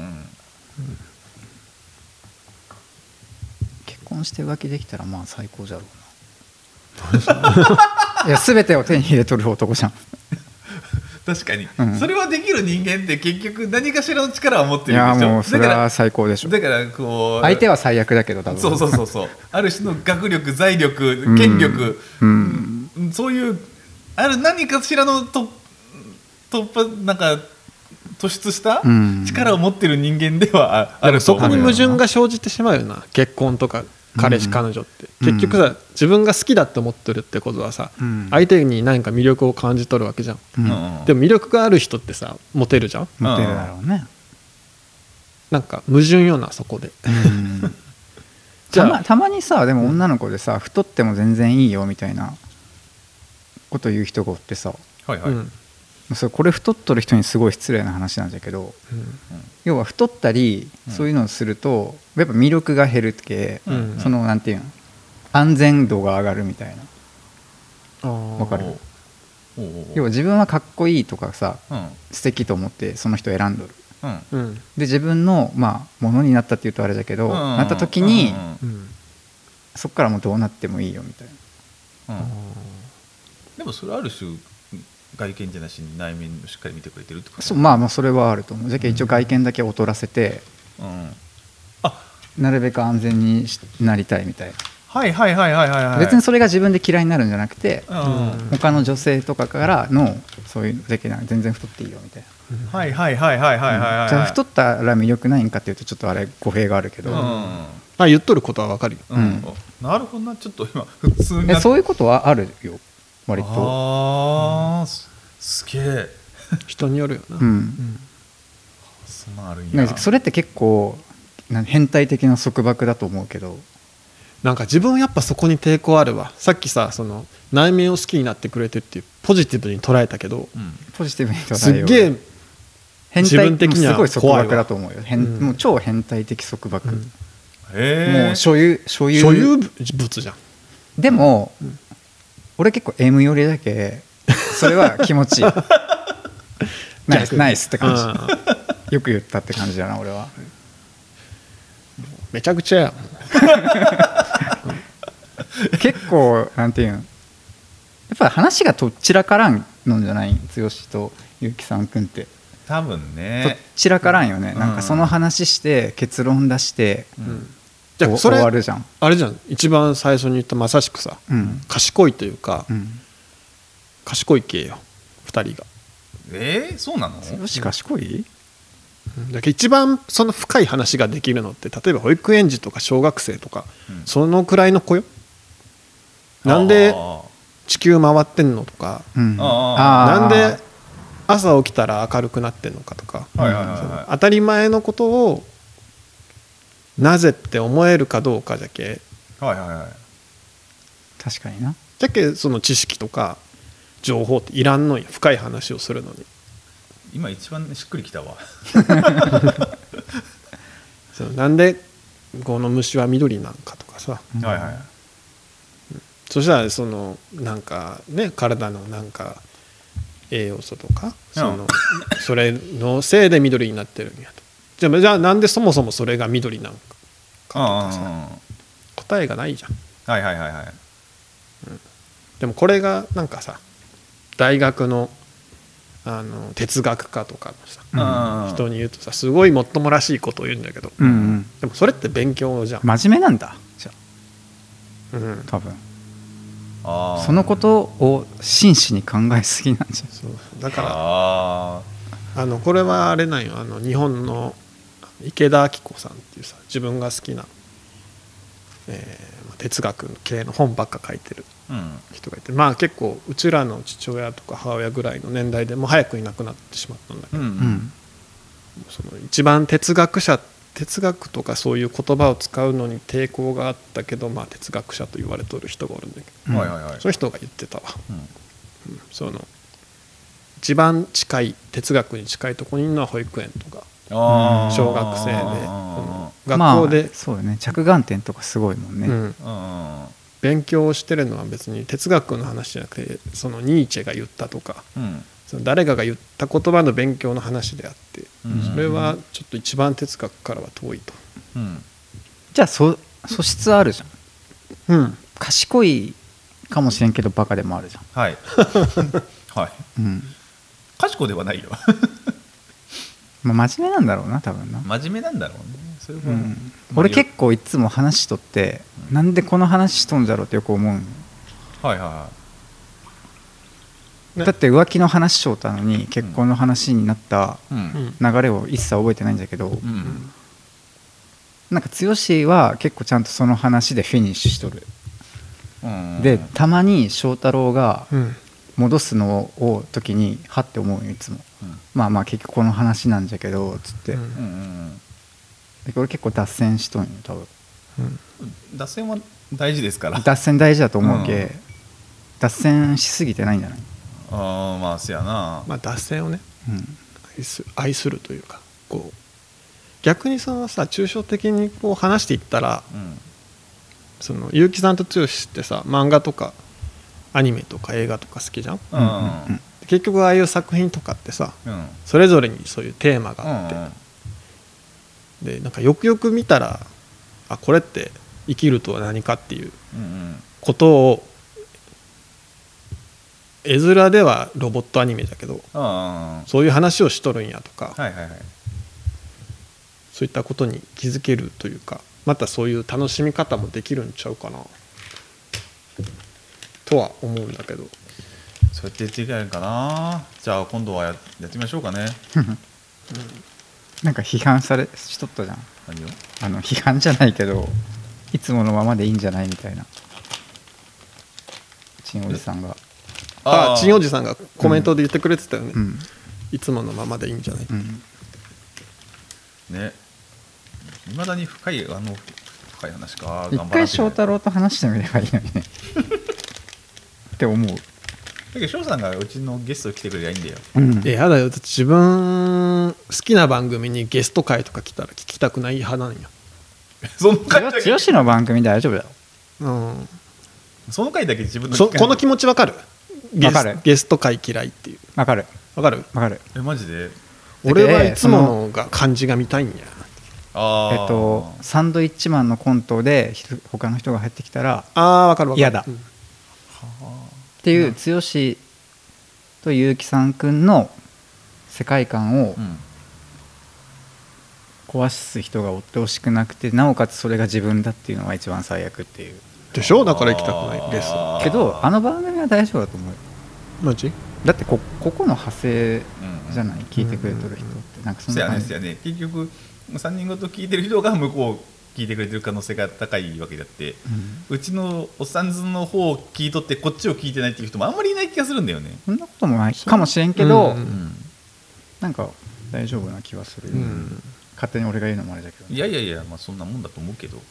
結婚して浮気できたらまあ最高じゃろうな。いや全てを手に入れとる男じゃん。 確かに、 うん、 それはできる人間って結局何かしらの力を持ってるでしょ。 いやもうそれは最高でしょ。 だからこう相手は最悪だけど多分そうそうそうそうある種の学力財力権力、うんうん、そういうある何かしらのと突破なんか突出した力を持ってる人間ではあると思う。 そこに矛盾が生じてしまうよな、結婚とか彼氏彼女って、うん、結局さ自分が好きだって思ってるってことはさ、うん、相手に何か魅力を感じ取るわけじゃん、うん、でも魅力がある人ってさモテるじゃん。 モテるだろうね。 なんか矛盾よなそこで、 うん、じゃあたま、たまにさでも女の子でさ太っても全然いいよみたいなこと言う人がおってさ、 はいはい、うんそれこれ太っとる人にすごい失礼な話なんだけど、うん、要は太ったりそういうのをするとやっぱ魅力が減るって、うん、そのなんていうの安全度が上がるみたいな。わかる？要は自分はかっこいいとかさ、うん、素敵と思ってその人選んどる、うん、で自分のまあものになったっていうとあれだけど、うん、なった時に、うん、そっからもうどうなってもいいよみたいな、うん、 でもそれある種外見じゃなしに内面をしっかり見てくれてるってこと。 そうまあまあそれはあると思う。じゃあ一応外見だけ劣らせて、うん、あなるべく安全になりたいみたいな。 はいはいはいはいはい、はい、 別にそれが自分で嫌いになるんじゃなくて、うん、他の女性とかからのそういうだけな全然太っていいよみたいな。はいはいはいはいはいはい、はい、 じゃあ太ったら魅力ないんかっていうとちょっとあれ語弊があるけど、うん、 あ言っとることはわかるよ、 うんうん、なるほどな。ちょっと今普通にそういうことはあるよ割と。 ああ、うん、すげえ人によるよな、うんうん、 そんなあるんや。 それって結構変態的な束縛だと思うけど、 なんか自分はやっぱそこに抵抗あるわ。さっきさその内面を好きになってくれてっていうポジティブに捉えたけど、うん、 ポジティブに捉えよう。 すっげえ自分的には怖いわ。 すごい束縛だと思うよ、うん、もう超変態的束縛、うん、 へもう所有所有所有物じゃん。 でも、うん、俺結構 M 寄りだけそれは気持ちいいナイスナイスって感じよく言ったって感じだな俺は。 めちゃくちゃや結構なんていうのやっぱり話がとっちらからんのじゃない剛とゆうきさんくんって多分ねとっちらからんよね、うん、なんかその話して結論出して、うん、 じゃあそれ終わるじゃん。 あれじゃん一番最初に言ったまさしくさ、うん、賢いというか、うん、賢い系よふたりが。 えー、そうなの？ 剛賢い？ だけど一番その深い話ができるのって例えば保育園児とか小学生とか、うん、そのくらいの子よ。なんで地球回ってんのとか、うん、なんで朝起きたら明るくなってんのかとか、はいはいはいはい、当たり前のことをなぜって思えるかどうかじゃけ、 はいはいはい、 確かにな。 じゃけその知識とか情報っていらんのよ深い話をするのに。 今一番しっくりきたわそうなんでこの虫は緑なんかとかさ、 うん、はいはい、 そしたらそのなんかね体のなんか栄養素とか、うん、そのそれのせいで緑になってるんやと。じゃあじゃあなんでそもそもそれが緑なんかとかさ答えがないじゃん。 はいはいはいはい、 うん、でもこれがなんかさ大学のあの哲学家とかのさ、うん、人に言うとさすごいもっともらしいことを言うんだけど、うんうん、でもそれって勉強じゃん。 真面目なんだじゃあ、うん、多分あそのことを真摯に考えすぎなんじゃん。 そうだからああのこれはあれなんよあの日本の池田明子さんっていうさ自分が好きなえー、哲学系の本ばっか書いてるうん人がいて、まあ結構うちらの父親とか母親ぐらいの年代でもう早くいなくなってしまったんだけど、 うんううんんその一番哲学者哲学とかそういう言葉を使うのに抵抗があったけど、まあ、哲学者と言われとる人がおるんだけど、 うんはいはいはいその人が言ってたわ、 うんうんその一番近い哲学に近いところにいるのは保育園とかあー小学生で、 あうん学校で、 まあ、そうよね着眼点とかすごいもんね、 うん、 ーうん勉強をしてるのは別に哲学の話じゃなくてそのニーチェが言ったとかうんその誰かが言った言葉の勉強の話であってうんそれはちょっと一番哲学からは遠いと。 うんじゃあそ素質あるじゃんうん賢いかもしれんけどバカでもあるじゃん、 はいはいうん賢ではないよまあ、真面目なんだろうな多分な、 真面目なんだろうねそれは、 うん、 まあ俺結構いつも話しとって、なんでこの話しとんじゃろうってよく思うんよはいはいはねだって浮気の話しとったのに結婚の話になったいうんうん流れを一切覚えてないんだけど、 うんなんか剛は結構ちゃんとその話でフィニッシュしとる、 うんでたまに翔太郎がうん戻すのを時にはって思うよいつも、 うんまあまあ結局この話なんじゃけどつって、 うんうんうんでこれ結構脱線しとんよ多分うんうん脱線は大事ですから脱線大事だと思うけ、 うん脱線しすぎてないんじゃない、 ああまあせやな、 まあ脱線をねうん愛す愛するというかこう逆にそのさ抽象的にこう話していったらうんその結城さんと剛ってさ漫画とかアニメとか映画とか好きじゃんうんうん結局ああいう作品とかってさうんそれぞれにそういうテーマがあって、 うんでなんかよくよく見たらあこれって生きるとは何かっていううんことを絵面ではロボットアニメだけどあそういう話をしとるんやとか、 あはいはいはいそういったことに気づけるというかまたそういう楽しみ方もできるんちゃうかなとは思うんだけどそうやってやっていけないかな。じゃあ今度はややってみましょうかね。 なんか批判されしとったじゃん何をあの批判じゃないけどいつものままでいいんじゃないみたいな陳おじさんがああ陳おじんさんがコメントで言ってくれてたよね、 うんいつものままでいいんじゃない、 うんねいまだに深いあの深い話か一回翔太郎と話してみればいいのにねって思う、 だけど翔さんがうちのゲスト来てくれりゃいいんだようんいややだよだって自分好きな番組にゲスト会とか来たら聞きたくない派なんよ、 その回だけ剛の番組大丈夫だようん、 その回だけ自分のそこの気持ちわかるゲスわかるゲスト会嫌いっていうわかるわかるわかるえマジで俺はいつものが感じが見たいんやああえっとサンドイッチマンのコントでひと他の人が入ってきたらああわかるわかる嫌だうんっていう剛と結城さんくんの世界観をうん壊す人が追ってほしくなくてなおかつそれが自分だっていうのが一番最悪っていうでしょだから行きたくないゲストあーけどあの番組は大丈夫だと思うよマジだってこここの派生うんじゃない聞いてくれとる人ってなんかそんせな感じやねせやね結局さんにんごと聞いてる人が向こう聞いてくれてる可能性が高いわけであって、うちのおっさんずの方を聞いとってこっちを聞いてないっていう人もあんまりいない気がするんだよねそんなこともないかもしれんけど、 うんうんなんか大丈夫な気はする、 うん勝手に俺が言うのもあれだけど、 いやいやいやまあそんなもんだと思うけど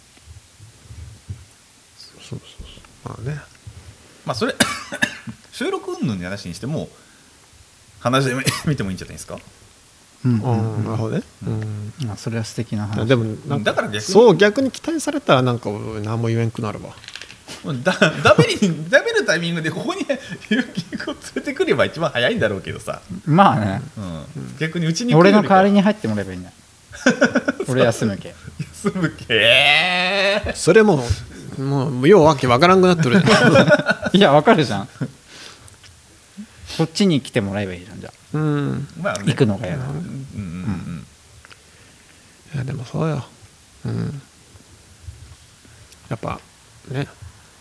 そうそうそうまあねまあそれ収録云々の話にしても話で見てもいいんじゃないですか。 うんあうんーなるほどね、うんまあそれは素敵な話でもなんだから逆にそう逆に期待されたらなんか俺何も言えんくなるわだダメにダメるタイミングでここに勇気を連れてくれば一番早いんだろうけどさ、 まあねうん逆にうちに来る俺のよりか代わりに入ってもらえばいいんだ俺休むけ休むけそれもうもうようわけわからんくなっとるいやわかるじゃんこっちに来てもらえばいいじゃんじゃあうんまあね行くのが嫌だうんうんうんいやでもそうようんやっぱね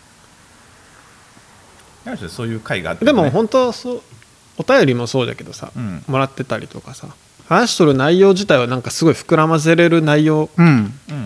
やはりそういう会があってねでも本当そうお便りもそうだけどさ、 うんもらってたりとかさ話しとる内容自体はなんかすごい膨らませれる内容うんうん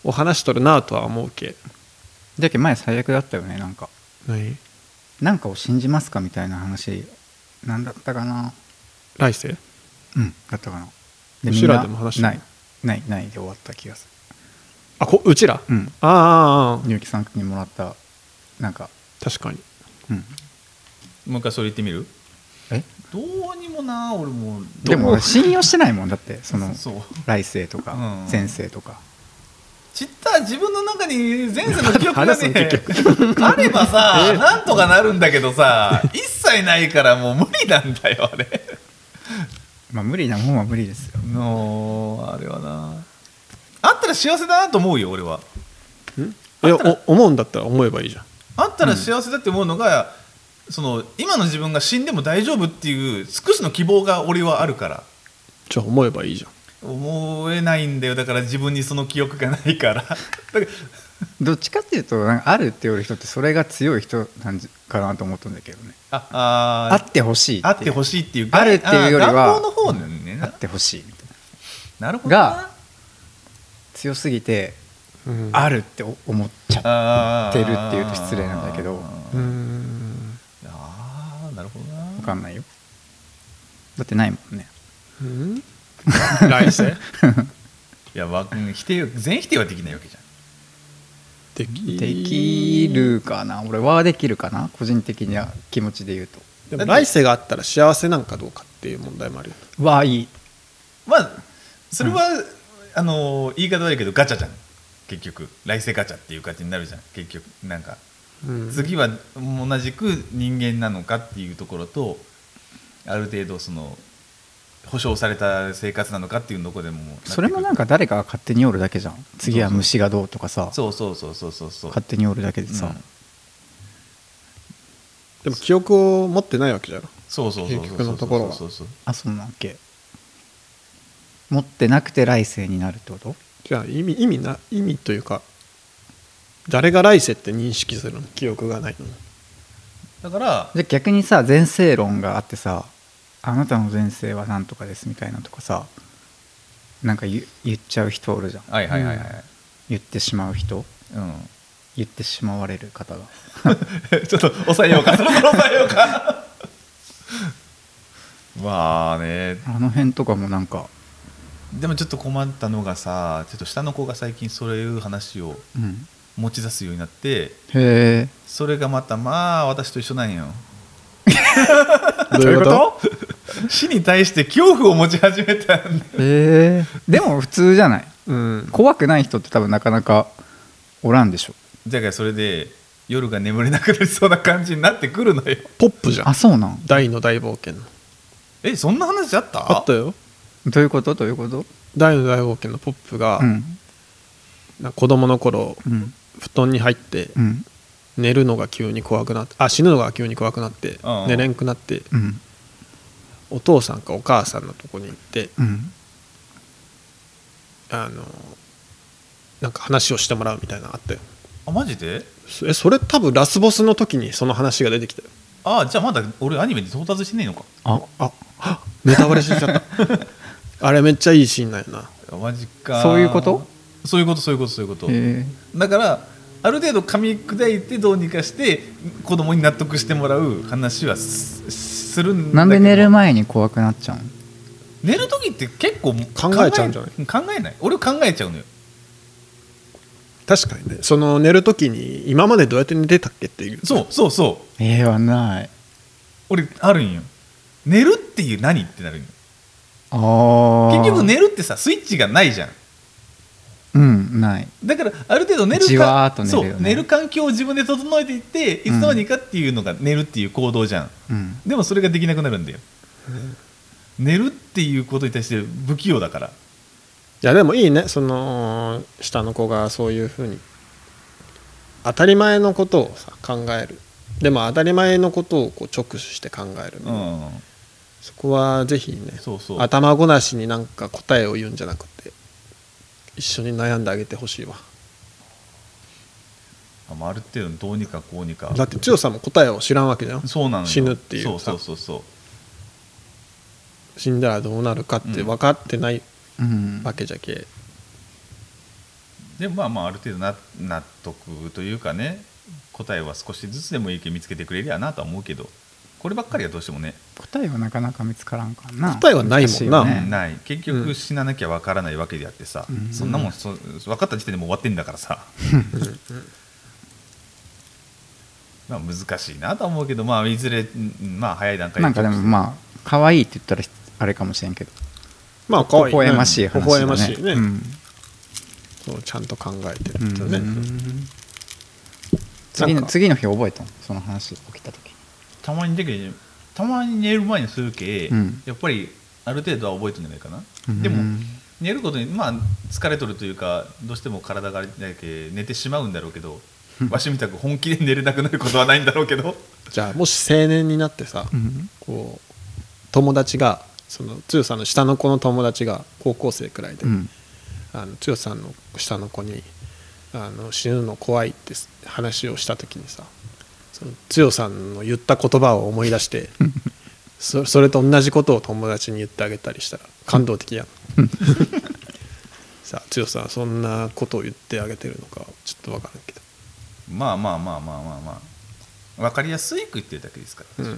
を話しとるなとは思うけ。 だけど前最悪だったよね。なんか何なんかを信じますかみたいな話なんだったかな。 来世うんだったかな。 うちらでも話したないないないで終わった気がすあこうちら、 る。うんああああみゆきさんにもらったなんか確かに。 うんもう一回それ言ってみる。 えどうにもな俺もうでも俺信用してないもんだってそのそう来世とかうん前世とか。 ちった自分の中に前世の記憶が話すのね結あればさなんとかなるんだけどさ一切ないからもう無理なんだよあれまあ無理なもんは無理ですよ。 のあれはなあったら幸せだなと思うよ俺は。 えお思うんだったら思えばいいじゃん。 あったら幸せだって思うのが、うん、その今の自分が死んでも大丈夫っていう少しの希望が俺はあるから。 じゃあ思えばいいじゃん。 思えないんだよだから自分にその記憶がないからだからどっちかっていうとなんかあるっていう人ってそれが強い人なんじかなと思ったんだけどね。 あああってほしいあってほしいっていうあるっていうよりは願望の方ねあってほしいみたいなるほどなが強すぎて、 うんあるって思っちゃあってるっていうと失礼なんだけどうーんあーなるほどな分かんないよ。だってないもんね。 うん来世いやわ否定全否定はできないわけじゃん。 できできるかな。俺はできるかな個人的な気持ちで言うと。 でも来世があったら幸せなんかどうかっていう問題もあるよ。 わあいい。 まあそれは、うん、あの言い方悪いけどガチャじゃん結局来世ガチャっていう感じになるじゃん結局なんか、うん、次は同じく人間なのかっていうところとある程度その保障された生活なのかっていうところでもそれもなんか誰かが勝手におるだけじゃん。次は虫がどうとかさそうそうそうそうそうそう勝手におるだけでさ、うん、 でも記憶を持ってないわけじゃん。 そうそうそうそう結局のところはあそうなんけ持ってなくて来世になるってこと。 じゃあ意味意味な意味というか誰が来世って認識するの記憶がないの。 だからじゃ逆にさ前世論があってさあなたの前世は何とかですみたいなとかさなんか 言, 言っちゃう人おるじゃん。 はいはいはいはい、うん、 言ってしまう人、 うん、 言ってしまわれる方がちょっと抑えようかそろそろ抑えようかまあねあの辺とかもなんかでもちょっと困ったのがさちょっと下の子が最近そういう話を持ち出すようになって、 うん、へえそれがまたまあ私と一緒なんよどういうこと死に対して恐怖を持ち始めたんで、 えー、でも普通じゃない、 うん、 怖くない人って多分なかなかおらんでしょ。 だからそれで夜が眠れなくなりそうな感じになってくるのよ。 ポップじゃん。 あそうなん。 大の大冒険のえそんな話あった？ あったよ。 どういうことどういうこと？ 大の大冒険のポップが、うん、なんか子供の頃、うん、布団に入って、うん、寝るのが急に怖くなってあ死ぬのが急に怖くなって寝れんくなって、うん、お父さんかお母さんのとこに行って、うん、あのなんか話をしてもらうみたいなのあって。 あマジで？ えそれ多分ラスボスの時にその話が出てきたよ。 あじゃあまだ俺アニメで到達してねえのか。 ああネタバレしちゃったあれめっちゃいいシーンだよな。 マジか。 そういうことそういうことそういうことそういうことだからある程度噛み砕いてどうにかして子供に納得してもらう話は す, するんだけど。 なんで寝る前に怖くなっちゃうの？ 寝る時って結構考えちゃうんじゃない？ 考えない。俺考えちゃうのよ。 確かにね。その寝る時に今までどうやって寝てたっけっていう。 そうそうそう。 えー、はない。 俺あるんよ。寝るっていう何ってなるんよ。 あ結局寝るってさスイッチがないじゃん。 うんないだからある程度寝るじわーっと寝るよね。 そう寝る環境を自分で整えていっていつの間にかっていうのが寝るっていう行動じゃん、うん、でもそれができなくなるんだよ、うん、寝るっていうことに対して不器用だから。 いやでもいいねその下の子がそういうふうに当たり前のことをさ考える。でも当たり前のことをこう直視して考える、ね、うん、そこはぜひねそうそう頭ごなしになんか答えを言うんじゃなくて一緒に悩んであげてほしいわ。 ある程度どうにかこうにか。 だって強さんも答えを知らんわけじゃん。 そうなのよ。 死ぬっていうそうそうそうそう死んだらどうなるかって分かってないわけじゃけ、 でもまあまあある程度な納得というかね、答えは少しずつでもいいけど見つけてくれりゃなとは思うけど、こればっかりはどうしてもね、 答えはなかなか見つからんかな。 答えはないもんな、 難しいよねない結局死ななきゃわからないわけであってさ、 うんそんなもんそ分かった時点でもう終わってんだからさまあ難しいなとは思うけど、まあいずれうんまあ早い段階でなんかでもまあ可愛いって言ったらあれかもしれんけど、 まあ可愛い微笑ましい話だね。 微笑ましいね、 うんそうちゃんと考えてるってね、 うん次のなんか次の日覚えたのその話起きた時に。 たまにだけどたまに寝る前にするけ、 うんやっぱりある程度は覚えてるんじゃないかな、 うんでも寝ることにまあ疲れとるというかどうしても体がだけ寝てしまうんだろうけどわしみたく本気で寝れなくなることはないんだろうけどじゃあもし青年になってさ、 うんこう友達がその剛さんの下の子の友達が高校生くらいで、 うんあの剛さんの下の子にあの死ぬの怖いって話をした時にさ、その剛さんの言った言葉を思い出してそ, それと同じことを友達に言ってあげたりしたら感動的やんさあ剛さんはそんなことを言ってあげてるのかちょっと分からんけど、 まあまあまあまあまあまあ分かりやすいく言ってるだけですから、 うん、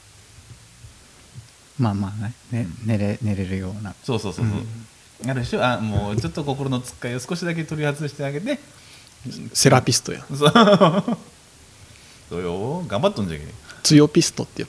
まあまあね、ね寝れ寝れるような。 そうそうそうそう、あるでしょ、あもうちょっと心のつっかいを少しだけ取り外してあげてセラピストやん、 そうそうよ頑張っとんじゃけ強ピストってよ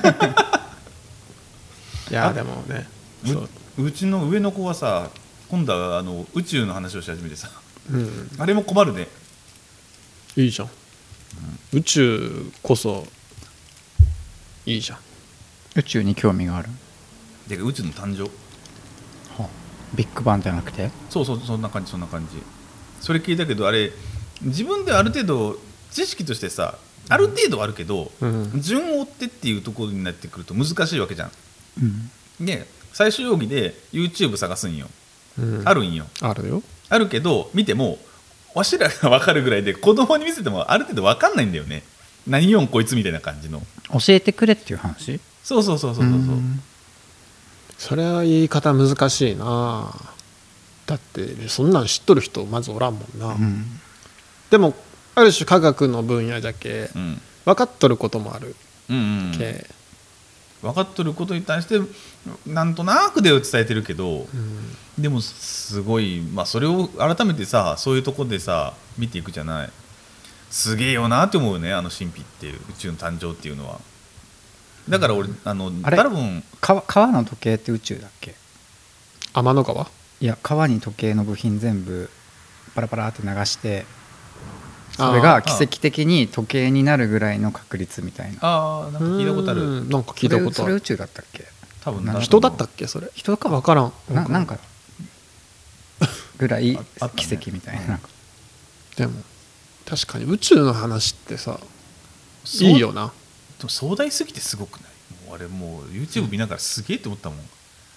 いやでもねそうううちの上の子はさ今度はあの宇宙の話をし始めてさ、 うん、 あれも困るね。 いいじゃん、うん、宇宙こそいいじゃん。 宇宙に興味がある。 で宇宙の誕生、 はあビッグバンじゃなくて。 そうそうそんな感じそんな感じ。それ聞いたけどあれ自分である程度知識としてさある程度あるけど、 うん、 順を追ってっていうところになってくると難しいわけじゃん。 うんで最終容疑で YouTube 探すんよ、 うん、 あるんよあるよ。 あるけど見てもわしらが分かるぐらいで子供に見せてもある程度分かんないんだよね。何よんこいつみたいな感じの。 教えてくれっていう話。 そうそうそうそうそうそう。 んそれは言い方難しいな。だってそんなん知っとる人まずおらんもんな、 うん、 でもある種科学の分野じゃけ、 うん、 分かっとることもあるうんうんうん、 け、 分かっとることに対してなんとなくで伝えてるけど、 うん、 でもすごい、まあ、それを改めてさそういうところでさ見ていくじゃない。すげえよなって思うね、あの神秘っていう宇宙の誕生っていうのは。だから俺あのあれ多分川川の時計って宇宙だっけ。 天の川。 いや川に時計の部品全部パラパラって流してそれが奇跡的に時計になるぐらいの確率みたいな。 ああなんか聞いたことある。 うんなんか聞いたことある。 それそれ宇宙だったっけ。 多分なん人だったっけそれ。 人か分からん。 ななんかぐらいああったね奇跡みたいな。なんかでも確かに宇宙の話ってさそういいよな。 でも壮大すぎてすごくない。もうあれもう YouTube 見ながらすげえって思ったもん、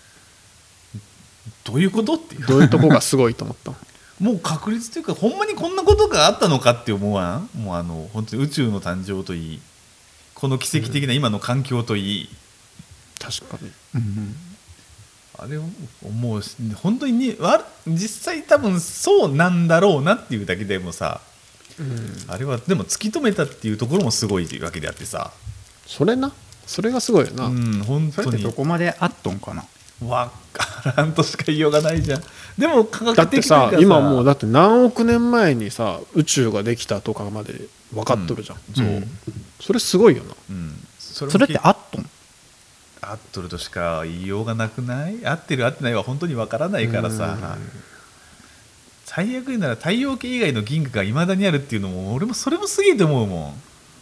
どういうことっていうどういうとこがすごいと思ったのもう確率というかほんまにこんなことがあったのかって思わん。もうあの本当に宇宙の誕生といいこの奇跡的な今の環境といい、 確かに。 うんあれをもう本当ににわ実際多分そうなんだろうなっていうだけでもさ、 うん、 あれはでも突き止めたっていうところもすごいわけであってさ、 それなそれがすごいよな、 うん本当にそれってどこまであっとんかな。 わからんとしか言いようがないじゃん。でも科学だって的というかさ今もうだって何億年前にさ宇宙ができたとかまで分かっとるじゃん、 そう、 うんそれすごいよな。 うん、そそれってあっとん。 合っとるとしか言いようがなくない。合ってる合ってないは本当にわからないからさ、最悪なら太陽系以外の銀河がいまだにあるっていうのも俺もそれもすげえと思うもん。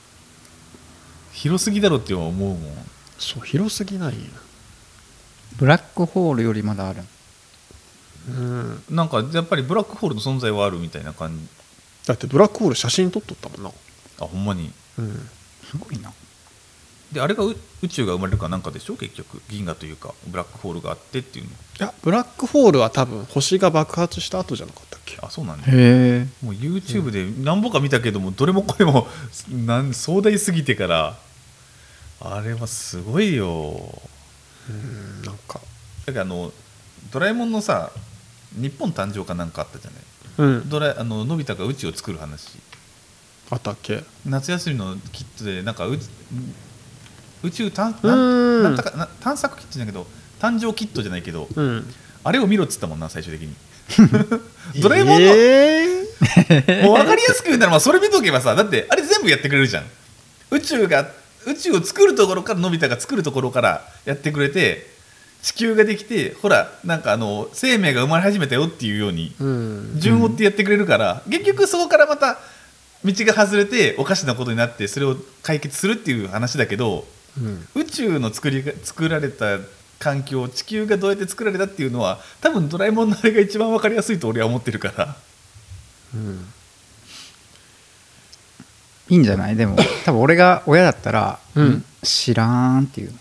広すぎだろって思うもん。 そう広すぎないよ。 ブラックホールよりまだある。 うんなんかやっぱりブラックホールの存在はあるみたいな感じ。 だってブラックホール写真撮っとったもんな。 あほんまに。 うんすごいな。 であれがう宇宙が生まれるかなんかでしょ結局。銀河というかブラックホールがあってっていうの。 いやブラックホールは多分星が爆発した後じゃなかったっけ。 あそうなんだ。 へえ。 もう YouTube で何本か見たけども、どれもこれもなん壮大すぎてからあれはすごいよ。 うんなんかだからあのドラえもんのさ日本誕生かなんかあったじゃない。 うんドラあののび太が宇宙を作る話。 あったっけ。 夏休みのキットでなんか宇宇宙探うーんなんなんたかな探索キットじゃないけど誕生キットじゃないけど、 うんあれを見ろっつったもんな最終的にドラえもんの、 えーもう分かりやすく言うならまあそれ見とけばさ、だってあれ全部やってくれるじゃん。宇宙が宇宙を作るところからのび太が作るところからやってくれて、地球ができてほらなんかあの生命が生まれ始めたよっていうようにうん順を追ってやってくれるから、結局そこからまた道が外れておかしなことになってそれを解決するっていう話だけど、 うん宇宙の作りが作られた環境、地球がどうやって作られたっていうのは多分ドラえもんのあれが一番分かりやすいと俺は思ってるから。 うんいいんじゃない？でも多分俺が親だったら、 うん知らんっていうの。 い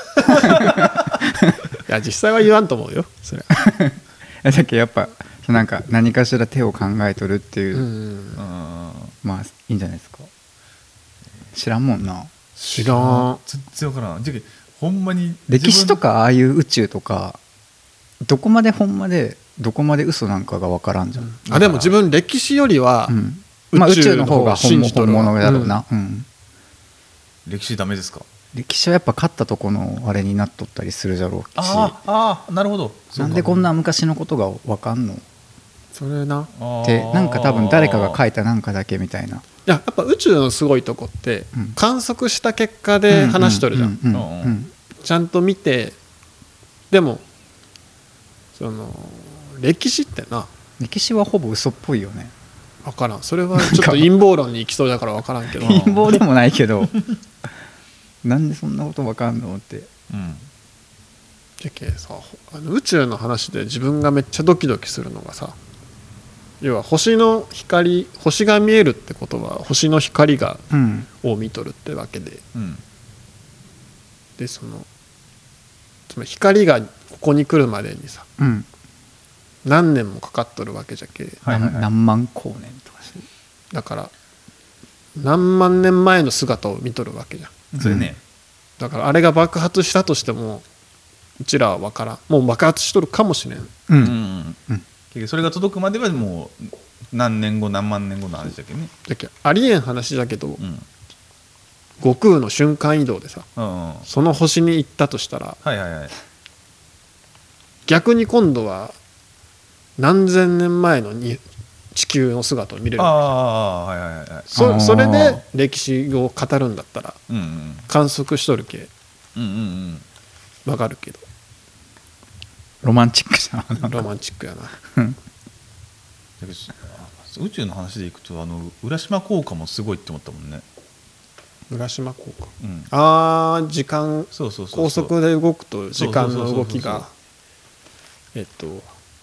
や実際は言わんと思うよそれ。 だけどやっぱなんか何かしら手を考えとるっていう、 うんうんまあいいんじゃないですか。知らんもんな。 知らん。 全然分からん。じゃけほんまに歴史とかああいう宇宙とかどこまでほんまでどこまで嘘なんかが分からんじゃん。 あでも自分歴史よりは、 うんまあ、宇宙の方が本物本物だろうな、うんうん、歴史ダメですか？ 歴史はやっぱ勝ったとこのあれになっとったりするじゃろうし、 あああなるほど。 なんでこんな昔のことが分かんのっそれな。 てなんか多分誰かが書いたなんかだけみたいな。 いややっぱ宇宙のすごいとこって、 うん観測した結果で話しとるじゃん。 うんうんうんうんちゃんと見て。でもその歴史ってな歴史はほぼ嘘っぽいよね。 分からん。それはちょっと陰謀論に行きそうだから分からんけど陰謀でもないけどなんでそんなこと分かんのって。 うんじゃけさあの宇宙の話で自分がめっちゃドキドキするのがさ、要は星の光星が見えるってことは星の光がうんを見とるってわけで、 うんでそのつまり光がここに来るまでにさうん何年もかかっとるわけじゃけ、 はいはいはい何何万光年とかだから何万年前の姿を見とるわけじゃん。 それね、 だからあれが爆発したとしてもうちらは分からん。もう爆発しとるかもしれん。 ううんうんんうん結局それが届くまではもう何年後何万年後の話だけどね。 だけありえん話だけど、 うん悟空の瞬間移動でさうんうんその星に行ったとしたらはいはいはい逆に今度は何千年前のに地球の姿を見れる。 ああはいはいはいあそーそれで歴史を語るんだったらうんうん観測しとるけうんうんうん分かるけどロマンチックじゃん。 ロマンチックやな。 だけどあ宇宙の話でいくとあの浦島効果もすごいって思ったもんね。 浦島効果。 うんあー時間そうそうそうそう高速で動くと時間の動きそうそうそうそうがえっと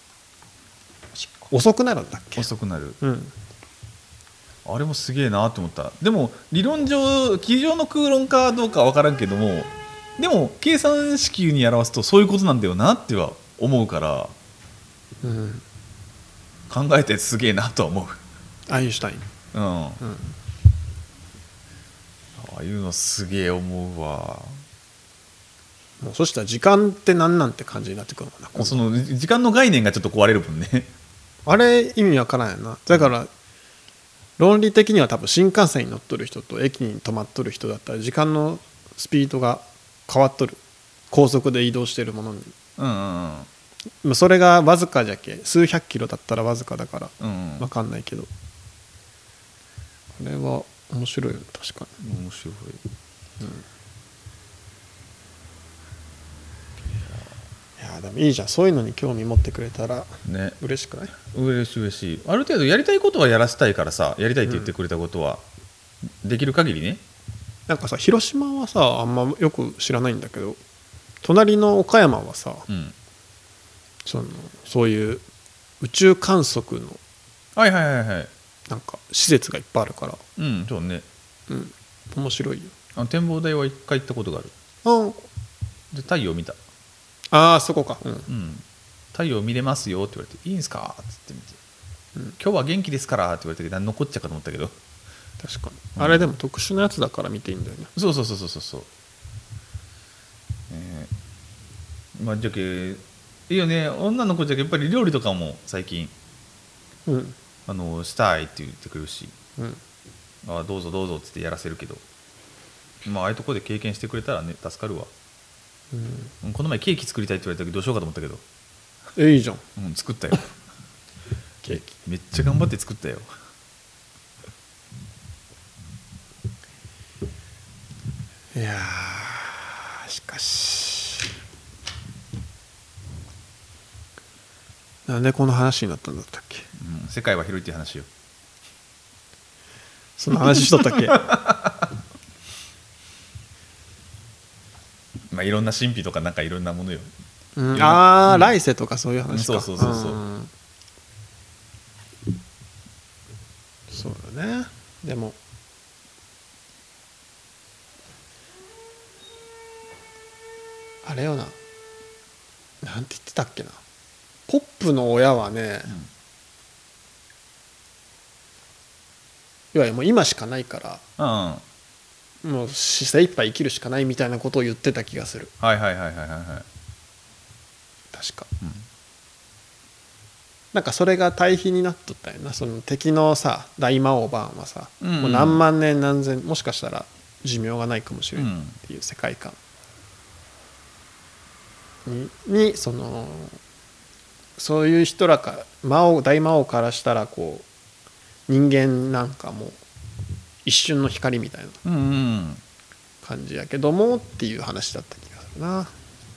遅くなるんだっけ。 遅くなる。 うんあれもすげえなって思った。でも理論上机上の空論かどうかは分からんけども、でも計算式に表すとそういうことなんだよなっては思うからうん考えてすげえなとは思アインシュタイン。 う。うん。あうんあいうのすげえ思うわ。 もうそしたら時間って何なんて感じになってくるのかな。 もうその時間の概念がちょっと壊れるもんね。 あれ意味わからんやな。だから論理的には多分新幹線に乗っとる人と駅に止まっとる人だったら時間のスピードが変わっとる。高速で移動しているものに、 うんうんまあそれがわずかじゃけ数百キロだったらわずかだからうんうんわかんないけど、これは面白いよね確かに。 面白い。 いやでもいいじゃん。そういうのに興味持ってくれたらね、 嬉しくない？ 嬉しい嬉しい。ある程度やりたいことはやらせたいからさ、やりたいって言ってくれたことは、できる限りね。 なんかさ広島はさあんまよく知らないんだけど、隣の岡山はさうんそのそういう宇宙観測のはいはいはいはい。 なんか施設がいっぱいあるから、 うんそうね。 うん、面白いよ。 あの展望台は一回行ったことがある。 あで太陽見た。 あーそこか、うん、 うん、太陽見れますよって言われて「いいんすか?」っつって見てうん 「今日は元気ですから」って言われて何残っちゃうかと思ったけど、 確かに、あれでも特殊なやつだから見ていいんだよね。 そうそうそうそうそうそう、えー、まあじゃけいいよね。女の子じゃけやっぱり料理とかも最近うんあのしたいって言ってくるし、 うんあどうぞどうぞっつってやらせるけど、まあああいうところで経験してくれたらね助かるわ。 うん、 この前ケーキ作りたいって言われたけどどうしようかと思ったけど、 えいいじゃんうん、作ったよケーキ。 めっちゃ頑張って作ったよ。 いやーしかしなんでこの話になったんだったっけ。 うん、世界は広いっていう話よ。 その話しとったっけまあいろんな神秘とかなんかいろんなものよ。 うん、 いろんなああ、 うん来世とかそういう話か。 そうそうそうそううんそうだね。でもあれよな、なんて言ってたっけな、ポップの親はね、いわゆるもう今しかないかうん、うん、はいらもう精一杯生きるしかないみたいなことを言ってた気がする、 はいはいはいはいはい。 確か、 うんなんかそれが対比になっとったよな。その敵のさ大魔王バーンはさ、 うんうん、 もう何万年何千もしかしたら寿命がないかもしれないっていう世界観に、にそのそういう人らか魔王大魔王からしたらこう人間なんかもう一瞬の光みたいなうんうん感じやけどもっていう話だった気がするな。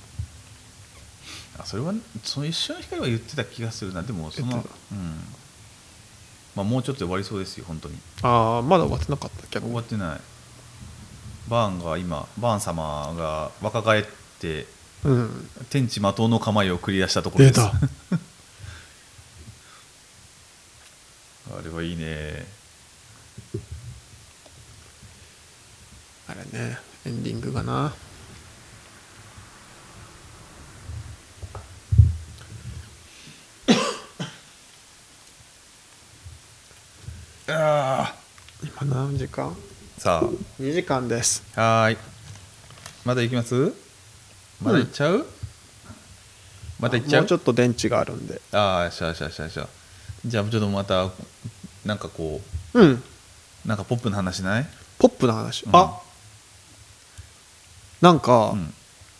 あそれはその一瞬の光は言ってた気がするな。でもその言ってうんまあもうちょっとで終わりそうですよ本当に。 ああまだ終わってなかった逆に。 終わってない。バーンが今バーン様が若返ってうん天地的の構えを繰り出したところです。 出たあれはいいね。 あれねエンディングがな。 あ今何時間？ さにじかんです。 あはーい。まだ行きます？まだ行っちゃう？また行っちゃう？ もうちょっと電池があるんで。 ああしゃあしゃあしゃあしゃあ。じゃあちょっとまたなんかこうんうなんかポップな話ない？ ポップな話、 うんあなんか、 うん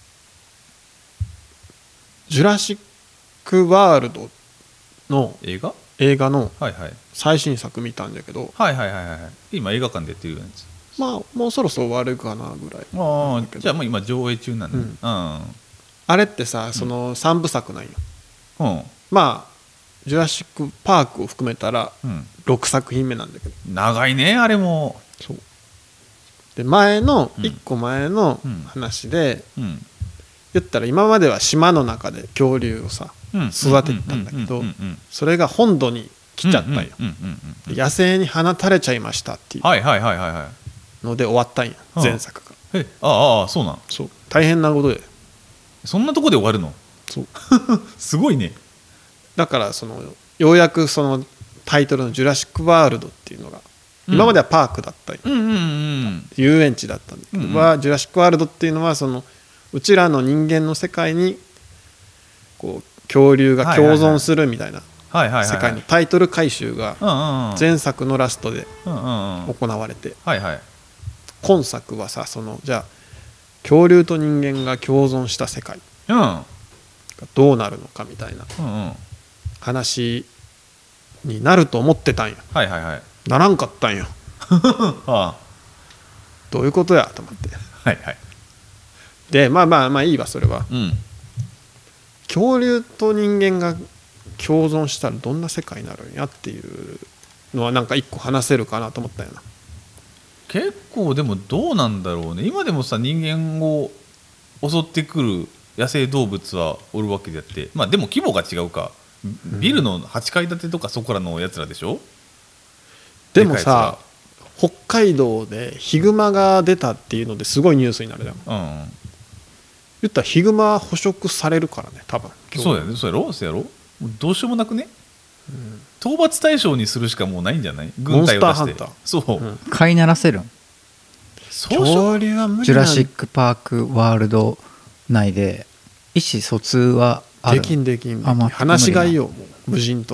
ジュラシック・ワールドの映画？ 映画のはいはい最新作見たんだけど、 はいはいはいはい。今映画館でやってるやつ。 まあもうそろそろ終わるかなぐらいあだけどあじゃあもう今上映中なんだね。 うんうんあれってさそのさんぶさくなんよ。 うんまあジュラシック・パークを含めたらうんろくさく品目なんだけど、 長いねあれも。 そうで前のうんいっこまえのうん話でうん言ったら今までは島の中で恐竜をさうん育ててたんだけどうんうんうんそれが本土に来ちゃったんよ。 うんうんうんうん野生に放たれちゃいましたっていはいはいはいはいはうので終わったんようん前作が。 い。えああそうなん。 そう大変なことでそんなとこで終わるの？ そうすごいね。 だからそのようやくそのタイトルの「ジュラシック・ワールド」っていうのがうん今まではパークだったんよ、 うんうんうん遊園地だったんだけど、 うんうんはジュラシック・ワールドっていうのはそのうちらの人間の世界にこう恐竜が共存するみたいなはいはいはい。 世界のタイトル回収がうんうんうん前作のラストでうんうんうん行われてはいはい。 今作はさそのじゃあ恐竜と人間が共存した世界うんうんがどうなるのかみたいなうん話になると思ってたんよ。 はいはいはい。 ならんかったんよ。 あどういうことやと思ってあはいはい。 でまあまあまあいいわそれは。 うん恐竜と人間が共存したらどんな世界になるんやっていうのはなんか一個話せるかなと思ったよな。 結構でもどうなんだろうね。今でもさ人間を襲ってくる野生動物はおるわけであって、まあでも規模が違うか。ビルのはちかい建てとかそこらのやつらでしょ。 でもさ北海道でヒグマが出たっていうのですごいニュースになるじゃん。 うん言ったらヒグマは捕食されるからね多分。 そうやね。そうやろそうやろ。もうどうしようもなくね。討伐対象にするしかもうないんじゃない？軍隊を出して。 モンスターハンタそう。 うん飼いならせるん？ そうしよう。 恐竜は無理ジュなんラシック・パーク・ワールド内で意思疎通はあるできんできんできんあまあ話しがいよもう無人島に。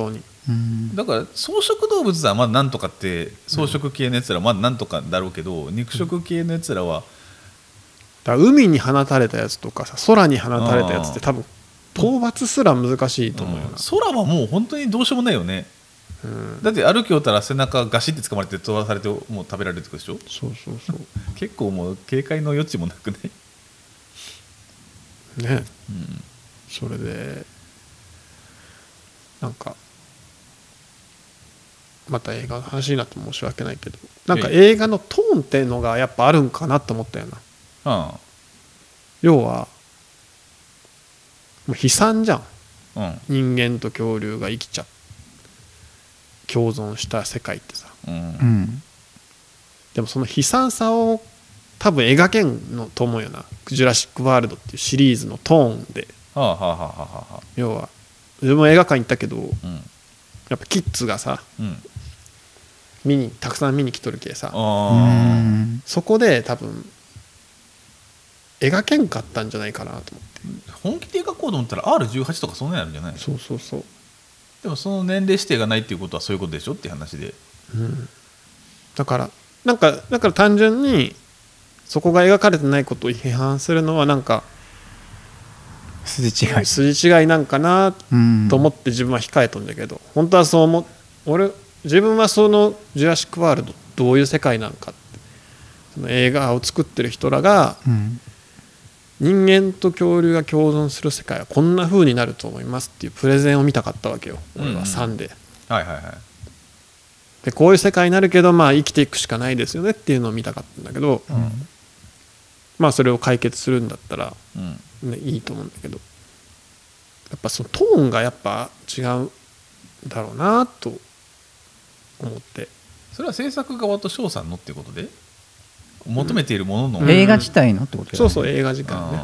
うんだから草食動物はまだなんとかって草食系のやつらはまだなんとかだろうけど、肉食系のやつらはだから海に放たれたやつとかさ空に放たれたやつって多分討伐すら難しいと思うよな、 うん、空はもう本当にどうしようもないよね、うん、だって歩きおったら背中ガシって掴まれて飛ばされてもう食べられるってことでしょ。 そうそうそう結構もう警戒の余地もなくないね、 うん、 それでなんかまた映画の話になって申し訳ないけどなんか映画のトーンっていうのがやっぱあるんかなと思ったよな、 ああ要はもう悲惨じゃん、 うん、 人間と恐竜が生きちゃ共存した世界ってさ、 うん、 でもその悲惨さを多分描けんのと思うよな、ジュラシック・ワールドっていうシリーズのトーンで、 はあはあはあはあ、 要は自分も映画館行ったけど、うん、やっぱキッズがさ、うん、見にたくさん見に来とるけさ、そこで多分描けんかったんじゃないかなと思って。 本気で描こうと思ったら アールじゅうはち とかそんなにあるんじゃない。 そうそうそう。 でもその年齢指定がないっていうことはそういうことでしょっていう話で、 うん、だからなんかだから単純にそこが描かれてないことを批判するのはなんか筋違い筋違いなんかなと思って自分は控えとんだけど、本当はそう思俺自分はそのジュラシック・ワールドどういう世界なのかって、その映画を作ってる人らが、うん、人間と恐竜が共存する世界はこんな風になると思いますっていうプレゼンを見たかったわけよ、俺はさんで、 うんはいはいはい、 でこういう世界になるけどまあ生きていくしかないですよねっていうのを見たかったんだけど、うん、まあそれを解決するんだったら、うんね、いいと思うんだけど、やっぱそのトーンがやっぱ違うだろうなと思って。 それは制作側と翔さんのっていうことで求めているものの、うん、 映画自体のってことだよね。 そうそう映画自体ね。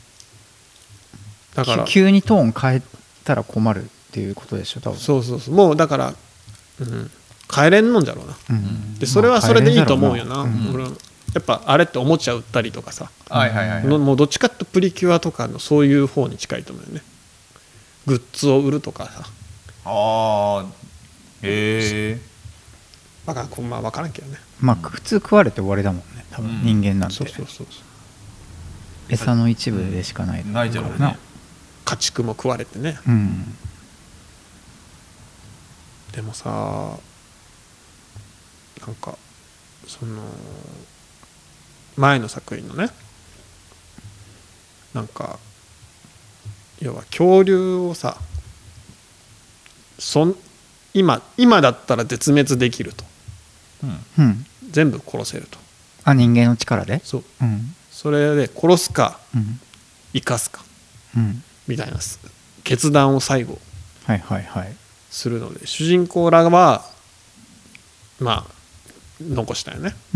だから急にトーン変えたら困るっていうことでしょ多分。 そうそうそうもうだから、うん、変えれんのんじゃろうな、うん、でそれはそれでいいと思うよな、まあ、うん、俺やっぱあれっておもちゃ売ったりとかさ、 はいはいはいはい、 もうどっちかってプリキュアとかのそういう方に近いと思うよね。グッズを売るとかさ。 ああへえ。 まあ、まあ分からんけどね。 まあ普通食われて終わりだもんね多分、人間なんて、 そうそうそうそう餌の一部でしかない、 うん、ないじゃろうね。 家畜も食われてね、 うん、 でもさなんかその前の作品のねなんか要は恐竜をさそん 今, 今だったら絶滅できると、 うん、 全部殺せると。 あ人間の力でそう、うん、それで殺すか、うん、生かすか、 うん、 みたいな決断を最後はいはいはいするので、主人公らはまあ残したよね、 うん、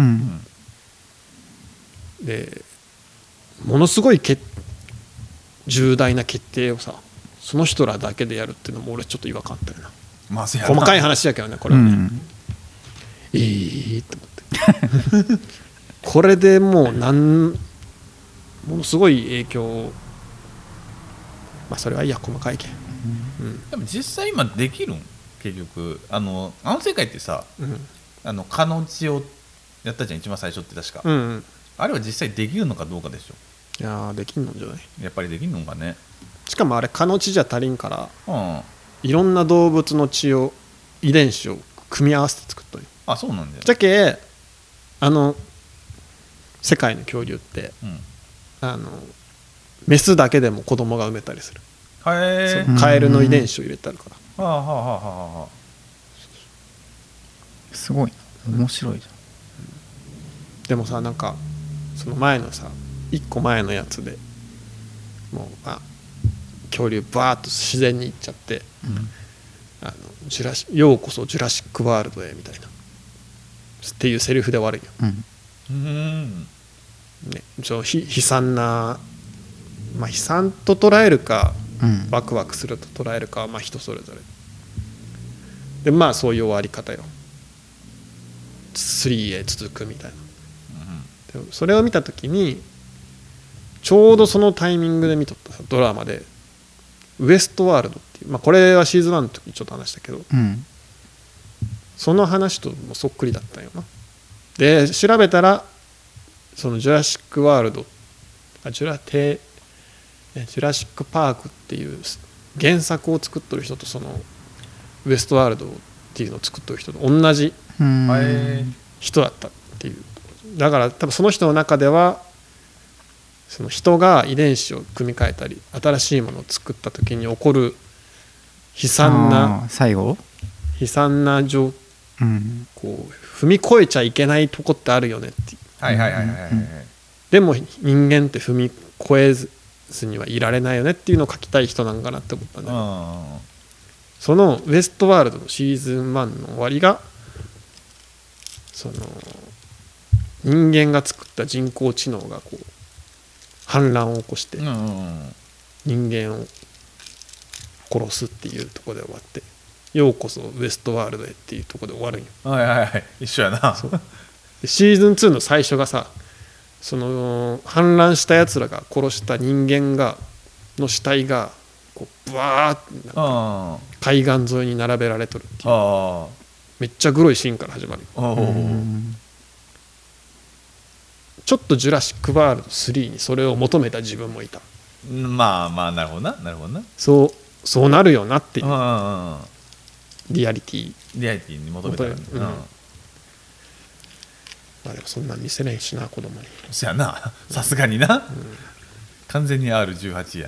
でものすごいけ重大な決定をさその人らだけでやるっていうのも俺ちょっと違和感あったよな。 まあ、 細かい話だけどねこれはね、うん、いいと思ってこれでもうなんものすごい影響をまあそれはいいや細かいけん、 うん、でも実際今できるん結局あのあの世界ってさ、うん、あの蚊の血をやったじゃん一番最初って確か、 うんうん、 あれは実際できるのかどうかでしょ。 いやできんのんじゃない。 やっぱりできんのかね。 しかもあれ蚊の血じゃ足りんから、 うん、 いろんな動物の血を遺伝子を組み合わせて作っとる。 あそうなんだよ。 じゃけあの世界の恐竜って、うん、あのメスだけでも子供が産めたりする。 へーカエルの遺伝子を入れてあるから、 はあはあはあはあ、 すごい面白いじゃん、 うん、でもさなんかその前のさいっこまえのやつでもうあ恐竜バーッと自然に行っちゃって、うん、あのジュラシようこそジュラシックワールドへみたいなっていうセリフで終わるよ、 うん、 ね、ちょ悲惨な、まあ、悲惨と捉えるか、うん、ワクワクすると捉えるかはまあ人それぞれでまあそういう終わり方よ。スリーへ続くみたいな、うん、でそれを見た時にちょうどそのタイミングで見とったドラマでウエストワールドっていう、まあ、これはシーズンワンの時にちょっと話したけど、 うん、 その話ともそっくりだったよな。で調べたらそのジュラシックワールドあジュラテジュラシックパークっていう原作を作っとる人とそのウエストワールドっていうのを作っとる人と同じ人だったっていう。だから多分その人の中ではその人が遺伝子を組み換えたり新しいものを作った時に起こる悲惨な最後悲惨な状うん、 こう踏み越えちゃいけないとこってあるよねっていう。 はいはいはいはいはい、うん、 でも人間って踏み越えずにはいられないよねっていうのを書きたい人なんかなって思ったんだけど、そのウエストワールドのシーズンワンの終わりがその人間が作った人工知能がこう反乱を起こして人間を殺すっていうところで終わって、ようこそウエストワールドへっていうところで終わるんよ。 はいはいはい、一緒やな。 そうでシーズンツーの最初がさ、その反乱したやつらが殺した人間がの死体がこうブワーってなんか海岸沿いに並べられとるっていう、めっちゃグロいシーンから始まる。ちょっとジュラシックワールドスリーにそれを求めた自分もいた。 まあまあなるほどななるほどな。 そうそうなるよなっていうリアリティリアリティに求めたら、うん、まあでもそんなん見せれんしな子供に。 そやな、さすがにな、うん、完全に アールじゅうはち やん。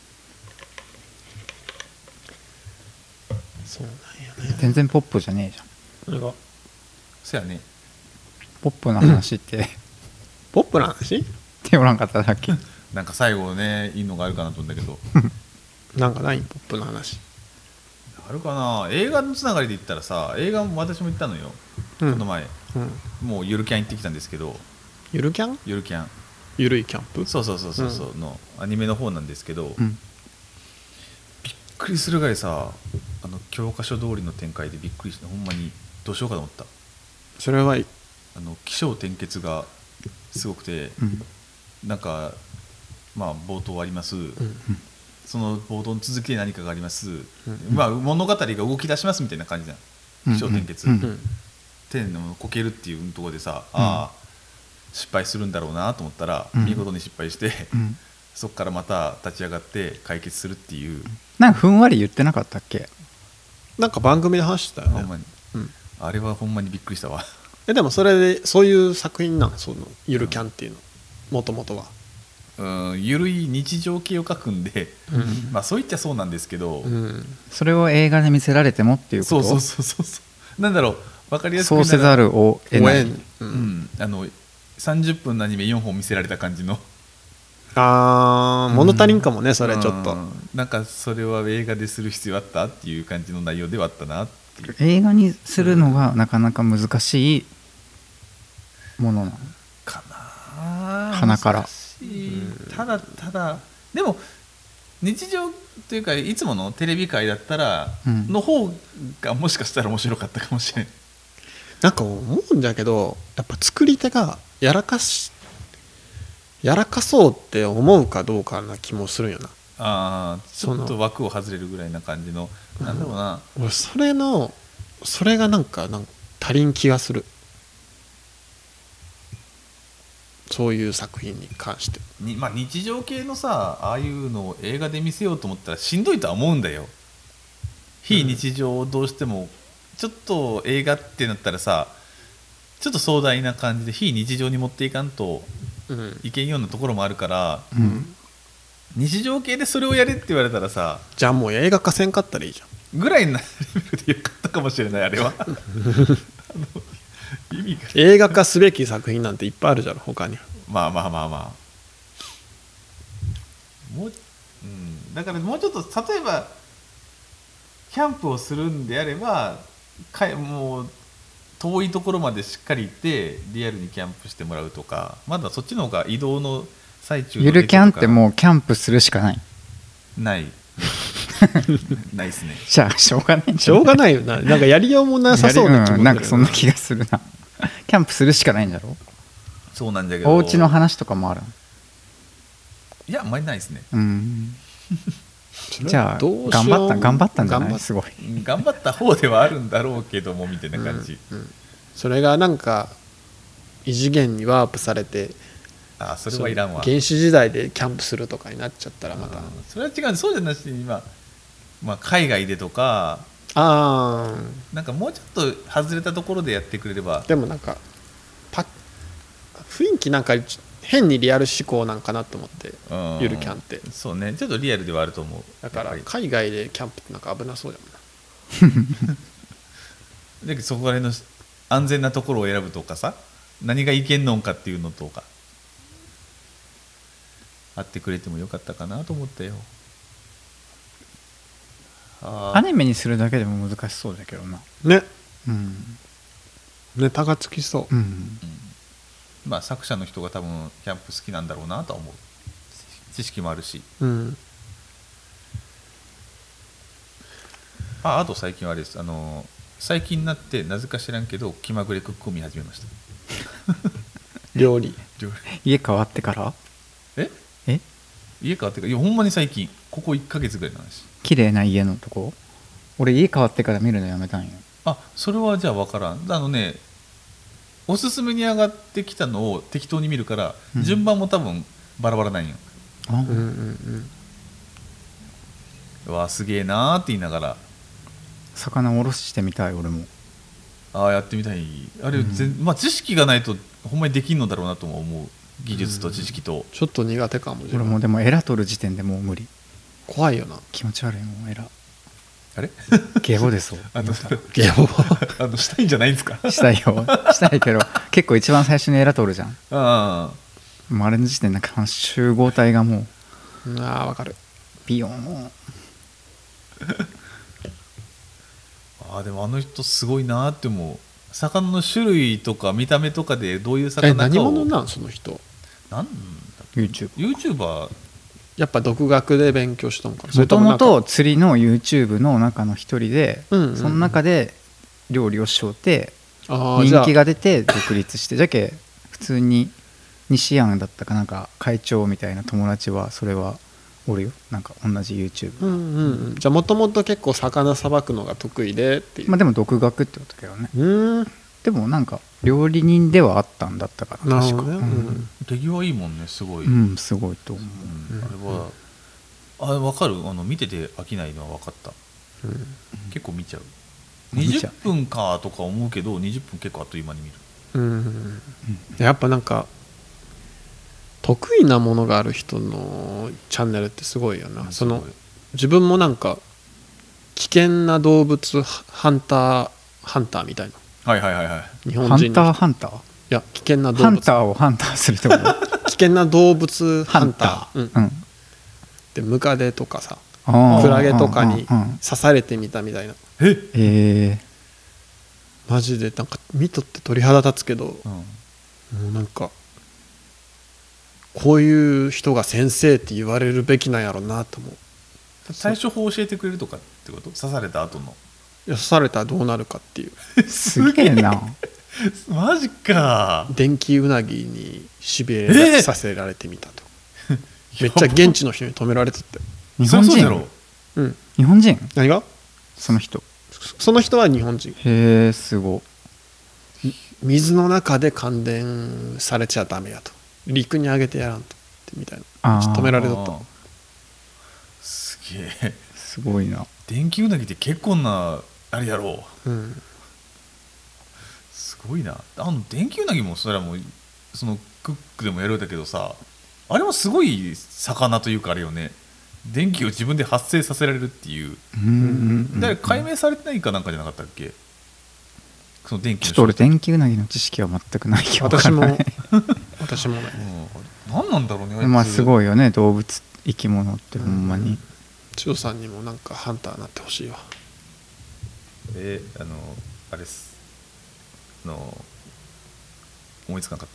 そうなんやね。 全然ポップじゃねえじゃん。 それがそやね。 ポップな話って、うん、 ポップな話っておらんかっただっけなんか最後ねいいのがあるかなと思うんだけどなんかないポップな話あるかな。映画のつながりで言ったらさ、映画も私も行ったのよ、うん、この前、うん、もうゆるキャン行ってきたんですけど。 ゆるキャンゆるキャンゆるいキャンプ、 そうそうそうそうそう、うん、のアニメの方なんですけど、 うん、 びっくりするぐらいさ、あの教科書通りの展開でびっくりして、ほんまにどうしようかと思った。 それはあの起承転結がすごくて、 うん、なんかまあ冒頭あります、うん、その冒頭の続きで何かがあります、うんまあ、物語が動き出しますみたいな感じじゃん、起承転結、うんうん、天のこけるっていうところでさ、うん、ああ失敗するんだろうなと思ったら、うん、見事に失敗して、うん、そこからまた立ち上がって解決するっていう。 なんかふんわり言ってなかったっけ。 なんか番組で話してたよね。 ほんまに、うん、あれはほんまにびっくりしたわ。 えでもそれでそういう作品なの、そのゆるキャンっていうのもともとは。 うん、ゆるい日常系を書くんで、うん、まあそう言っちゃそうなんですけど、うん、 それを映画で見せられてもっていうこと。 そうそうそうそうなんだろう、分かりやすくそうせざるを得ない、 うんうん、あのさんじゅっぷんのアニメよんほん見せられた感じの。 あー物足りんかもね、うん、それちょっと、 うん、なんかそれは映画でする必要あったっていう感じの内容ではあったなっていう。 映画にするのがなかなか難しいものなのかな、 鼻から。 ただただでも日常というかいつものテレビ界だったら、うん、の方がもしかしたら面白かったかもしれない。 なんか思うんだけど、やっぱ作り手がやらかしやらかそうって思うかどうかな気もするんよな。 ああ、ちょっと枠を外れるぐらいな感じの、なんだろうな、 俺それのそれがなんかなんか足りん気がする、そういう作品に関してに、まあ、日常系のさ、ああいうのを映画で見せようと思ったらしんどいとは思うんだよ。非日常をどうしても、うん、ちょっと映画ってなったらさ、ちょっと壮大な感じで非日常に持っていかんといけんようなところもあるから、うん、日常系でそれをやれって言われたらさ、 じゃあもう映画化せんかったらいいじゃんぐらいなレベルでよかったかもしれない。あれはあの意味が映画化すべき作品なんていっぱいあるじゃろ他に。 まあまあまあまあもう、うん、だからもうちょっと例えばキャンプをするんであればかもう遠いところまでしっかり行ってリアルにキャンプしてもらうとか、まだそっちの方が移動の最中のゆるキャンってもうキャンプするしかないないないですね。 じゃあしょうがないんしょうがないよな。なんかやりようもなさそうな気もする、 うん、なんかそんな気がするなキャンプするしかないんだろ。 そうなんだけどお家の話とかもある。 いやあんまりないですね。 うんじゃあどうしよう頑張った頑張ったんじゃな頑張っいすごい頑張った方ではあるんだろうけどもみたいな感じ、 うんうん、それがなんか異次元にワープされて、 あそれはいらんわ。 原始時代でキャンプするとかになっちゃったらまた、 うんそれは違う。そうじゃなしに今、まあ、海外でとかあなんかもうちょっと外れたところでやってくれれば。 でもなんかパ雰囲気なんか変にリアル思考なんかなと思って、 うんゆるキャンってそうね、ちょっとリアルではあると思う。 だからやっぱ海外でキャンプってなんか危なそうだもんなりだけどそこら辺の安全なところを選ぶとかさ、何がいけんのんかっていうのとかあってくれてもよかったかなと思ったよ。あアニメにするだけでも難しそうだけどな。 ねうん、 ネタがつきそうう、ん、 うんまあ作者の人が多分キャンプ好きなんだろうなとは思う。知識もあるし。 うん、 ああと最近はあれです、あの最近になってなぜか知らんけど気まぐれクックを見始めました。 料理料理家変わってからええ家変わってから、いやほんまに最近ここいっかげつぐらいの話。 綺麗な家のとこ。俺家変わってから見るのやめたんよ。 あそれはじゃあ分からん。あのねおすすめに上がってきたのを適当に見るから、 うん順番も多分バラバラなんよ。 あ、 うんうんうんうわすげえなーって言いながら、 魚おろししてみたい俺も。 ああやってみたい。あれ、 うん全まあ、知識がないとほんまにできんのだろうなとも思う。技術と知識と、 ちょっと苦手かも。自分俺もでもエラ取る時点でもう無理。 怖いよな気持ち悪いもんエラ。 あれゲボですわ。 あのゲボあのしたいんじゃないんですか。 したいよしたいけど結構一番最初にエラ取るじゃん。 あもうあれの時点でなんか集合体がもうああ分かる。 ビヨーン。 あーでもあの人すごいなーって思う。魚の種類とか見た目とかでどういう魚えかを何者なんその人。 なん YouTube。 YouTuber やっぱ独学で勉強したのかな。 もともとそれ釣りの YouTube の中の一人で、 うんうんうんその中で料理をしようてともなんかあーじゃあ人気が出て独立してじゃけ普通に西安だったかなんか会長みたいな友達はそれはおるよ。なんか同じ YouTube、 うんうんうん、じゃあもともと結構魚さばくのが得意でっていう、 まあでも独学ってことだけどね。 うーんでもなんか料理人ではあったんだったかななる確かほどね、 うん手際いいもんねすごい、 ううんん、すごいと思う。 あれは、あれ分かる。あの見てて飽きないのは分かった。 うん結構見ちゃう。 見ちゃうにじゅっぷんかとか思うけどにじゅっぷん結構あっという間に見る。 うんうんやっぱなんか得意なものがある人のチャンネルってすごいよな。その自分もなんか危険な動物ハンターハンターみたいなはいはいはいはい日本ハンター人の人ハンターいや危険な動ハン物ターをハンターするってこと危険な動物ハンターうん、 うんでムカデとかさあークラゲとかにうんうんうん刺されてみたみたいなええマジでなんか見とって鳥肌立つけどもうんうなんかこういう人が先生って言われるべきなんやろうなと思う。 対処法教えてくれるとかってこと。刺された後の。 いや刺されたらどうなるかっていうー、すげえな。 マジか。 電気ウナギにしびえれーさせられてみたと、めっちゃ現地の人に止められてって日本そりゃそうだ人ろうん日本人何がその人。 その人は日本人。 へえすご。 水の中で感電されちゃダメやと陸に上げてやらんとってみたいなあー止められとった。 あーすげえ。 すごいな。 電気うなぎって結構なあれやろう。 うんすごいな。あの電気うなぎもそれはもうそのクックでもやるんだけどさ、あれもすごい魚というかあれよね。電気を自分で発生させられるっていう。 うんうんうんだから解明されてないかなんかじゃなかったっけ。その電気のちょっと俺電気うなぎの知識は全くないけど私も私もねうん、何なんだろうね。 まあすい。 ごいよね動物生き物ってほんまに。 千代さんにもなんかハンターになってほしいわ。 えあのあれです。あの思いつかなかった。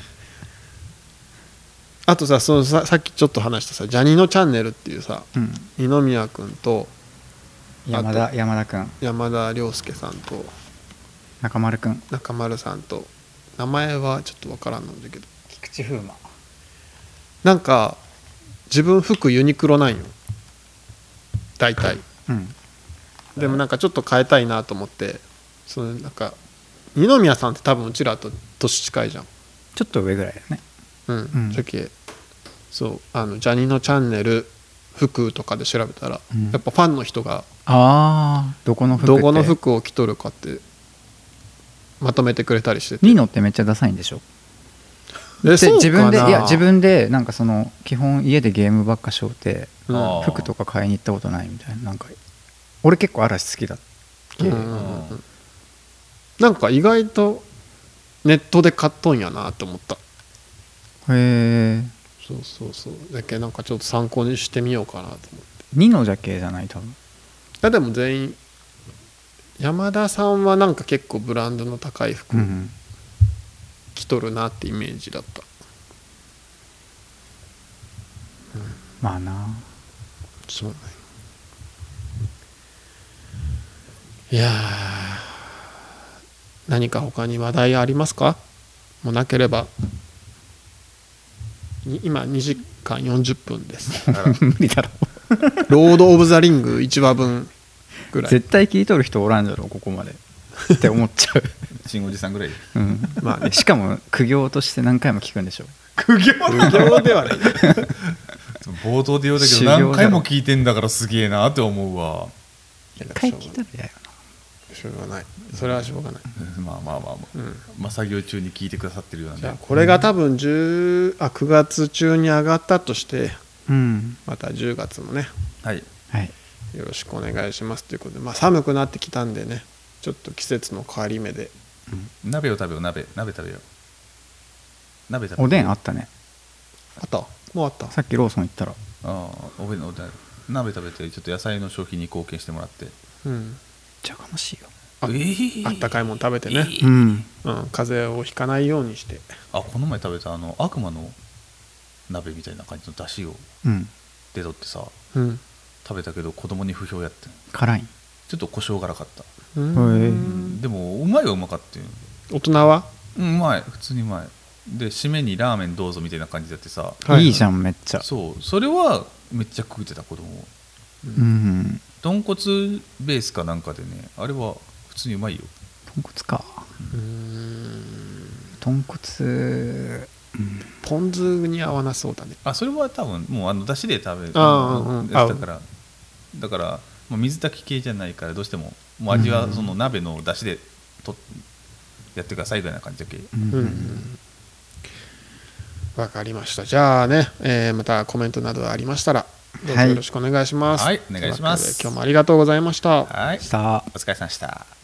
あとさそのささっきちょっと話したさジャニーのチャンネルっていうさうん、 二宮君と山田山田君山田涼介さんと中丸君中丸さんと名前はちょっとわからんのだけど菊池風磨。 なんか自分服ユニクロなんよ大体。 うんでもなんかちょっと変えたいなと思って、そのなんか二宮さんって多分うちらと年近いじゃん。 ちょっと上ぐらいだね。 うん、 うんじゃけそうあのジャニのチャンネル服とかで調べたら、 うんやっぱファンの人がああどこの服ってどこの服を着とるかってまとめてくれたりしてて、 ニノってめっちゃダサいんでしょ。でえそうかな自分でいや自分でなんかその基本家でゲームばっかしょうて、 うんあー服とか買いに行ったことないみたいな。なんか俺結構嵐好きだっけ、 うんうんうんなんか意外とネットで買っとんやなって思った。 へえ。 そうそうそうだけどなんかちょっと参考にしてみようかなと思って。 ニノじゃけじゃない多分。 いやでも全員山田さんはなんか結構ブランドの高い服うん着とるなってイメージだった。 まあな。 そうね。いやー何か他に話題ありますか？もうなければに今にじかんよんじゅっぷんです無理だろ。 ロード・オブ・ザ・リングいちわぶんぐらい。 絶対聞いとる人おらんじゃろここまでって思っちゃう。 新おじさんぐらい。 うんまあねしかも苦行として何回も聞くんでしょ。 苦行無料ではない冒頭で言うたけど修行だろ何回も聞いてんだからすげえなって思うわ。 一回聞いたら嫌よしょうがない。それはしょうがない。 まあまあまあまあ、 うんまあ作業中に聞いてくださってるようじゃあなんで。 これが多分じゅうあくがつ中に上がったとしてな。うんまたじゅうがつもねはい。 はい。 よろしくお願いしますということで、まあ、寒くなってきたんでねちょっと季節の変わり目で鍋を食べよう鍋鍋食べよう。鍋食べよう。 おでんあったね。 あったもうあったさっきローソン行ったら。 ああおでんおでん鍋食べてちょっと野菜の消費に貢献してもらって。 うんじゃがましいよ。 あえーあったかいもん食べてね、 うんうん、風邪をひかないようにしてあこの前食べたあの悪魔の鍋みたいな感じの出汁をうん出とってさうん食べたけど子供に不評やってん。 辛い。 ちょっと胡椒辛かった。 うへんでもうまいはうまかったよ。 大人は、 うんうまい普通にうまい。で締めにラーメンどうぞみたいな感じでやってさ、 はいいいじゃんめっちゃ。 そうそれはめっちゃ食うてた子供。 うん豚骨ベースかなんかでねあれは普通にうまいよ。 豚骨か。 うん豚骨ポン酢に合わなそうだね。 あそれは多分もうあの出汁で食べるあーうんうんやつだからだから、まあ、水炊き系じゃないからどうしてももう味はその鍋の出汁でとやってくださいぐらいな感じだけ。 うんうんわかりました。じゃあね、えーまたコメントなどありましたらどうぞよろしくお願いします。 はいお願いしますというわけで今日もありがとうございました。 はいさあお疲れ様でした。